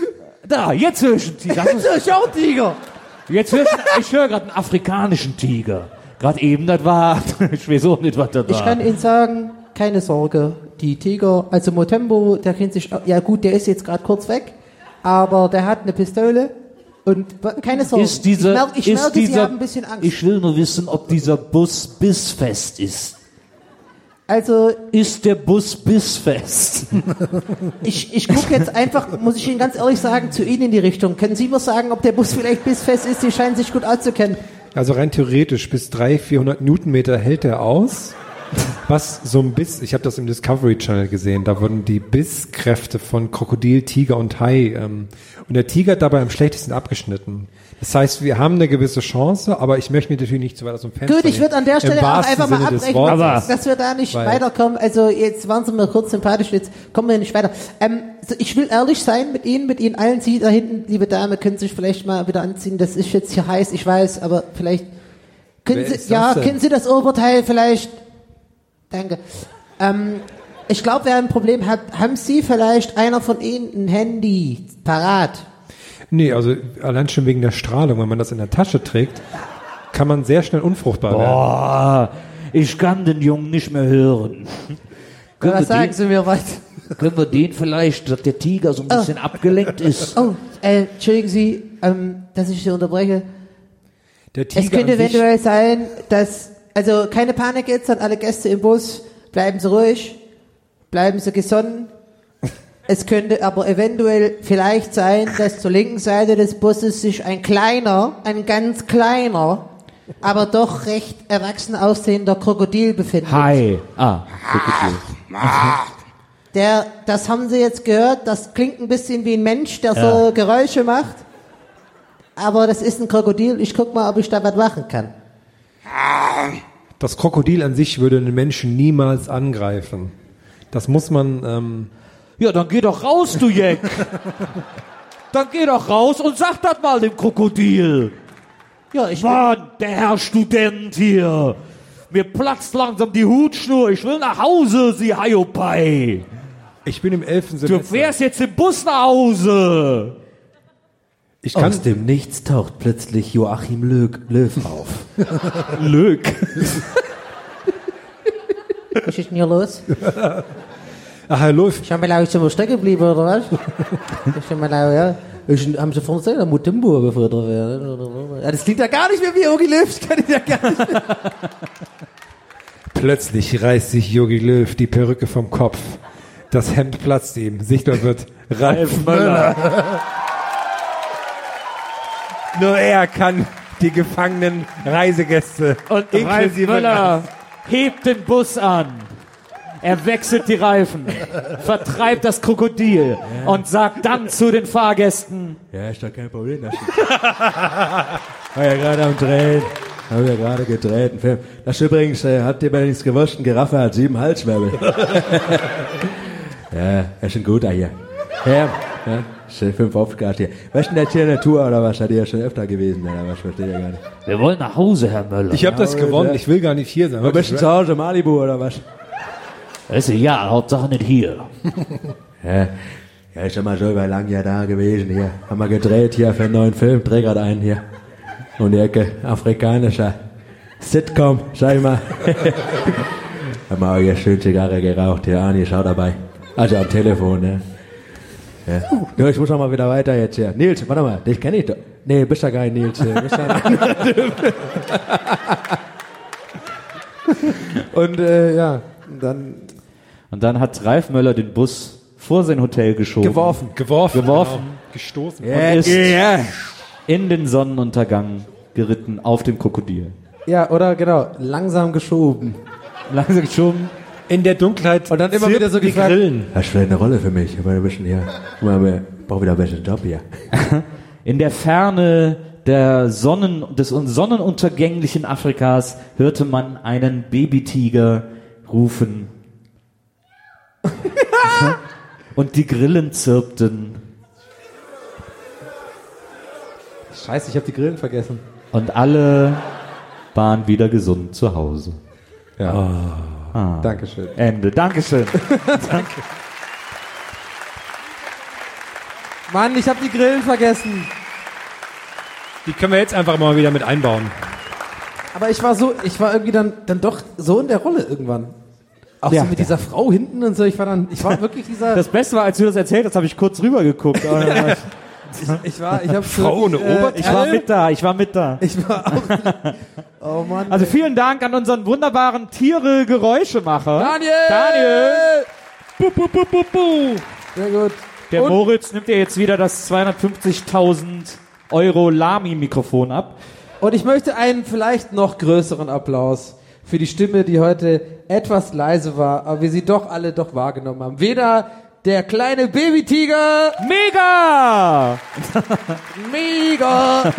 da, jetzt höre ich einen Tiger. Jetzt höre ich auch einen Tiger. Jetzt höre ich, ich höre gerade einen afrikanischen Tiger. Gerade eben, das war, ich weiß auch nicht, was das war. Ich kann Ihnen sagen, keine Sorge, die Tiger, also Motembo, der kennt sich, ja gut, der ist jetzt gerade kurz weg, aber der hat eine Pistole und keine Sorge. Ist dieser, ich merke, ich ist merke dieser, Sie haben ein bisschen Angst. Ich will nur wissen, ob dieser Bus bissfest ist. Also ist der Bus bissfest? ich ich gucke jetzt einfach, muss ich Ihnen ganz ehrlich sagen, zu Ihnen in die Richtung. Können Sie mir sagen, ob der Bus vielleicht bissfest ist? Sie scheinen sich gut auszukennen. Also rein theoretisch bis dreihundert, vierhundert Newtonmeter hält er aus. Was so ein Biss, ich habe das im Discovery Channel gesehen, da wurden die Bisskräfte von Krokodil, Tiger und Hai ähm, und der Tiger hat dabei am schlechtesten abgeschnitten. Das heißt, wir haben eine gewisse Chance, aber ich möchte mich natürlich nicht zu weit aus dem Fenster Gut, ich würde an der Stelle auch einfach mal abbrechen, dass, dass wir da nicht Weil, weiterkommen. Also jetzt waren Sie mir kurz sympathisch, jetzt kommen wir nicht weiter. Ähm, so ich will ehrlich sein mit Ihnen, mit Ihnen allen. Sie da hinten, liebe Dame, können sich vielleicht mal wieder anziehen. Das ist jetzt hier heiß, ich weiß, aber vielleicht können Wer Sie, ja, können Sie das Oberteil vielleicht, danke. Ähm, ich glaube, wer ein Problem hat, haben Sie vielleicht einer von Ihnen ein Handy parat? Nee, also allein schon wegen der Strahlung, wenn man das in der Tasche trägt, kann man sehr schnell unfruchtbar werden. Boah, ich kann den Jungen nicht mehr hören. Ja, was sagen Sie mir was? Können wir den vielleicht, dass der Tiger so ein bisschen oh. abgelenkt ist? Oh, äh, entschuldigen Sie, ähm, dass ich Sie unterbreche. Der Tiger es könnte an sich- eventuell sein, dass, also keine Panik jetzt an alle Gäste im Bus, bleiben Sie ruhig, bleiben Sie gesonnen. Es könnte aber eventuell vielleicht sein, dass zur linken Seite des Busses sich ein kleiner, ein ganz kleiner, aber doch recht erwachsen aussehender Krokodil befindet. Hi. Ah, Krokodil. Der, das haben Sie jetzt gehört, das klingt ein bisschen wie ein Mensch, der Ja. so Geräusche macht. Aber das ist ein Krokodil, ich guck mal, ob ich da was machen kann. Das Krokodil an sich würde einen Menschen niemals angreifen. Das muss man... Ähm Ja, dann geh doch raus, du Jeck. Dann geh doch raus und sag das mal dem Krokodil. Ja, ich Mann, der Herr Student hier. Mir platzt langsam die Hutschnur. Ich will nach Hause, Sie Hiopai. Ich bin im elften Du Semester. fährst jetzt im Bus nach Hause. Ich kann Aus dem Nichts taucht plötzlich Joachim Löw, Löw auf. Löw. Was ist denn hier los? Ach, Herr Löw. Ich habe mir sind wir stecken geblieben, oder was? Ich hab mir lau, ja. Ich, haben Sie vorhin gesagt, der Mutimbo befördert werden. Ja, das klingt ja gar nicht mehr wie Jogi Löw. Das kann ich ja gar nicht mehr. Plötzlich reißt sich Jogi Löw die Perücke vom Kopf. Das Hemd platzt ihm. Sichtbar wird Ralf Möller. Nur er kann die gefangenen Reisegäste Und Ralf inklusive Möller hebt den Bus an. Er wechselt die Reifen, vertreibt das Krokodil und sagt dann zu den Fahrgästen: Ja, ist doch kein Problem. Das war ja gerade am Drehen. Haben wir gerade gedreht, einen Film. Das übrigens, äh, habt ihr bei nichts gewusst, ein Giraffe hat sieben Halswirbel. Ja, er ist ein guter hier. Ja, ja, schön fünf Aufgaben hier. Was ist denn das hier in der Tour oder was? Hat ihr ja schon öfter gewesen, oder was? Verstehe ich gar nicht. Wir wollen nach Hause, Herr Möller. Ich habe das gewonnen, ich will gar nicht hier sein. Wo bist du zu Hause, Malibu oder was? Weißt du, ja, Hauptsache nicht hier. Ja, ja, ist schon mal so über lang ja da gewesen hier. Haben wir gedreht hier für einen neuen Film, dreh grad einen hier. Und die Ecke, afrikanischer Sitcom, sag ich mal. Haben wir auch hier schön Zigarre geraucht, hier, Arni, schau dabei. Also am Telefon, ne? Ja. Ja, ich muss auch mal wieder weiter jetzt hier. Nils, warte mal, dich kenne ich doch. Nee, bist ja gar nicht Nils. Bist ja ein anderer Typ. Und äh, ja, dann... Und dann hat Ralf Möller den Bus vor sein Hotel geschoben. Geworfen. Geworfen. Geworfen. Genau. Gestoßen. Und ist in den Sonnenuntergang geritten auf dem Krokodil. Ja, oder genau, langsam geschoben. Langsam geschoben. In der Dunkelheit. Und dann immer wieder so die gefragt, Grillen. Das ist vielleicht eine Rolle für mich. Ich meine, ein bisschen hier. Ich meine, ich brauche wieder einen besseren Job hier. In der Ferne der Sonnen, des sonnenuntergänglichen Afrikas hörte man einen Babytiger rufen. Und die Grillen zirpten. Scheiße, ich habe die Grillen vergessen. Und alle waren wieder gesund zu Hause. Ja. Oh. Ah. Dankeschön. Ende. Dankeschön. Danke. Mann, ich habe die Grillen vergessen. Die können wir jetzt einfach mal wieder mit einbauen. Aber ich war so, ich war irgendwie dann, dann doch so in der Rolle irgendwann. Auch Ja. so mit dieser Frau hinten und so. Ich war dann, ich war wirklich dieser. Das Beste war, als du das erzählt hast, habe ich kurz rüber geguckt. ich, ich war, ich habe Frau ohne Oberteil? Ich war mit da, ich war mit da. Ich war auch. Oh Mann. Also vielen Dank an unseren wunderbaren Tiere-Geräuschemacher. Daniel! Daniel! Bu, bu, bu, bu, bu. Sehr gut. Der Und- Moritz nimmt dir jetzt wieder das zweihundertfünfzigtausend Euro Lamy-Mikrofon ab. Und ich möchte einen vielleicht noch größeren Applaus für die Stimme, die heute etwas leise war, aber wir sie doch alle doch wahrgenommen haben. Weder der kleine Babytiger. Mega! Mega!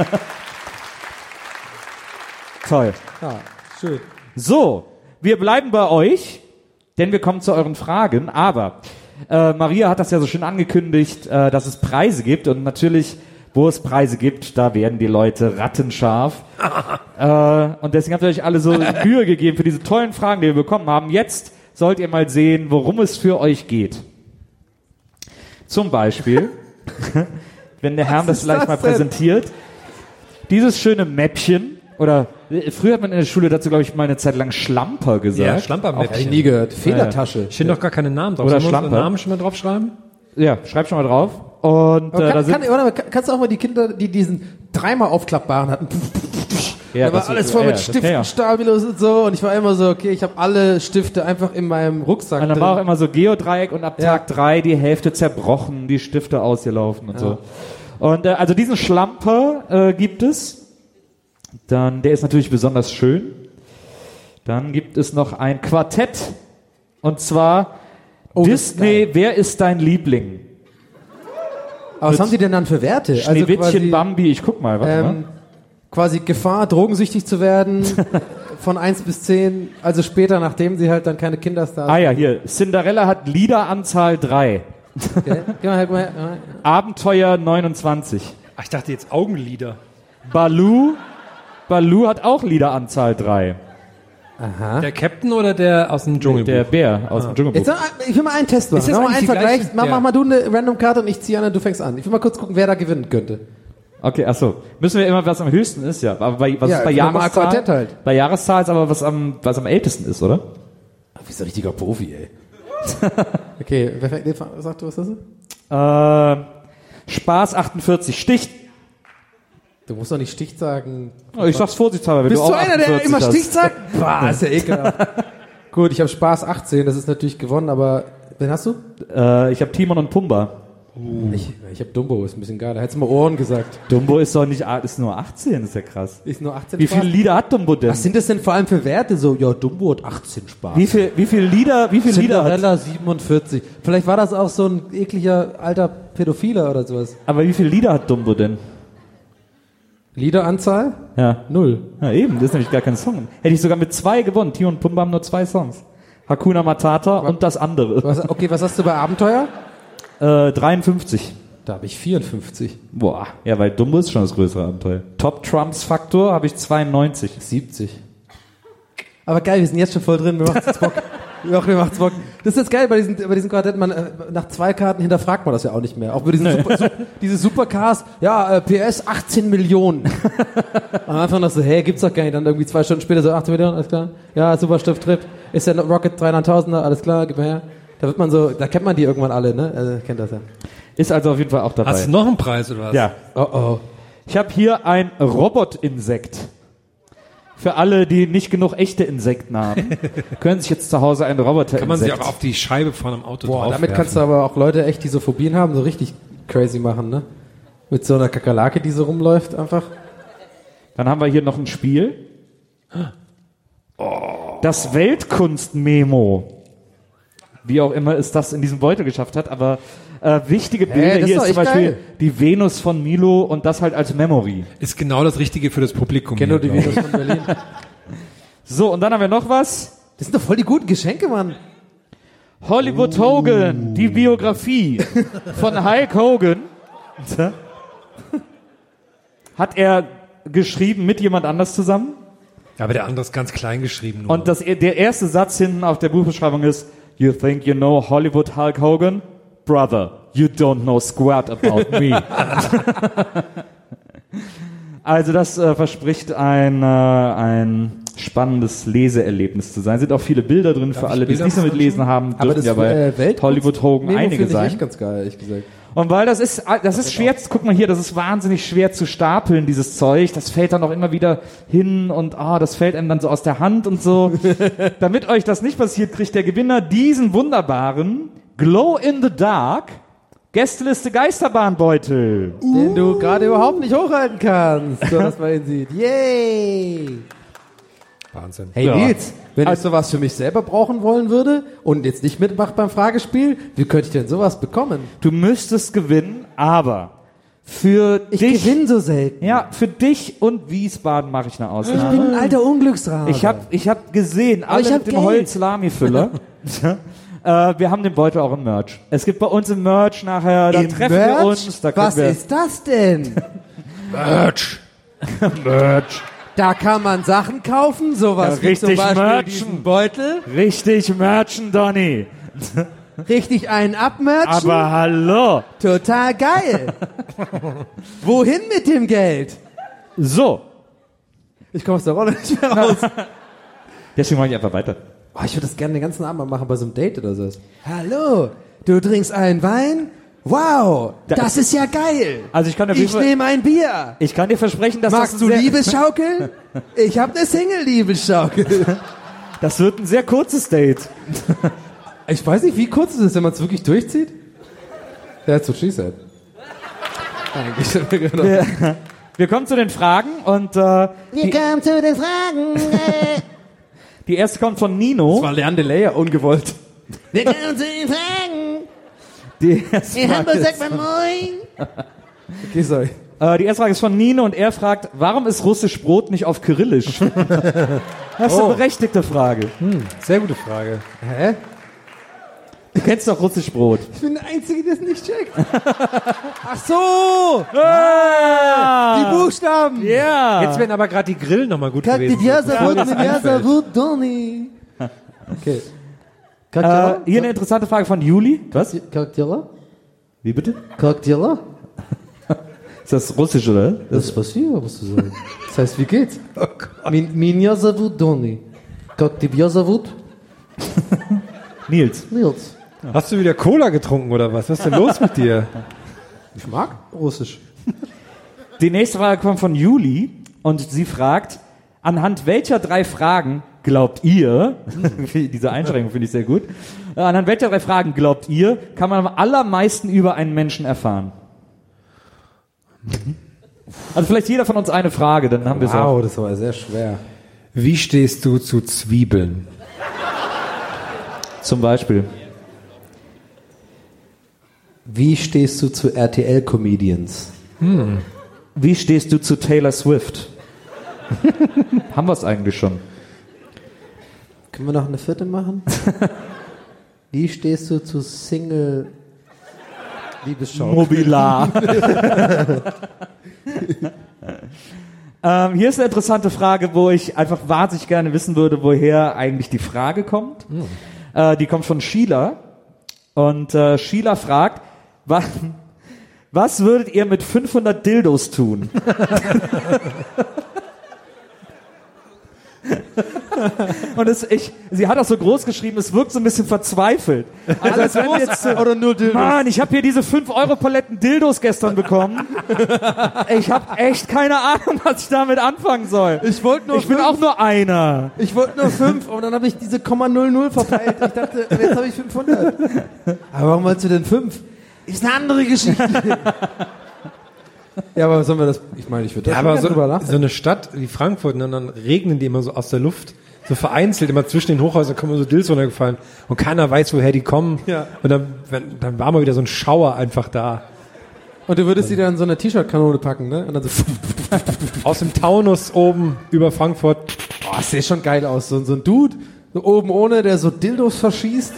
Toll. Ja, schön. So, wir bleiben bei euch, denn wir kommen zu euren Fragen. Aber äh, Maria hat das ja so schön angekündigt, äh, dass es Preise gibt. Und natürlich, wo es Preise gibt, da werden die Leute rattenscharf. äh, und deswegen habt ihr euch alle so Mühe gegeben für diese tollen Fragen, die wir bekommen haben. Jetzt sollt ihr mal sehen, worum es für euch geht. Zum Beispiel, wenn der Herr das ist vielleicht das mal denn? präsentiert, dieses schöne Mäppchen, oder äh, früher hat man in der Schule dazu, glaube ich, mal eine Zeit lang Schlamper gesagt. Ja, Schlampermäppchen. Hab ich nie gehört. Federtasche. Stehen doch gar keine Namen drauf. Oder Sollen wir unsere Schlamper. Namen schon mal draufschreiben? Ja, schreib schon mal drauf. Und Aber äh, kann, da sind kann, warte mal, kann- kannst du auch mal die Kinder, die diesen dreimal aufklappbaren hatten, ja, da war das- alles voll ja, mit das- Stiften, ja. Stabilos und so und ich war immer so, okay, ich habe alle Stifte einfach in meinem Rucksack Und dann drin. war auch immer so Geodreieck und ab Ja. Tag drei die Hälfte zerbrochen, die Stifte ausgelaufen und Ja. so. Und äh, also diesen Schlamper äh, gibt es. Dann, der ist natürlich besonders schön. Dann gibt es noch ein Quartett. Und zwar Oh, das ist Disney, wer ist dein Liebling? Aber was haben die denn dann für Werte? Schneewittchen, quasi, Bambi, ich guck mal, warte mal. ähm, quasi Gefahr, drogensüchtig zu werden, von eins bis zehn, also später, nachdem sie halt dann keine Kinderstars Ah ja, hier. Cinderella hat Liederanzahl drei. Okay. Geh mal, geh mal, geh mal. Abenteuer neunundzwanzig. Ach, ich dachte jetzt Augenlider. Baloo, Baloo hat auch Liederanzahl drei. Aha. Der Captain oder der aus dem Dschungelbuch? Der Bär aus dem Dschungelbuch. Jetzt, sag- ich will mal einen Test machen. Ist das Mach mal eigentlich einen die Vergleich. gleiche- Mach, ja. mach mal du eine Random-Karte und ich ziehe an und du fängst an. Ich will mal kurz gucken, wer da gewinnen könnte. Okay, achso. Müssen wir immer, was am höchsten ist, ja. Aber bei, was Ja, ist bei normal Jahreszahl? Quartett halt. Bei Jahreszahl ist aber was am, was am ältesten ist, oder? Ach, wie ist ein richtiger Profi, ey. Okay, wer fängt, nee, sag du, was ist das? Äh, Spaß achtundvierzig. Stich. Du musst doch nicht Stich sagen. Oh, ich sag's vorsichtshalber, wenn Bist du du auch einer, der achtundvierzig immer hast. Stich sagt? Boah, ist ja ekelhaft. Gut, ich habe Spaß achtzehn, das ist natürlich gewonnen, aber wen hast du? Äh, ich habe Timon und Pumba. Ich, ich habe Dumbo, ist ein bisschen geil. Da hättest du mal Ohren gesagt. Dumbo ist doch nicht, ist nur achtzehn, ist ja krass. Ist nur achtzehn Wie Spaß? viele Lieder hat Dumbo denn? Was sind das denn vor allem für Werte? So, ja, Dumbo hat achtzehn Spaß. Wie viel, wie viele Lieder, wie viele Lieder hat? Cinderella siebenundvierzig. Vielleicht war das auch so ein ekliger alter Pädophiler oder sowas. Aber wie viele Lieder hat Dumbo denn? Liederanzahl? Ja. Null. Ja, eben, das ist nämlich gar kein Song. Hätte ich sogar mit zwei gewonnen. Timon und Pumba haben nur zwei Songs. Hakuna Matata und das andere. Was, okay, was hast du bei Abenteuer? Äh, dreiundfünfzig. Da habe ich vierundfünfzig. Boah, ja, weil Dumbo ist schon das größere Abenteuer. Top Trumps Faktor habe ich zweiundneunzig. siebzig. Aber geil, wir sind jetzt schon voll drin, mir macht's jetzt Bock. Doch, mir macht's Bock. Das ist jetzt geil bei diesen, bei diesen Quartetten, man, äh, nach zwei Karten hinterfragt man das ja auch nicht mehr. Auch bei diesen Nee. Super, su, diese Supercars, ja, äh, P S achtzehn Millionen. Am Anfang noch so, hey, gibt's doch gar nicht. Dann irgendwie zwei Stunden später so, achtzehn Millionen, alles klar. Ja, Superstift Trip. Ist der Rocket dreihunderttausender, alles klar, gib mal her. Da wird man so, da kennt man die irgendwann alle, ne? Also, kennt das ja. Ist also auf jeden Fall auch dabei. Hast du noch einen Preis oder was? Ja. Oh oh. Ich habe hier ein Robotinsekt. Für alle, die nicht genug echte Insekten haben, können sich jetzt zu Hause ein Roboterinsekt. Kann man sich auch auf die Scheibe von einem Auto Boah, drauf damit kannst du aber auch Leute echt, die so Phobien haben, so richtig crazy machen, ne? Mit so einer Kakerlake, die so rumläuft, einfach. Dann haben wir hier noch ein Spiel. Das Weltkunstmemo. Wie auch immer es das in diesem Beutel geschafft hat, aber äh, wichtige Hä, Bilder. das Hier ist ist doch zum echt Beispiel geil. die Venus von Milo und das halt als Memory. Ist genau das Richtige für das Publikum. Kennt hier, nur die glaub ich. Videos von Berlin. So, und dann haben wir noch was. Das sind doch voll die guten Geschenke, Mann. Hollywood Hogan, die Biografie von Hulk Hogan. Hat er geschrieben mit jemand anders zusammen. Ja, aber der andere ist ganz klein geschrieben. Nur. Und das, der erste Satz hinten auf der Buchbeschreibung ist: You think you know Hollywood Hulk Hogan? Brother, You don't know squat about me. Also das äh, verspricht ein, äh, ein spannendes Leseerlebnis zu sein. Sind auch viele Bilder drin. Für alle, die es nicht so mit Lesen haben, Aber dürfen das ja bei äh, Welt Hollywood Hogan Memo einige finde ich sein. echt ganz geil, ehrlich gesagt. Und weil das ist, das ist schwer, guck mal hier, das ist wahnsinnig schwer zu stapeln, dieses Zeug. Das fällt dann auch immer wieder hin und ah, das fällt einem dann so aus der Hand und so. Damit euch das nicht passiert, kriegt der Gewinner diesen wunderbaren Glow in the Dark Gästeliste Geisterbahnbeutel. Uh. Den du gerade überhaupt nicht hochhalten kannst, so dass man ihn sieht. Yay! Wahnsinn. Hey Ja. Nils, wenn ich sowas für mich selber brauchen wollen würde und jetzt nicht mitmacht beim Fragespiel, wie könnte ich denn sowas bekommen? Du müsstest gewinnen, aber für Ich dich, gewinne so selten. ja, für dich und Wiesbaden mache ich eine Ich Ausnahme. bin ein alter Unglücksrad. Ich habe ich hab gesehen, alle ich hab mit dem Geld. Holz-Lami-Füller. äh, wir haben den Beutel auch im Merch. Es gibt bei uns im Merch nachher, da Im treffen Merch? wir uns. Da können Was wir ist das denn? Merch. Merch. Da kann man Sachen kaufen, sowas Ja, wie zum richtig Beispiel merchen. diesen Beutel. Richtig merchen, Donny. Richtig einen abmerchen. Aber hallo. Total geil. Wohin mit dem Geld? So. Ich komme aus der Rolle nicht mehr raus. Deswegen mache ich einfach weiter. Oh, ich würde das gerne den ganzen Abend mal machen bei so einem Date oder so. Hallo, du trinkst einen Wein? Wow, Da- das ist ja geil. Also ich kann auf jeden Ich Fall- nehme ein Bier. Ich kann dir versprechen, dass Magst das du ein sehr, Liebesschaukeln? Ich habe eine Single-Liebesschaukel. das wird ein sehr kurzes Date. Ich weiß nicht, wie kurz es ist, wenn man es wirklich durchzieht. That's what she said. Eigentlich. Genau. Wir, wir kommen zu den Fragen und äh, die, kommen zu den Fragen. die erste kommt von Nino. Das war Lerndelay, ja, ungewollt. Wir kommen zu den Fragen. Die erste In Frage Hamburg ist- sagt man Moin. Okay, sorry. Äh, die erste Frage ist von Nino und er fragt, warum ist russisch Brot nicht auf Kyrillisch? Das ist Oh. eine berechtigte Frage. Hm, sehr gute Frage. Hä? Du kennst doch russisch Brot. Ich bin der Einzige, der es nicht checkt. Ach so! Ah, Die Buchstaben! ja. Jetzt wären aber gerade die Grillen nochmal gut Как gewesen. тебя bevor зовут? das Меня einfällt. зовут Donny. Okay. Äh, hier eine interessante Frage von Juli. Was? Как дела? Wie bitte? Как дела? Ist das russisch, oder? Das ist спасибо, musst du sagen. Das heißt, wie geht's? Min- Меня зовут Donny. Как тебя зовут? Nils. Nils. Hast du wieder Cola getrunken oder was? Was ist denn los mit dir? Ich mag Russisch. Die nächste Frage kommt von Juli und sie fragt, anhand welcher drei Fragen glaubt ihr, diese Einschränkung finde ich sehr gut, äh, anhand welcher drei Fragen glaubt ihr, kann man am allermeisten über einen Menschen erfahren? Also vielleicht jeder von uns eine Frage, dann haben wir es auch. Wow, das war sehr schwer. Wie stehst du zu Zwiebeln? Zum Beispiel. Wie stehst du zu R T L-Comedians? Hm. Wie stehst du zu Taylor Swift? Haben wir es eigentlich schon? Können wir noch eine vierte machen? Wie stehst du zu Single Liebesschau? Mobilar. ähm, hier ist eine interessante Frage, wo ich einfach wahnsinnig gerne wissen würde, woher eigentlich die Frage kommt. Hm. Äh, die kommt von Sheila. Und äh, Sheila fragt, was, was würdet ihr mit fünfhundert Dildos tun? Und es, ich, sie hat auch so groß geschrieben, es wirkt so ein bisschen verzweifelt. Also als wenn wir jetzt, oder nur Dildos? Mann, ich habe hier diese fünf Euro Paletten Dildos gestern bekommen. Ich habe echt keine Ahnung, was ich damit anfangen soll. Ich wollte nur Ich bin fünf. auch nur einer. Ich wollte nur fünf und dann habe ich diese Komma null null verpeilt. Ich dachte, jetzt habe ich fünfhundert. Aber warum wolltest du denn fünf? Ist eine andere Geschichte. Ja, aber sollen wir das? Ich meine, ich würde da Ja, schon aber gerne so, drüber nachdenken. so eine Stadt wie Frankfurt, und dann regnen die immer so aus der Luft, so vereinzelt, immer zwischen den Hochhäusern kommen so Dills runtergefallen und keiner weiß, woher die kommen. Ja. Und dann, wenn, dann war mal wieder so ein Schauer einfach da. Und du würdest sie dann in so eine T-Shirt-Kanone packen, ne? Und dann so Aus dem Taunus oben über Frankfurt. Oh, das sieht schon geil aus. So, so ein Dude, so oben ohne, der so Dildos verschießt.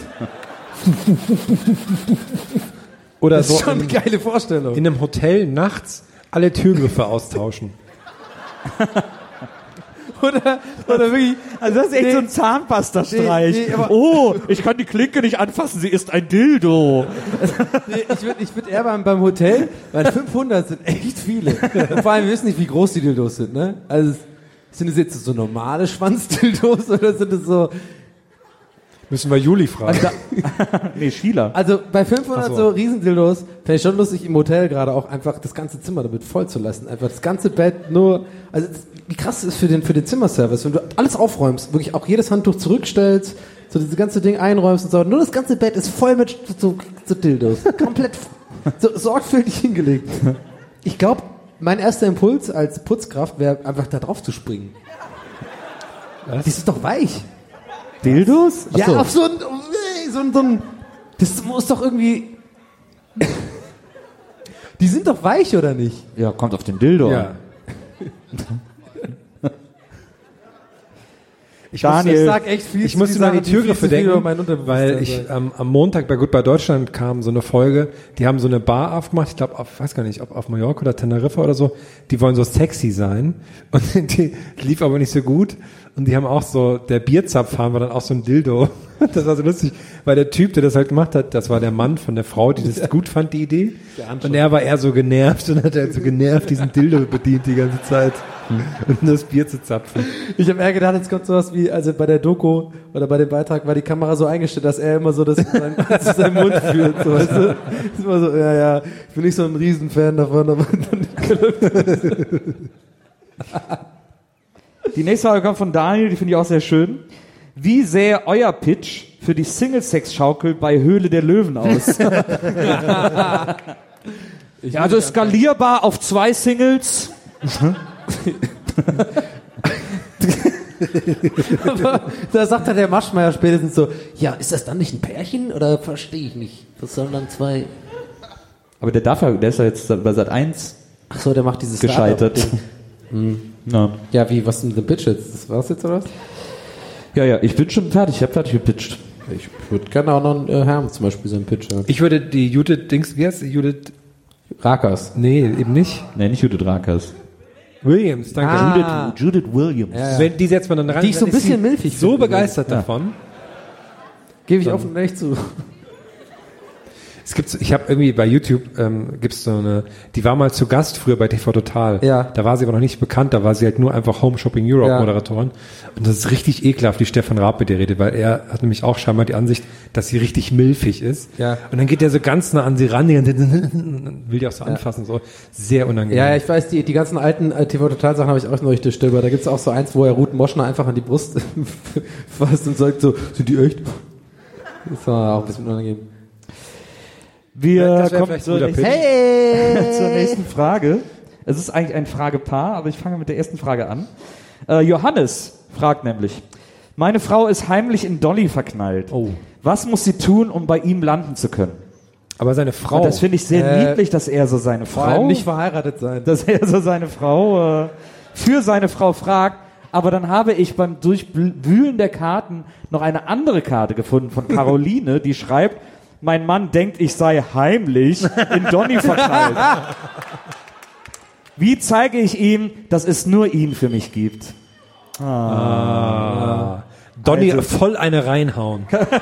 Oder Das so ist schon eine in, geile Vorstellung. in einem Hotel nachts alle Türgriffe austauschen. oder, oder wirklich. Also das ist echt nee, so ein Zahnpasta-Streich. Nee, nee, aber- oh, ich kann die Klinke nicht anfassen, sie ist ein Dildo. Nee, ich würde ich würd eher beim, beim Hotel, weil fünfhundert sind echt viele. Und vor allem, wir wissen nicht, wie groß die Dildos sind, ne? Also, sind es jetzt so normale Schwanzdildos oder sind es so... Müssen wir Juli fragen. Also, nee, Sheila. Also bei fünfhundert Ach so. so Riesendildos fände ich schon lustig, im Hotel gerade auch einfach das ganze Zimmer damit voll zu lassen. Einfach das ganze Bett nur, also das, wie krass ist für den, für den Zimmerservice, wenn du alles aufräumst, wirklich auch jedes Handtuch zurückstellst, so dieses ganze Ding einräumst und so, nur das ganze Bett ist voll mit so, so Dildos. Komplett so sorgfältig hingelegt. Ich glaube, mein erster Impuls als Putzkraft wäre einfach da drauf zu springen. Was? Das ist doch weich. Dildos? Ja, so. auf so ein, so ein, so ein, das muss doch irgendwie, die sind doch weich, oder nicht? Ja, kommt auf den Dildo Ja. an. Ich Daniel, muss, ich sag echt viel ich zu musste dieser- mal an die Türgriffe viel zu viel denken, über mein Unterbewusstsein weil ich sagen. ähm, am Montag bei Goodbye Deutschland kam so eine Folge, die haben so eine Bar aufgemacht, ich glaube, auf, weiß gar nicht, ob auf Mallorca oder Teneriffa oder so, die wollen so sexy sein und die lief aber nicht so gut und die haben auch so, der Bierzapfhahn war dann auch so ein Dildo. Das war so lustig, weil der Typ, der das halt gemacht hat, das war der Mann von der Frau, die das gut fand, die Idee. Und er war eher so genervt und hat halt so genervt diesen Dildo bedient die ganze Zeit. Und das Bier zu zapfen. Ich habe eher gedacht, jetzt kommt sowas wie, also bei der Doku oder bei dem Beitrag war die Kamera so eingestellt, dass er immer so das in seinen, zu seinem Mund führt. So, weißt du? Ist immer so, ja, ja, ich bin nicht so ein Riesenfan davon, aber Die nächste Frage kommt von Daniel, die finde ich auch sehr schön. Wie sähe euer Pitch für die Single-Sex-Schaukel bei Höhle der Löwen aus? Ja, also skalierbar auf zwei Singles. aber da sagt dann der Maschmeyer spätestens so, ja, ist das dann nicht ein Pärchen oder verstehe ich nicht? Was sollen dann zwei... Aber der darf ja, der ist ja jetzt bei Sat eins Ach so, der macht dieses gescheitert. Startup-Ding. Hm. Ja. Ja, wie, was ist denn The Pitch jetzt? Das war's jetzt, oder was? ja, ja, ich bin schon fertig, ich habe fertig gepitcht. Ich würde gerne auch noch einen äh, Herrn zum Beispiel so einen Pitch hören. Ich würde die Judith Dings, wie heißt sie? Judith Rakers. Nee, eben nicht. Nee, nicht Judith Rakers. Williams, danke. Ah. Judith, Judith Williams. Ja, ja. Wenn die setzt man dann rein, Die ich so dann ein ist bisschen sie milfig so finde. begeistert Ja. davon. Gebe ich offen und ehrlich zu. Es gibt, so- ich habe irgendwie bei YouTube ähm, gibt's so eine, die war mal zu Gast früher bei T V Total. Ja. Da war sie aber noch nicht bekannt, da war sie halt nur einfach Home Shopping Europe Ja. Moderatorin. Und das ist richtig ekelhaft, wie Stefan Raab mit ihr redet, weil er hat nämlich auch scheinbar die Ansicht, dass sie richtig milfig ist. Ja. Und dann geht er so ganz nah an sie ran, die will die auch so anfassen, so sehr unangenehm. Ja, ja, ich weiß, die, die ganzen alten äh, T V-Total-Sachen habe ich auch noch nicht durchstöbert. Da gibt's auch so eins, wo er Ruth Moschner einfach an die Brust fasst und sagt so, sind die echt? Das war auch ein bisschen unangenehm. Wir Das wär kommen vielleicht zur ein guter nächsten, Hey! zur nächsten Frage. Es ist eigentlich ein Fragepaar, aber ich fange mit der ersten Frage an. Äh, Johannes fragt nämlich, meine Frau ist heimlich in Dolly verknallt. Oh. Was muss sie tun, um bei ihm landen zu können? Aber seine Frau. Und das finde ich sehr Äh, niedlich, dass er so seine Vor allem Frau, nicht verheiratet sein. dass er so seine Frau äh, für seine Frau fragt. Aber dann habe ich beim Durchwühlen der Karten noch eine andere Karte gefunden von Caroline, die schreibt, mein Mann denkt, ich sei heimlich in Donny verknallt. Wie zeige ich ihm, dass es nur ihn für mich gibt? Ah. Donny Also- voll eine reinhauen.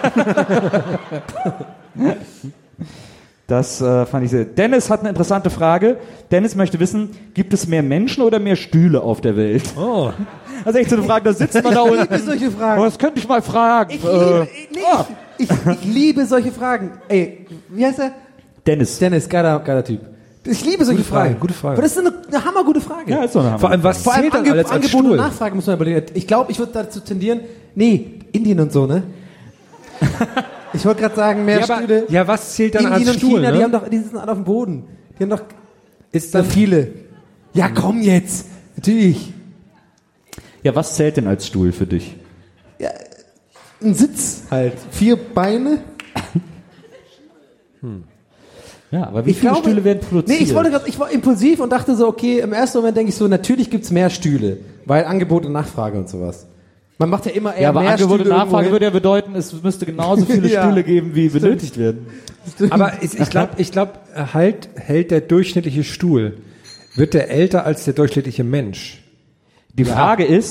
Das äh, fand ich sehr. Dennis hat eine interessante Frage. Dennis möchte wissen, gibt es mehr Menschen oder mehr Stühle auf der Welt? Oh. Also echt so eine Frage, da sitzt man da Ich unten. liebe solche Fragen. Oh, das könnte ich mal fragen. Ich Äh, liebe, nee, ich, ich, ich liebe solche Fragen. Ey, wie heißt er? Dennis. Dennis, geiler, geiler Typ. Ich liebe solche Gute Frage, Fragen. gute Frage. Aber das ist eine, eine hammergute Frage. Ja, ist so eine Hammer. Vor allem, was Vor allem zählt dann Ange alles als Angebot und Stuhl? Nachfrage muss man überlegen. Ich glaube, ich würde dazu tendieren, nee, Indien und so, ne? Ich wollte gerade sagen, mehr Ja, aber, Stühle. ja, was zählt dann Indien als und Stuhl? China, ne? die haben doch, die sitzen alle auf dem Boden. Die haben doch Ist da dann viele. Ja, komm jetzt. Natürlich. Ja, was zählt denn als Stuhl für dich? Ein Sitz halt. Vier Beine. Ja, aber wie Ich viele glaube- Stühle werden produziert? Nee, ich wollte grad, ich war impulsiv und dachte so, okay, im ersten Moment denke ich so, natürlich gibt's mehr Stühle, weil Angebot und Nachfrage und sowas. Man macht ja immer eher ja, aber mehr Angebot und Stühle Nachfrage irgendwo würde ja bedeuten, es müsste genauso viele Ja. Stühle geben, wie benötigt werden. Aber ich, ich glaube, ich glaub, halt hält der durchschnittliche Stuhl. Wird der älter als der durchschnittliche Mensch? Die Frage ist,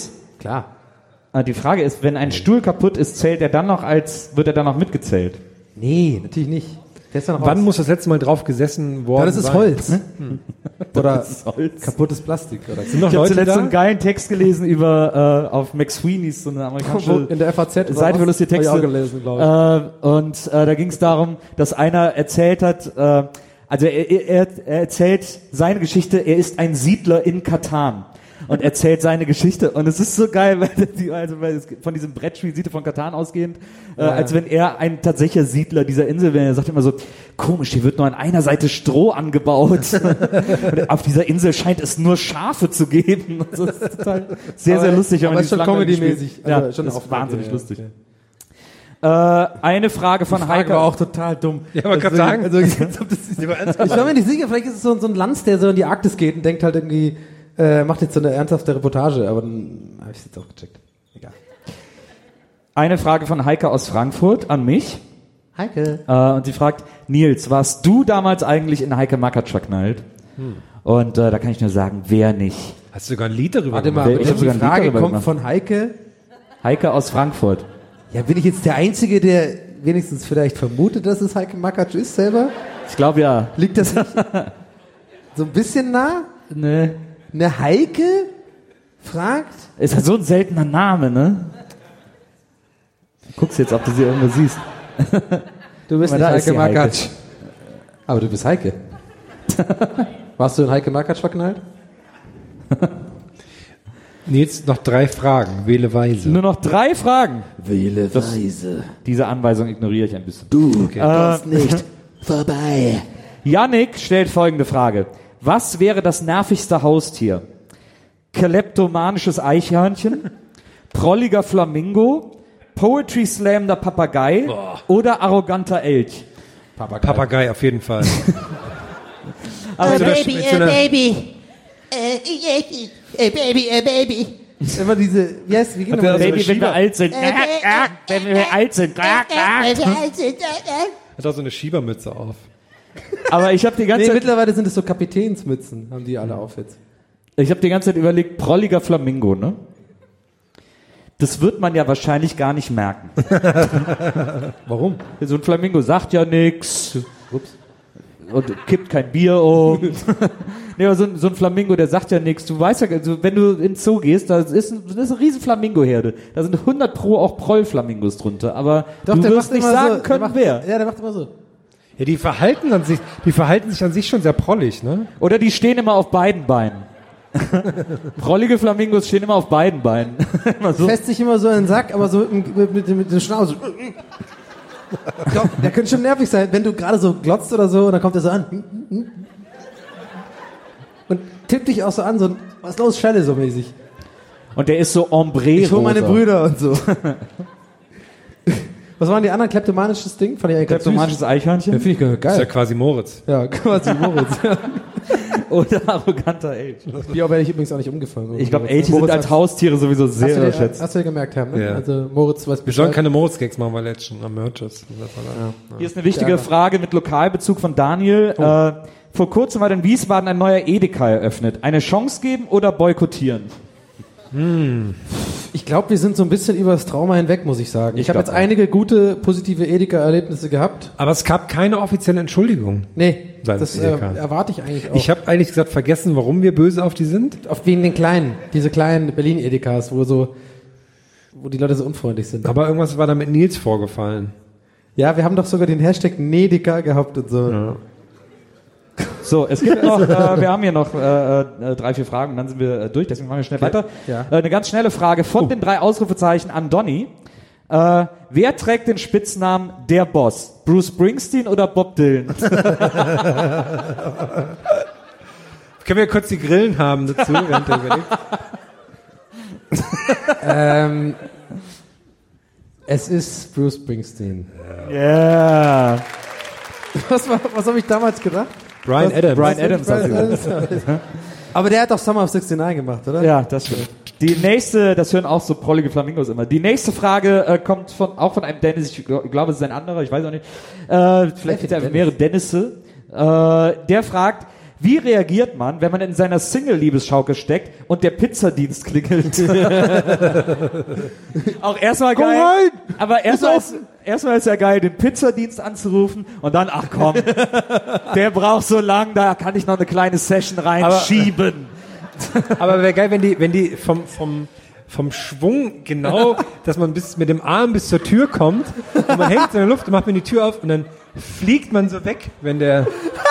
Klar. Die Frage ist, wenn ein Stuhl kaputt ist, zählt er dann noch als, wird er dann noch mitgezählt? Nee, natürlich nicht. Der ist dann Wann raus. muss das letzte Mal drauf gesessen worden Dann ist es sein? Holz. Hm? Oder Das ist Holz. kaputtes Plastik. Oder Sind noch Ich habe Leute zuletzt da? so einen geilen Text gelesen über äh, auf McSweeney's, so eine amerikanische in der F A Z oder Seite für was? lustige Hab ich Texte. auch gelesen, glaub äh, und äh, da ging es darum, dass einer erzählt hat, äh, also er, er, er erzählt seine Geschichte, er ist ein Siedler in Katan. Und erzählt seine Geschichte. Und es ist so geil, weil, die, also, weil es von diesem Brettspiel Siedler von Katan ausgehend, äh, Ja. als wenn er ein tatsächlicher Siedler dieser Insel wäre. Er sagt immer so, komisch, hier wird nur an einer Seite Stroh angebaut. Und auf dieser Insel scheint es nur Schafe zu geben. Und so, das ist total sehr, sehr Aber- lustig. wenn aber man ist schon dieses langweilige comedy-mäßig. Spiel- Ja, Also schon das ist aufregend, wahnsinnig ja, lustig. okay. Äh, eine Frage von Die Frage Heike. war auch total dumm. Ja, aber kann Also, sagen. Also, ich ich war mir nicht sicher, vielleicht ist es so, so ein Lanz, der so in die Arktis geht und denkt halt irgendwie, äh, macht jetzt so eine ernsthafte Reportage, aber dann habe ich es jetzt auch gecheckt. Egal. Eine Frage von Heike aus Frankfurt an mich. Heike. Äh, und sie fragt, Nils, warst du damals eigentlich in Heike Makatsch verknallt? Hm. Und äh, da kann ich nur sagen, wer nicht. Hast du sogar ein Lied darüber Warte gemacht? mal, Ich ich hab sogar die ein Lied Frage darüber kommt gemacht. von Heike. Heike aus Frankfurt. Ja, bin ich jetzt der Einzige, der wenigstens vielleicht vermutet, dass es Heike Makatsch ist selber? Ich glaube ja. Liegt das nicht so ein bisschen nah? Nee. Eine Heike fragt? Ist halt so ein seltener Name, ne? Guckst jetzt, ob du sie irgendwo siehst. Du bist Aber nicht da ist Heike die Heike. Makatsch. Aber du bist Heike. Warst du in Heike Makatsch verknallt? Nils, noch drei Fragen. Wähle weise. Nur noch drei Fragen. Wähle Das- weise. Diese Anweisung ignoriere ich ein bisschen. Du Äh, kommst nicht vorbei. Yannick stellt folgende Frage. Was wäre das nervigste Haustier? Kleptomanisches Eichhörnchen? Prolliger Flamingo? Poetry Slamender Papagei? Oder arroganter Elch? Papagei. Papagei auf jeden Fall. Aber Äh, so eine- Baby, mit so äh, einer- Baby. Äh, äh, äh, Baby, äh, Baby. Immer diese, yes, wie geht Hat der nochmal so Baby, eine wenn wir Schieber- alt sind. Äh, äh, Wenn wir alt sind. Hat auch so eine Schiebermütze auf. Aber ich habe die ganze Nee, Zeit, mittlerweile sind es so Kapitänsmützen, haben die alle auf jetzt. ich habe die ganze Zeit überlegt, prolliger Flamingo, ne? Das wird man ja wahrscheinlich gar nicht merken. Warum? So ein Flamingo sagt ja nix. Ups. Und kippt kein Bier um. Nee, aber so ein, so ein Flamingo, der sagt ja nichts. Du weißt ja, also wenn du ins Zoo gehst, da ist, ein, das ist eine riesen Flamingo-Herde. Da sind hundert pro auch Proll-Flamingos drunter. Aber Doch, du der wirst macht nicht immer sagen so, der können, macht, wer. Ja, der macht immer so. Ja, die verhalten an sich, die verhalten sich an sich schon sehr prollig, ne? Oder die stehen immer auf beiden Beinen. Prollige Flamingos stehen immer auf beiden Beinen. Immer so. Fässt sich immer so in den Sack, aber so mit, mit, mit, mit der Schnauze. Doch, der könnte schon nervig sein, wenn du gerade so glotzt oder so und dann kommt er so an. Und tippt dich auch so an, so, was ist los, Schelle so mäßig. Und der ist so ombre. Ich hol meine rosa. Brüder und so. Was waren die anderen? Kleptomanisches Ding? Fand ich eigentlich ganz Kleptomanisches süß. Eichhörnchen? Ja, finde ich geil. Das ist ja quasi Moritz. Ja, quasi Moritz. Ja. Oder arroganter Elch. Die werde ich übrigens auch nicht umgefangen. Ich glaube, Moritz. Elche sind Moritz als hat- Haustiere sowieso sehr hast du dir, überschätzt. hast du dir gemerkt haben, ne? Ja. Also Moritz weiß Wir sollen Bescheid. keine Moritz-Gags machen, weil er jetzt schon am Merch ist. Hier ist eine wichtige Ja. Frage mit Lokalbezug von Daniel. Oh. Äh, vor kurzem war in Wiesbaden ein neuer Edeka eröffnet. Eine Chance geben oder boykottieren? Hm. Ich glaube, wir sind so ein bisschen über das Trauma hinweg, muss ich sagen. Ich, Ich habe glaub jetzt auch. einige gute, positive Edeka-Erlebnisse gehabt. Aber es gab keine offizielle Entschuldigung. Nee, Seitens das äh, Edeka. erwarte ich eigentlich auch. Ich habe eigentlich gesagt vergessen, warum wir böse auf die sind. Auf wegen den kleinen, diese kleinen Berlin-Edekas, wo so, wo die Leute so unfreundlich sind. Aber irgendwas war da mit Nils vorgefallen. Ja, wir haben doch sogar den Hashtag Nedeka gehabt und so. Ja. So, es gibt noch, äh, wir haben hier noch äh, äh, drei, vier Fragen, dann sind wir äh, durch, deswegen machen wir schnell Okay. weiter. Ja. Äh, eine ganz schnelle Frage von den drei Ausrufezeichen an Donny. Äh, wer trägt den Spitznamen der Boss? Bruce Springsteen oder Bob Dylan? Können wir kurz die Grillen haben dazu, während der überlegt? ähm, es ist Bruce Springsteen. Yeah. Was, war- was habe ich damals gedacht? Brian Was- Adams. Brian Adams hast du Brian gesagt. Adams. Aber der hat doch Summer of sixty-nine gemacht, oder? Ja, das stimmt. Die nächste, das hören auch so prollige Flamingos immer. Die nächste Frage äh, kommt von, auch von einem Dennis, ich glaub- glaube, es ist ein anderer, ich weiß auch nicht. Äh, vielleicht gibt es einfach mehrere Dennisse. Äh, der fragt, Wie reagiert man, wenn man in seiner Single-Liebesschaukel steckt und der Pizzadienst klingelt? Auch erstmal geil. rein! Aber erstmal ist, erstmal ist ja geil, den Pizzadienst anzurufen und dann, ach komm, der braucht so lang, da kann ich noch eine kleine Session reinschieben. Aber wäre geil, wenn die, wenn die vom, vom, vom Schwung genau, dass man bis mit dem Arm bis zur Tür kommt und man hängt in der Luft und macht mir die Tür auf und dann fliegt man so weg, wenn der...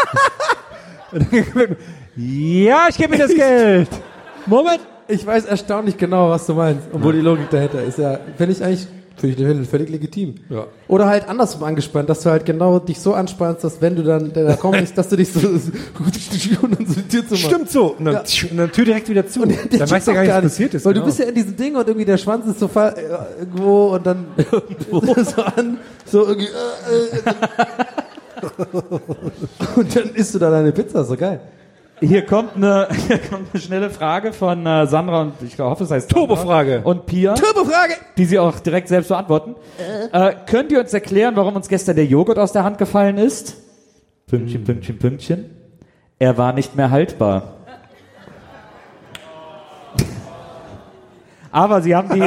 Ja, ich gebe mir das Geld. Moment, ich weiß erstaunlich genau, was du meinst und wo die Logik dahinter ist. Ja, finde ich eigentlich finde ich völlig, völlig legitim. Ja. Oder halt andersrum angespannt, dass du halt genau dich so anspannst, dass wenn du dann da kommst, dass du dich so und dann so die Tür zu machen. Stimmt so. Und dann, Ja. und dann Tür direkt wieder zu. Und der Dann weißt du ja gar nicht, was passiert ist. Weil genau. du bist ja in diesem Ding und irgendwie der Schwanz ist so fa- äh, irgendwo und dann so an, so irgendwie äh, äh, und dann isst du da deine Pizza, so geil. Hier kommt eine, hier kommt eine schnelle Frage von äh, Sandra und ich hoffe, es heißt Sandra Turbofrage. und Pia, Turbofrage! die sie auch direkt selbst beantworten. Äh, könnt ihr uns erklären, warum uns gestern der Joghurt aus der Hand gefallen ist? Pünktchen, Pünktchen, Pünktchen. Er war nicht mehr haltbar. Aber sie haben die...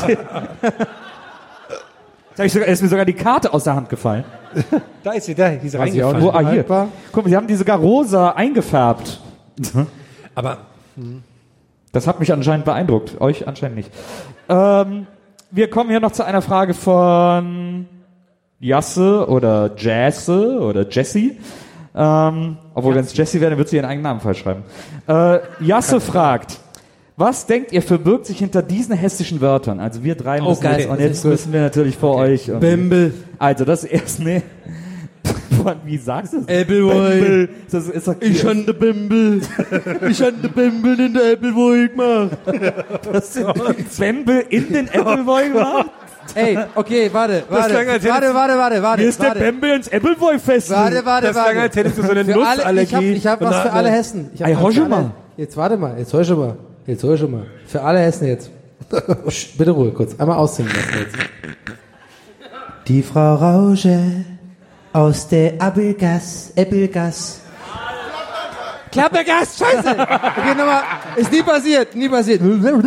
Jetzt hab ich sogar, ist mir sogar die Karte aus der Hand gefallen. Da ist sie, da, die ist Weiß ich auch reingefallen. nicht. Wo, ah, hier. haltbar? Guck mal, sie haben die sogar rosa eingefärbt. Aber Das hat mich anscheinend beeindruckt. Euch anscheinend nicht. Ähm, wir kommen hier noch zu einer Frage von Jasse oder Jasse oder Jessie. Ähm, obwohl, wenn es Jessie wäre, dann wird sie ihren eigenen Namen falsch schreiben. Äh, Jasse fragt, was denkt ihr, verbirgt sich hinter diesen hessischen Wörtern? Also wir drei müssen geil, jetzt, und das jetzt ist gut. müssen wir natürlich vor euch. irgendwie- Bembel. Also das erst, nee. Wie sagst du das? Appleboy. Bembel. Das ist doch Ich han de Bimbel. Ich han de Bimbel in der Appleboy gemacht. Bembel in den Appleboy gemacht? Ey, okay, warte, warte, klang, als warte, hättest- warte, warte, warte, Hier ist der warte. Bembel ins Appleboy-Festival. Warte, warte, das warte. klang, als hättest du so eine Für alle, ich Nussallergie. hab, ich hab Und was für eine- alle Hessen. Ich hab Ey, was hör für schon alle- mal. Jetzt warte mal, jetzt hör schon mal. Jetzt hör schon mal. Für alle Hessen jetzt. Psst, bitte Ruhe, kurz. Einmal aussingen lassen jetzt. Die Frau Rausche aus der Appelgass, Appelgass. Klappergass, scheiße! Okay, nochmal. Ist nie passiert, nie passiert.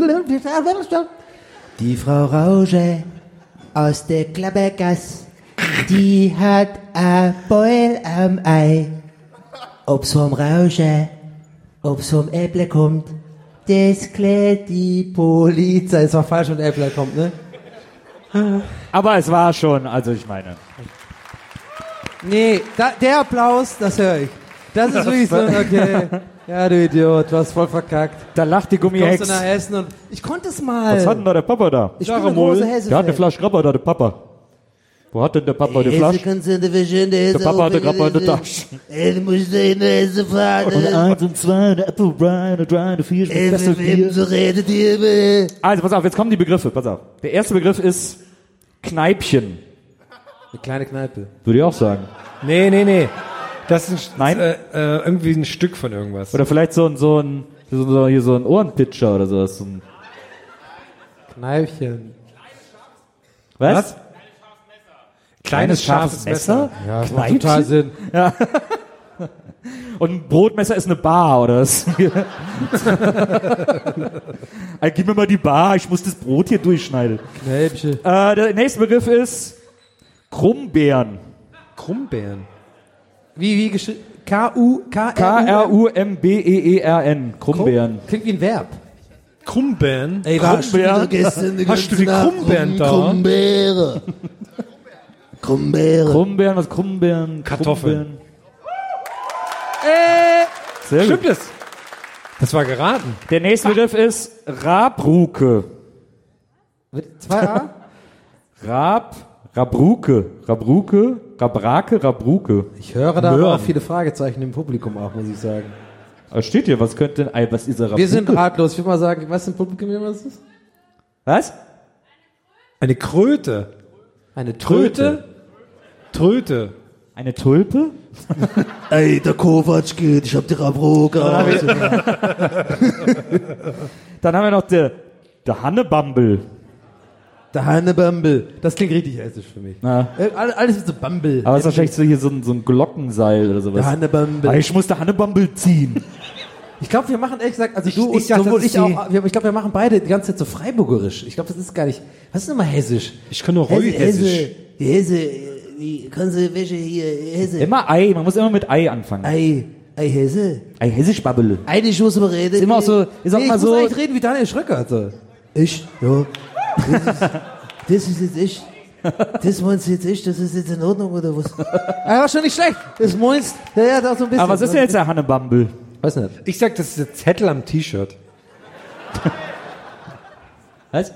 Die Frau Rausche aus der Klappergass, die hat ein Beul am Ei. Ob's vom Rausche, ob's vom Äpple kommt, das klärt die Polizei. Es war falsch, wenn Äpple kommt, ne? Aber es war schon, also ich meine. Nee, da, der Applaus, das höre ich. Das ist wirklich so, okay. Ja, du Idiot, du hast voll verkackt. Da lacht die Kommst Gummihex. du nach Essen und ich konnte es mal. Was hat denn da der Papa da? Ich bin ein großer Hesse-Fan. Der hat eine Flasche Grappa da, der Papa. Wo hat denn der Papa die Flasche? Der Papa hat die Grappa in der Tasche. Ey, du musst in der Hesse fahren. Und eins und zwei, der Apple Rye, der drei, der vier, schmeckt besser Bier. So redet ihr. Also, pass auf, jetzt kommen die Begriffe, pass auf. Der erste Begriff ist Kneipchen. Eine kleine Kneipe. Würde ich auch sagen. Nee, nee, nee. Das ist ein, Nein? Äh, äh, irgendwie ein Stück von irgendwas. Oder vielleicht so ein, so ein, so, so, hier so ein Ohrenpitcher oder sowas. So ein, Kneipchen. was? Was? Kleines, scharfes Messer? Ja, das macht Kneipchen? total Sinn. Ja. Und ein Brotmesser ist eine Bar, oder was? Ey, gib mir mal die Bar, ich muss das Brot hier durchschneiden. Knäbchen. Äh, der nächste Begriff ist Krummbeeren. Krummbeeren. Wie, wie geschrieben? K U K K R U M B E E R N. Krummbeeren. Klingt wie ein Verb. Krummbeeren? Ey, warst du wieder gestern die Hast du die ganze Nacht Krummbeeren da? Krummbeere. Krummbeere. Krummbeeren, was Krummbeeren? Kartoffeln. Krummbeeren. Äh, Sehr Stimmt gut. es? Das war geraten. Der nächste Begriff ist Rabruke. Mit zwei A? Rab, Rabruke. Rabruke, Rabrake, Rabruke. Ich höre da aber Möhren. auch viele Fragezeichen im Publikum auch, muss ich sagen. Was steht hier? Was könnte denn, ey, was ist Rabruke? Wir sind ratlos. Ich würde mal sagen, was im Publikum hier was ist? Was? Eine Kröte. Eine Tröte? Tröte. Eine Tulpe? Ey, der Kovac geht, ich hab die Rabruke. Dann haben wir noch der, der Hannebumble. Der Hannebumble. Das klingt richtig hessisch für mich. Ja. Äh, Alles ist so Bumble. Aber es ist wahrscheinlich so hier so ein, so ein Glockenseil oder sowas. Der Hannebumble. Ah, ich muss der Hannebumble ziehen. Ich glaube, wir machen ehrlich gesagt, also Ich- du ich und dachte, sowohl das ich ist auch, die- wir, ich glaube, wir machen beide die ganze Zeit so freiburgerisch. Ich glaube, das ist gar nicht, was ist denn immer hessisch? Ich kann nur Roy hessisch. Die Hesse, wie, kannst du welche hier, Hesse? Immer Ei, man muss immer mit Ei anfangen. Ei, Ei Hesse. Ei hessisch Babbele. Ei, ich muss mal reden. Ist immer auch so, ist auch nee, mal ich so. muss eigentlich reden wie Daniel Schröcker, also. Ich, ja. Das ist, das ist jetzt ich. Das meinst du jetzt echt? Das ist jetzt in Ordnung, oder was? Ah, war schon nicht schlecht. Das meinst, ja, ja, da so ein bisschen. Aber was ist denn jetzt der Hannebumble? Weiß nicht. Ich sag, das ist der Zettel am T-Shirt. Was?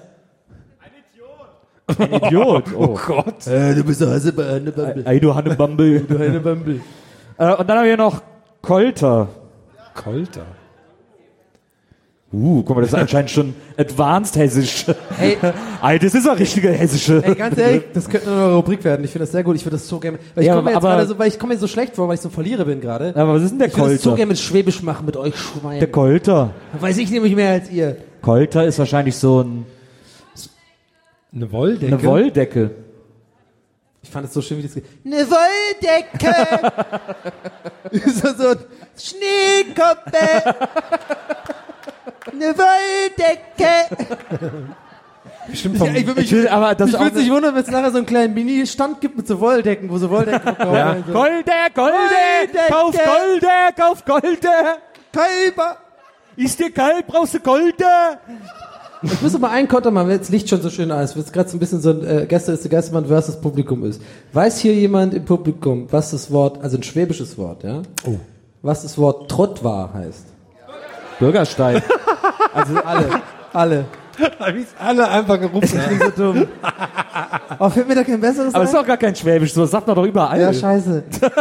Ein Idiot. Oh, Gott. Äh, du bist doch Hesse bei Hannebumble. Ei, du Hannebumble. Du Hannebumble. äh, und dann haben wir noch Kolter. Kolter. Uh, guck mal, das ist anscheinend schon advanced hessisch. Ey. Ei, das ist ein richtiger hessische. Ey, ganz ehrlich, das könnte eine Rubrik werden. Ich finde das sehr gut. Ich würde das so gerne, weil ich Ja, komme mir jetzt aber- gerade so, weil ich komme mir so schlecht vor, weil ich so Verlierer bin gerade. Aber was ist denn der Ich würde das so Kolter? gerne mit Schwäbisch machen, mit euch Schweinen. Der Kolter. Weiß ich nämlich mehr als ihr. Kolter ist wahrscheinlich so ein, Eine Wolldecke. eine Wolldecke. Ich fand es so schön, wie das. Eine Wolldecke! so, so ein Schneekoppe! Eine Wolldecke! Bestimmt Ich, vom, ich würde mich, Ich will aber das ich auch würde nicht- nicht wundern, wenn es nachher so einen kleinen Mini-Stand gibt mit so Wolldecken, wo so Wolldecken verkauft Ja. werden. So. Golde, Golde, Wolldecke. kauf Golde, kauf Golde. Kalber! Ist dir kalt, brauchst du Golde? Ich muss aber einen Konter machen, wenn das Licht schon so schön ist. Wenn es gerade so ein bisschen so ein äh, Gäste ist der Geistermann versus Publikum ist. Weiß hier jemand im Publikum, was das Wort, also ein schwäbisches Wort, ja? Oh. Was das Wort Trott war heißt? Bürgersteig. Also alle, alle. Hab ich's alle einfach gerufen. Nicht so dumm. Oh, fällt mir da kein besseres Aber es ist ein? doch gar kein Schwäbisch, so das sagt man doch überall. Ja, scheiße.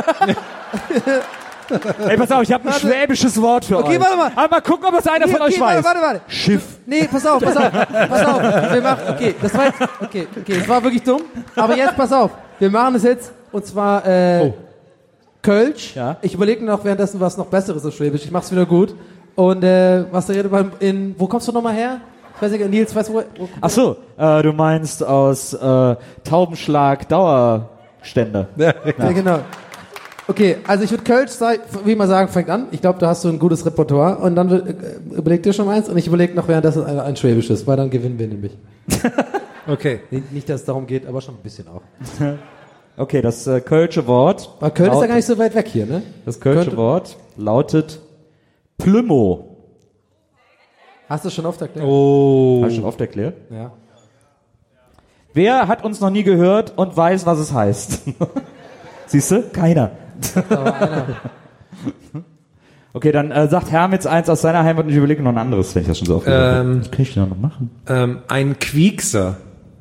Ey, pass auf, ich habe ein schwäbisches Wort für Okay, euch. warte mal. Aber mal gucken, ob es einer Okay, von euch okay, weiß. warte, warte, warte. Schiff. Nee, pass auf, pass auf, pass auf. Wir machen, okay, das war jetzt, okay, okay, das war wirklich dumm. Aber jetzt pass auf, wir machen es jetzt und zwar äh, Oh. Kölsch. Ja. Ich überlege noch währenddessen was noch Besseres als Schwäbisch. Ich mach's wieder gut. Und äh, was da beim in, wo kommst du nochmal her? Ich weiß nicht, Nils, weißt du wo? wo Ach so, äh, du meinst aus äh, Taubenschlag Dauerständer. Ja, genau. Okay, also ich würde Kölsch sagen, wie mal sagen, fängt an. Ich glaube, da hast du ein gutes Repertoire. Und dann wird, äh, überleg dir schon eins und ich überlege noch währenddessen ein, ein Schwäbisches, weil dann gewinnen wir nämlich. Okay. Nicht, nicht, dass es darum geht, aber schon ein bisschen auch. Okay, das äh, Kölsche Wort. Weil Köln ist ja laut- gar nicht so weit weg hier, ne? Das Kölsche Könnte- Wort lautet Plümo. Hast du schon oft erklärt? Oh. Habe ich schon oft erklärt? Ja. Wer hat uns noch nie gehört und weiß, was es heißt? Siehst du? Keiner. Aber einer. Okay, dann äh, sagt Hermitz eins aus seiner Heimat und ich überlege noch ein anderes, wenn ich das schon so oft gehört habe. Ähm, Was kann ich denn noch machen? Ähm, ein Quiekser.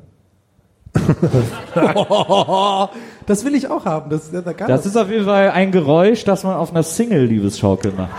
Das will ich auch haben. Das, da kann Das ist auf jeden Fall ein Geräusch, das man auf einer Single-Liebesschaukel macht.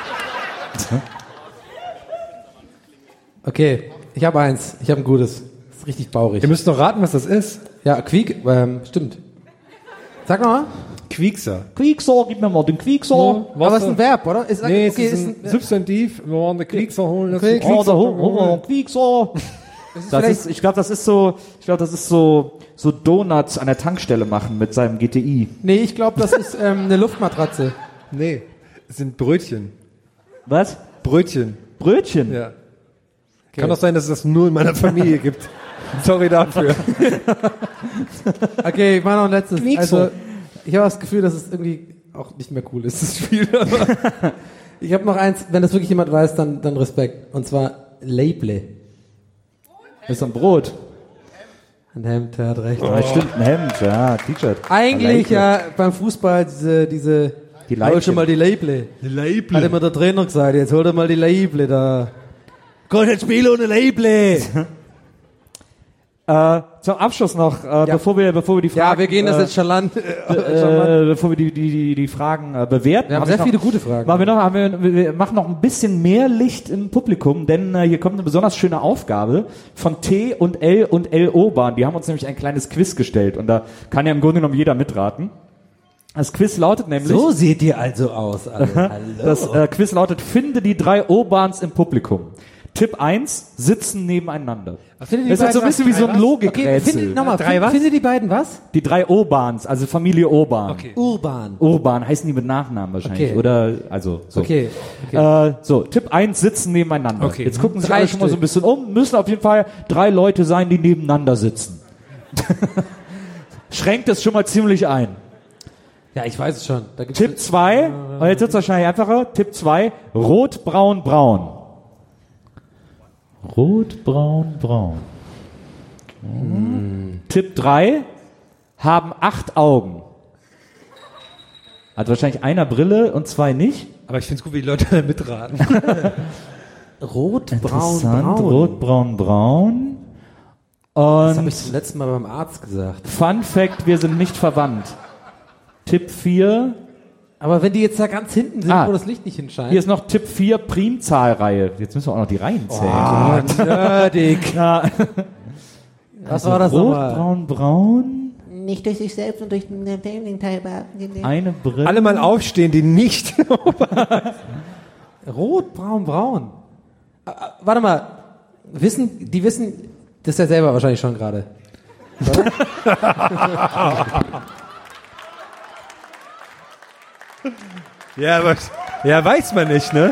Okay, ich habe eins. Ich habe ein gutes. Das ist richtig baurig. Ihr müsst noch raten, was das ist. Ja, Quiek, ähm, stimmt. Sag mal. Quiekser. Quiekser, gib mir mal den Quiekser. Aber es ist ein Verb, oder? Ist, Nee, okay, es ist ein Substantiv. Wir wollen den Quiekser holen. Das ist ein Oh, da Quiekser holen wir einen Quiekser. Das ist, ich glaube, das ist so, ich glaube, das ist so, so Donuts an der Tankstelle machen mit seinem G T I. Nee, ich glaube, das ist ähm, eine Luftmatratze. Nee, es sind Brötchen. Was? Brötchen. Brötchen? Ja. Kann auch sein, dass es das nur in meiner Familie gibt. Sorry dafür. Okay, ich mache noch ein letztes. Quiekser. Also, ich habe das Gefühl, dass es irgendwie auch nicht mehr cool ist, das Spiel. Aber ich habe noch eins, wenn das wirklich jemand weiß, dann, dann Respekt. Und zwar Label. Das ist ein Brot. Ein Hemd, er hat recht. Ja, stimmt, ein Hemd, ja, T-Shirt. Eigentlich ja beim Fußball diese, diese, Die hol Leibchen. schon mal die Label. Die Label. Hat immer der Trainer gesagt, jetzt hol dir mal die Label da. Kannst nicht spielen ohne Label. Äh, zum Abschluss noch, äh, bevor wir, bevor wir die Fragen, Ja, wir gehen das äh, jetzt charlant. äh, bevor wir die, die, die, die Fragen äh, bewerten. Wir haben hab sehr ich noch, viele gute Fragen. Machen wir, noch, haben wir, wir machen noch ein bisschen mehr Licht im Publikum, denn äh, hier kommt eine besonders schöne Aufgabe von T und L und L O-Bahn. Die haben uns nämlich ein kleines Quiz gestellt und da kann ja im Grunde genommen jeder mitraten. Das Quiz lautet nämlich... So seht ihr also aus, alle. Hallo. Das äh, Quiz lautet, finde die drei O-Bahns im Publikum. Tipp eins, sitzen nebeneinander. Das Findet die ist halt so ein beiden bisschen wie was? so ein Okay, Logikrätsel. findet, nochmal, Drei fin- was? findet die beiden was? Die drei Urbans, also Familie Urban. Okay. Urban. Urban heißen die mit Nachnamen wahrscheinlich, Okay. oder, also, so. Okay, okay. Äh, so, Tipp eins, sitzen nebeneinander. Okay. Jetzt gucken sich Drei alle schon mal so ein bisschen um, müssen auf jeden Fall drei Leute sein, die nebeneinander sitzen. Schränkt das schon mal ziemlich ein. Ja, ich weiß es schon. Da gibt's Tipp zwei, und jetzt wird es wahrscheinlich einfacher, Tipp zwei, rot, braun, braun. Rot, braun, braun. Hm. Tipp drei, haben acht Augen. Hat wahrscheinlich einer Brille und zwei nicht. Aber ich finde es gut, wie die Leute da mitraten. Rot, braun, Interessant, braun. rot, braun, braun. Das habe Und ich zum letzten Mal beim Arzt gesagt. Fun Fact, wir sind nicht verwandt. Tipp vier. Aber wenn die jetzt da ganz hinten sind, Ah, wo das Licht nicht hinscheint. Hier ist noch Tipp vier, Primzahlreihe. Jetzt müssen wir auch noch die Reihen zählen. Oh, nerdig. Ja. Was Also war das rot, nochmal? braun, braun. Nicht durch sich selbst und durch den Teil. Eine Brille. Alle mal aufstehen, die nicht. Rot, braun, braun. Ah, ah, warte mal. Wissen, die wissen das ja selber wahrscheinlich schon gerade. Oder? Ja, aber, ja, weiß man nicht, ne?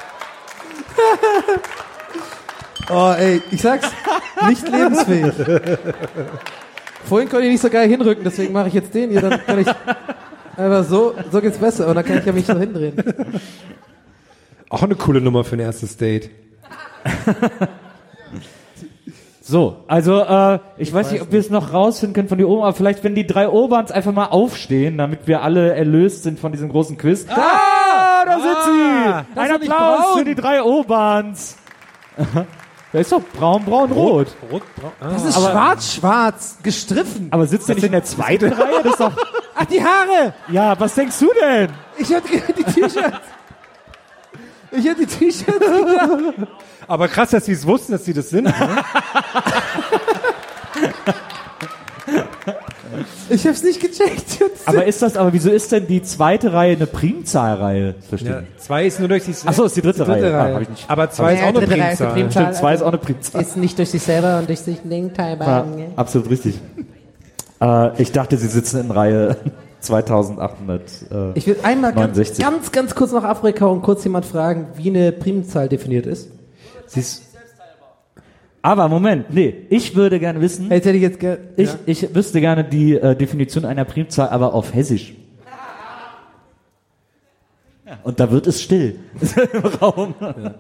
Oh, ey, ich sag's, nicht lebensfähig. Vorhin konnte ich nicht so geil hinrücken, deswegen mache ich jetzt den hier, dann kann ich einfach so, so geht's besser und dann kann ich ja mich so hindrehen. Auch eine coole Nummer für ein erstes Date. So, also äh, ich, ich weiß nicht, ob wir es noch rausfinden können von die Oben, aber vielleicht, wenn die drei Urbans einfach mal aufstehen, damit wir alle erlöst sind von diesem großen Quiz. Ah, da sind sie! Ein Applaus für die drei Urbans. Da ist doch braun, braun, rot. Rot, braun. Ah. Das ist Aber- schwarz-schwarz, gestriffen. Aber sitzt der nicht in der zweiten Reihe? Das ist doch. Ach, die Haare! Ja, was denkst du denn? Ich hatte die T-Shirts. Ich hatte die T-Shirts. Aber krass, dass sie es wussten, dass sie das sind. Ne? Ich hab's nicht gecheckt. Aber ist das, aber wieso ist denn die zweite Reihe eine Primzahlreihe? Verstehe. Ja, zwei ist nur durch sich Ach so, ist die dritte, Die dritte Reihe. Reihe. Ah, hab ich nicht. Aber zwei ist auch eine dritte Reihe ist eine Primzahl. Primzahl. Stimmt, zwei ist auch eine Primzahl. Ist nicht durch sich selber und durch sich den Teil. Ja, absolut richtig. Äh, ich dachte, sie sitzen in Reihe zweitausendachthundertneunundsechzig. Ich will einmal ganz, ganz, ganz kurz nach Afrika und kurz jemand fragen, wie eine Primzahl definiert ist. Sie ist Aber Moment, nee, ich würde gerne wissen, Jetzt hätte ich jetzt ge- ich, ja. ich wüsste gerne die äh, Definition einer Primzahl, aber auf Hessisch. Und da wird es still im Raum.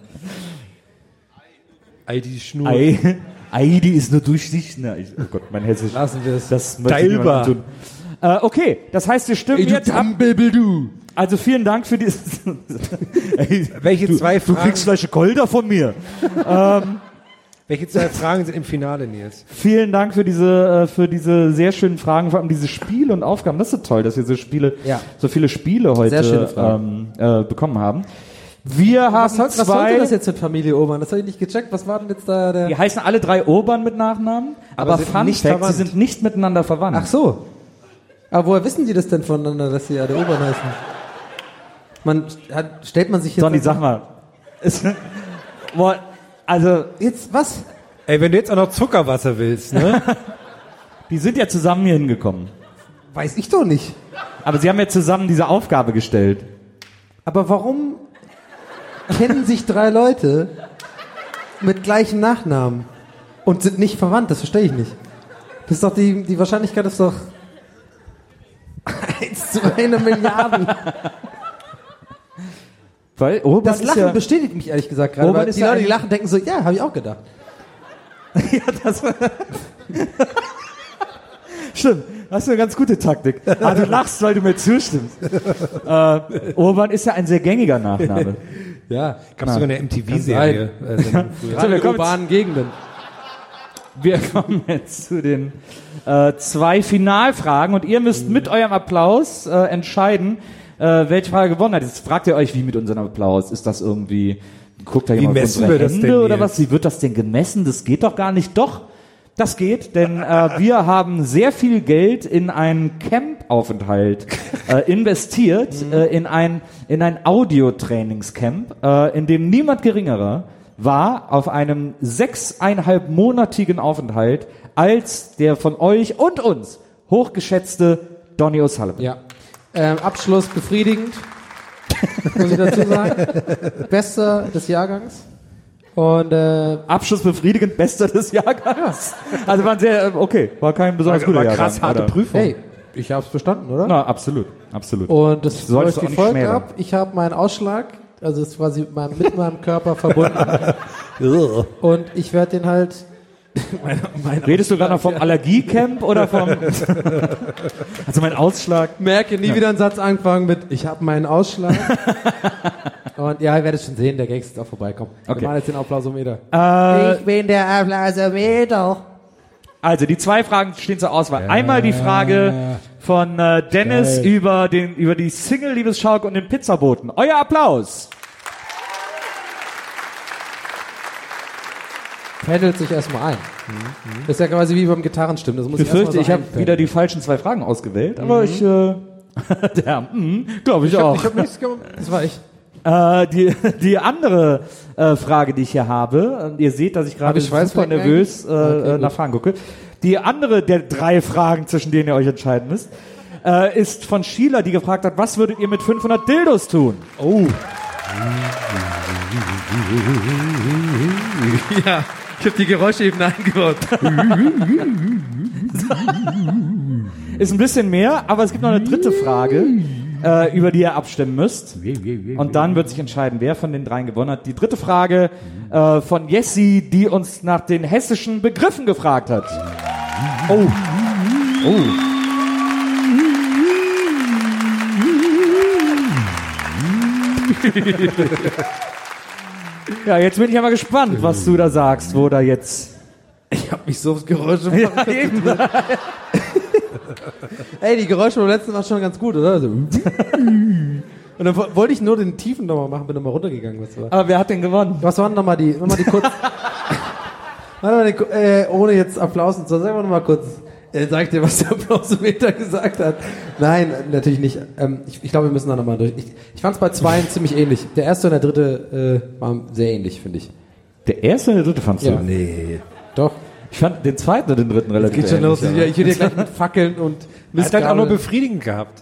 Ei, die Schnur. Ei, Ei, die ist nur durchsichtig. Na, ich, oh Gott, mein Hessisch. Lassen wir es. Das möchte Deilbar. niemandem tun. Äh, okay, das heißt, wir stimmen Ey, du jetzt ab. Dumbbell, du. Also vielen Dank für dieses. Ey, Welche du, zwei Du Fragen? kriegst gleich eine Golder von mir. ähm, Welche zwei Fragen sind im Finale, Nils? Vielen Dank für diese, äh, für diese sehr schönen Fragen, vor allem diese Spiele und Aufgaben. Das ist so toll, dass wir so Spiele, Ja. so viele Spiele Sehr heute schöne Fragen. ähm, äh, bekommen haben. Wir haben Was, soll, was sollte zwei. das jetzt mit Familie Obern? Das habe ich nicht gecheckt. Was war denn jetzt da der... Die heißen alle drei Urban mit Nachnamen, aber, Aber sind Fun nicht Fact, verwandt. sie sind nicht miteinander verwandt. Ach so. Aber woher wissen die das denn voneinander, dass sie alle Obern heißen? Man hat, stellt man sich jetzt... Sonny, sag mal. Ist, boah, also, Jetzt, was? Ey, wenn du jetzt auch noch Zuckerwasser willst, ne? die sind ja zusammen hier hingekommen. Weiß ich doch nicht. Aber sie haben ja zusammen diese Aufgabe gestellt. Aber warum kennen sich drei Leute mit gleichem Nachnamen und sind nicht verwandt? Das verstehe ich nicht. Das ist doch die, die Wahrscheinlichkeit ist doch eins zu einer Milliarde. Weil Urban Das ist Lachen ja, bestätigt mich ehrlich gesagt gerade, Urban weil ist die ja Leute, die ein- lachen, denken so, ja, habe ich auch gedacht. ja, das war Stimmt, das ist eine ganz gute Taktik. Ah, du lachst, weil du mir zustimmst. äh, Urban ist ja ein sehr gängiger Nachname. Ja, Gab sogar eine M T V-Serie. Äh, Sendung früher. So, wir in kommen urbanen Gegenden. Wir kommen jetzt zu den äh, zwei Finalfragen und ihr müsst mit eurem Applaus äh, entscheiden, äh, welche Frage gewonnen hat. Jetzt fragt ihr euch, wie mit unserem Applaus? Ist das irgendwie, guckt da Wie jemand auf messen unsere wir das Hände denn oder jetzt? was? Wie wird das denn gemessen? Das geht doch gar nicht. Doch, das geht, denn äh, wir haben sehr viel Geld in einen Camp-Aufenthalt äh, investiert, äh, in ein, in ein Audio-Trainingscamp, äh, in dem niemand geringerer war auf einem sechseinhalbmonatigen Aufenthalt als der von euch und uns hochgeschätzte Donny O'Sullivan. Ja. Ähm, Abschluss befriedigend, muss ich dazu sagen. Bester des Jahrgangs. Und äh, Abschluss befriedigend, bester des Jahrgangs. Also war sehr, okay, war kein besonders guter Jahrgang. Krass harte oder? Prüfung. hey, ich hab's bestanden, oder? Na, absolut, absolut. Und das Solltest läuft du wie auch nicht folgt schmälern. ab. Ich habe meinen Ausschlag, also es ist quasi mein, mit meinem Körper verbunden. Und ich werde den halt... meine, meine Redest du gerade noch vom Allergiecamp oder vom... Also mein Ausschlag... Merke nie ja. wieder einen Satz anfangen mit, ich habe meinen Ausschlag. Und ja, ihr werdet schon sehen, der Gag ist auch vorbeikommen. Okay. Wir machen jetzt den Applausometer. Äh, Ich bin der Applausometer. Also die zwei Fragen stehen zur Auswahl. Einmal die Frage von äh, Dennis Geil. über den über die Single Liebesschaukel und den Pizzaboten. Euer Applaus. Pendelt sich erstmal ein. Mhm. Das ist ja quasi wie beim Gitarrenstimmen. Das muss Ich befürchte, erst ich mal so habe einpendeln. wieder die falschen zwei Fragen ausgewählt, aber Mhm. ich äh, der, mm, glaube ich, Ich hab- auch. ich hab nichts gemacht. Das war ich. Äh, die, die andere äh, Frage, die ich hier habe, und ihr seht, dass ich Hab gerade ich super Schweißflecken nervös äh, eigentlich? Okay, äh, nach gut. Fragen gucke. Die andere der drei Fragen, zwischen denen ihr euch entscheiden müsst, äh, ist von Sheila, die gefragt hat, was würdet ihr mit fünfhundert Dildos tun? Oh. Ja, ich habe die Geräusche eben eingebaut. Ist ein bisschen mehr, aber es gibt noch eine dritte Frage, äh, über die ihr abstimmen müsst. Und dann wird sich entscheiden, wer von den dreien gewonnen hat. Die dritte Frage äh, von Jessie, die uns nach den hessischen Begriffen gefragt hat. Oh. Oh. Ja, jetzt bin ich ja mal gespannt, was du da sagst, wo da jetzt... Ich habe mich so aufs Geräusch Ja, eben. Ey, die Geräusche beim letzten Mal schon ganz gut, oder? So. Und dann wo- wollte ich nur den Tiefen nochmal machen, bin nochmal runtergegangen. Was war. Aber wer hat denn gewonnen? Was waren nochmal die, nochmal die kurz... Warte mal, die, äh, ohne jetzt Applaus und so, sag mal nochmal kurz. Äh, sag dir, was der Applausometer gesagt hat. Nein, natürlich nicht. Ähm, ich ich glaube, wir müssen da nochmal durch. Ich, ich fand es bei zweien ziemlich ähnlich. Der erste und der dritte äh, waren sehr ähnlich, finde ich. Der erste und der dritte fandst Ja. du? Nee. Doch. Ich fand den zweiten und den dritten relativ Geht schon los. ähnlich, Ja, aber- ich hätte gleich mit Fackeln und Er hat halt auch nur Mistgabel. befriedigend gehabt.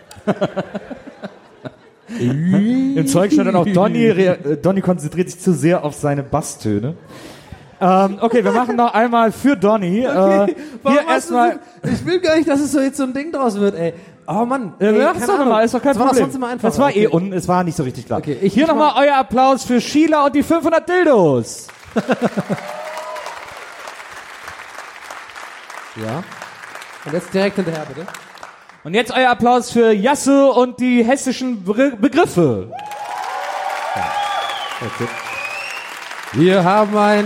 Im Zeug stand dann auch, Donny, rea- äh, Donny konzentriert sich zu sehr auf seine Basstöne. Ähm, okay, wir machen noch einmal für Donny. Okay, Äh, warum hier hast erstmal. du so, ich will gar nicht, dass es so jetzt so ein Ding draus wird, ey. Oh Mann. Ja, ey, mach's keine doch Ahnung. nochmal, ist doch kein das war Problem. Doch sonst immer einfach. das war okay. eh unten, es war nicht so richtig klar. Okay, ich- hier ich nochmal euer Applaus für Sheila und die fünfhundert Dildos. Ja. Und jetzt direkt hinterher, bitte. Und jetzt euer Applaus für Jasse und die hessischen Be- Begriffe. Okay. Wir haben ein...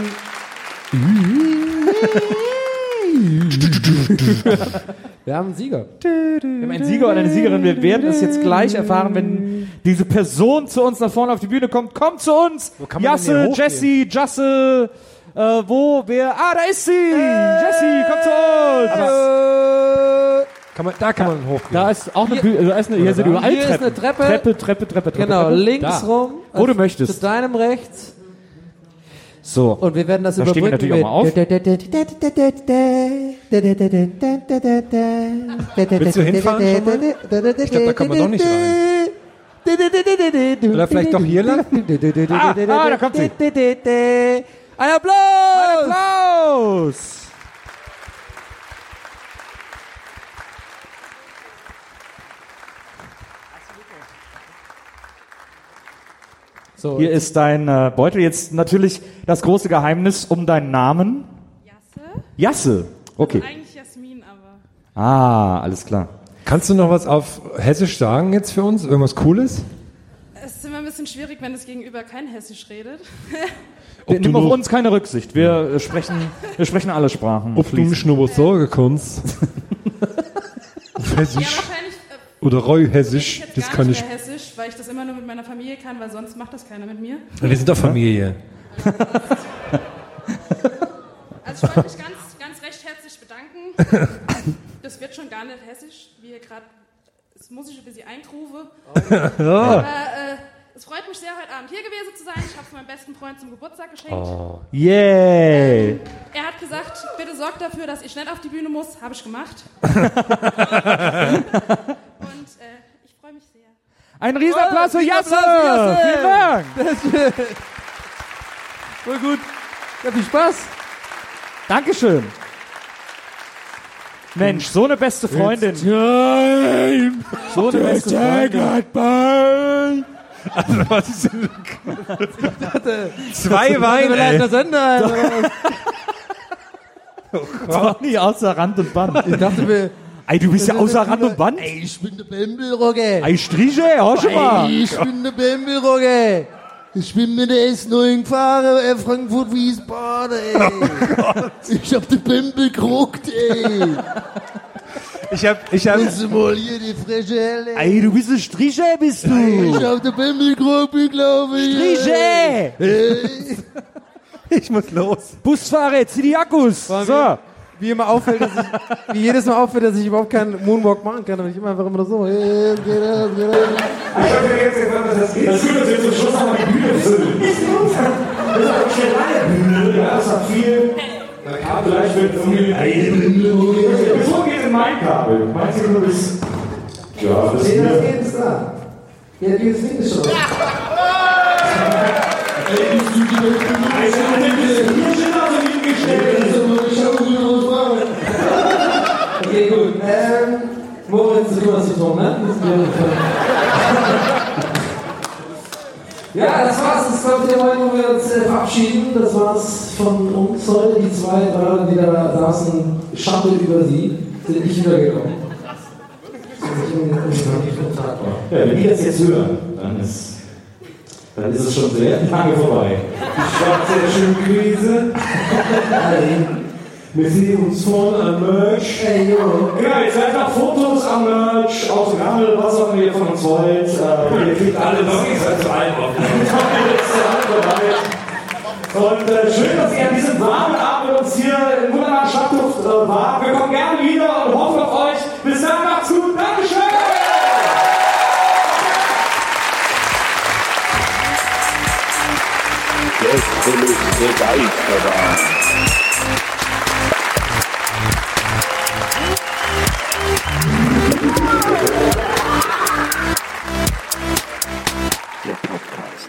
Wir haben einen Sieger. Wir haben einen Sieger und eine Siegerin. Wir werden es jetzt gleich erfahren, wenn diese Person zu uns nach vorne auf die Bühne kommt. Kommt zu uns! Wo kann man denn hier Jasse, hochgehen? Jessie, Jasse, äh, wo, wer? Ah, da ist sie! Jessie, kommt zu uns! Kann man, da kann man hochgehen. Da ist auch eine Bühne, da ist eine, hier sind überall Hier ist Treppen. eine Treppe. Treppe, Treppe, Treppe, Treppe. Genau, Treppe. links Da. rum. Wo du Zu möchtest. deinem rechts. So. Und wir werden das Da stehen wir überbrücken natürlich auch mal auf. Willst du hinfahren schon mal? Ich glaube, da kommt man doch nicht rein. Oder vielleicht doch hier lang? Ah, ah, da kommt sie. Ein Applaus! Ein Applaus! So, Hier ist dein äh, Beutel. Jetzt natürlich das große Geheimnis um deinen Namen. Jasse? Jasse. Okay. Eigentlich Jasmin, aber... Ah, alles klar. Kannst du noch was auf Hessisch sagen jetzt für uns? Irgendwas Cooles? Es ist immer ein bisschen schwierig, wenn das Gegenüber kein Hessisch redet. Wir nehmen auf uns keine Rücksicht. Wir äh, sprechen, wir sprechen alle Sprachen. Ob du mich noch was sagen kannst? Auf Hessisch. Ja, wahrscheinlich... Äh, Oder ich Reu-Hessisch. jetzt Das gar kann nicht ich. mehr Hessisch, weil ich das immer nur mit meiner Familie kann, weil sonst macht das keiner mit mir. Wir sind doch Familie. Also ich wollte mich ganz, ganz recht herzlich bedanken. Das wird schon gar nicht hessisch, wie ihr gerade... Das muss ich ein bisschen eingrufe. Aber äh, es freut mich sehr, heute Abend hier gewesen zu sein. Ich habe es meinem besten Freund zum Geburtstag geschenkt. Oh. Yay! Er hat gesagt, bitte sorgt dafür, dass ich nicht auf die Bühne muss. Habe ich gemacht. Und äh, ich freue mich sehr. Ein Riesenapplaus für Jasse! Vielen Dank! Voll gut. Ja, viel Spaß. Dankeschön. Mensch, so eine beste Freundin. It's time so eine beste Freundin. Also, was ist denn? Zwei Weine, ey. Das Ende, oh Gott. Nie außer Rand und Band. Ich dachte mir... Ey, du bist ja außer Rand und Band? Ey, ich bin der Bembelrogge. Ey, Striche, hör schon mal. Ey, ich bin der Bembelrogge. Ich bin mit der S neun gefahren, äh, Frankfurt-Wiesbaden, ey. Oh ich hab den Bembel geruckt, ey. Ich hab, ich hab... Willst du mal hier die frische Helle? Ey, du bist ein Striche, bist du. Ey, ich hab den Bembel geruckt, glaube ich. Striche! Ey. Ich muss los. Busfahrer, jetzt zieh die Akkus. So. Wie, wie immer auffällt, dass ich, wie jedes Mal auffällt, dass ich überhaupt keinen Moonwalk machen kann, aber ich immer einfach immer so, hey, geht das, geht das. Ich hab mir jetzt gesagt, dass das geht. Das ist gut, dass wir zum Schluss nochmal die Bühne füllen. Das ist eine kleine Bühne, ja, das hat viel. Da kam vielleicht mit irgendwie. Wieso geht in mein Kabel? Meinst du, du bist. Ja, das ist. Nee, das geht ist da. Ja, die ist nicht schon. Okay, gut. Ähm, Moritz, du hast zu tun, ne? Ja, das war's. Das ist, glaube ich, der Moment, wo wir uns äh, verabschieden. Das war's von uns heute. Die zwei, drei Leute, die da saßen, Schande über sie, sind nicht wiedergekommen. Ja, wenn die das jetzt hören, dann ist, dann ist es schon sehr lange vorbei. Die schwarze Krise. Wir sehen uns vorne am Merch. Hey, jo. Genau, ihr seid noch Fotos am Merch, Autogramme, was auch immer ihr von uns wollt. Äh, ihr kriegt alle noch, ihr seid zu allen offen. Und äh, schön, dass ihr an diesem warmen Abend mit uns hier im wunderbaren Stadtluft äh, wart. Wir kommen gerne wieder und hoffen auf euch. Bis dann, macht's gut. Dankeschön! Gästeliste Geisterbahn. Der Podcast.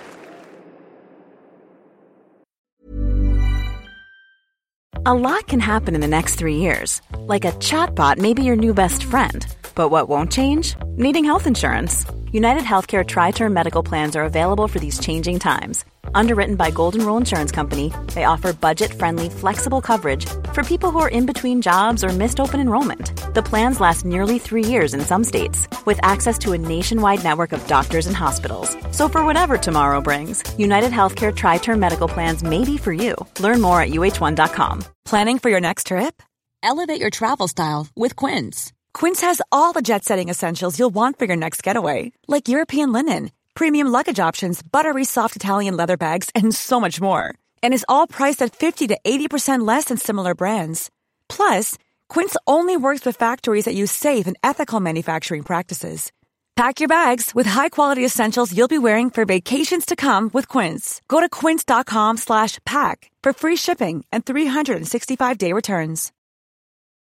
A lot can happen in the next three years. Like a chatbot may be your new best friend. But what won't change? Needing health insurance. United Healthcare Tri-Term Medical Plans are available for these changing times. Underwritten by Golden Rule Insurance Company, they offer budget-friendly, flexible coverage for people who are in between jobs or missed open enrollment. The plans last nearly three years in some states, with access to a nationwide network of doctors and hospitals. So for whatever tomorrow brings, United Healthcare Tri-Term Medical Plans may be for you. Learn more at U H one dot com. Planning for your next trip? Elevate your travel style with Quince. Quince has all the jet-setting essentials you'll want for your next getaway, like European linen, premium luggage options, buttery soft Italian leather bags, and so much more. And is all priced at fifty to eighty percent less than similar brands. Plus, Quince only works with factories that use safe and ethical manufacturing practices. Pack your bags with high-quality essentials you'll be wearing for vacations to come with Quince. Go to quince dot com slash pack for free shipping and three sixty-five day returns.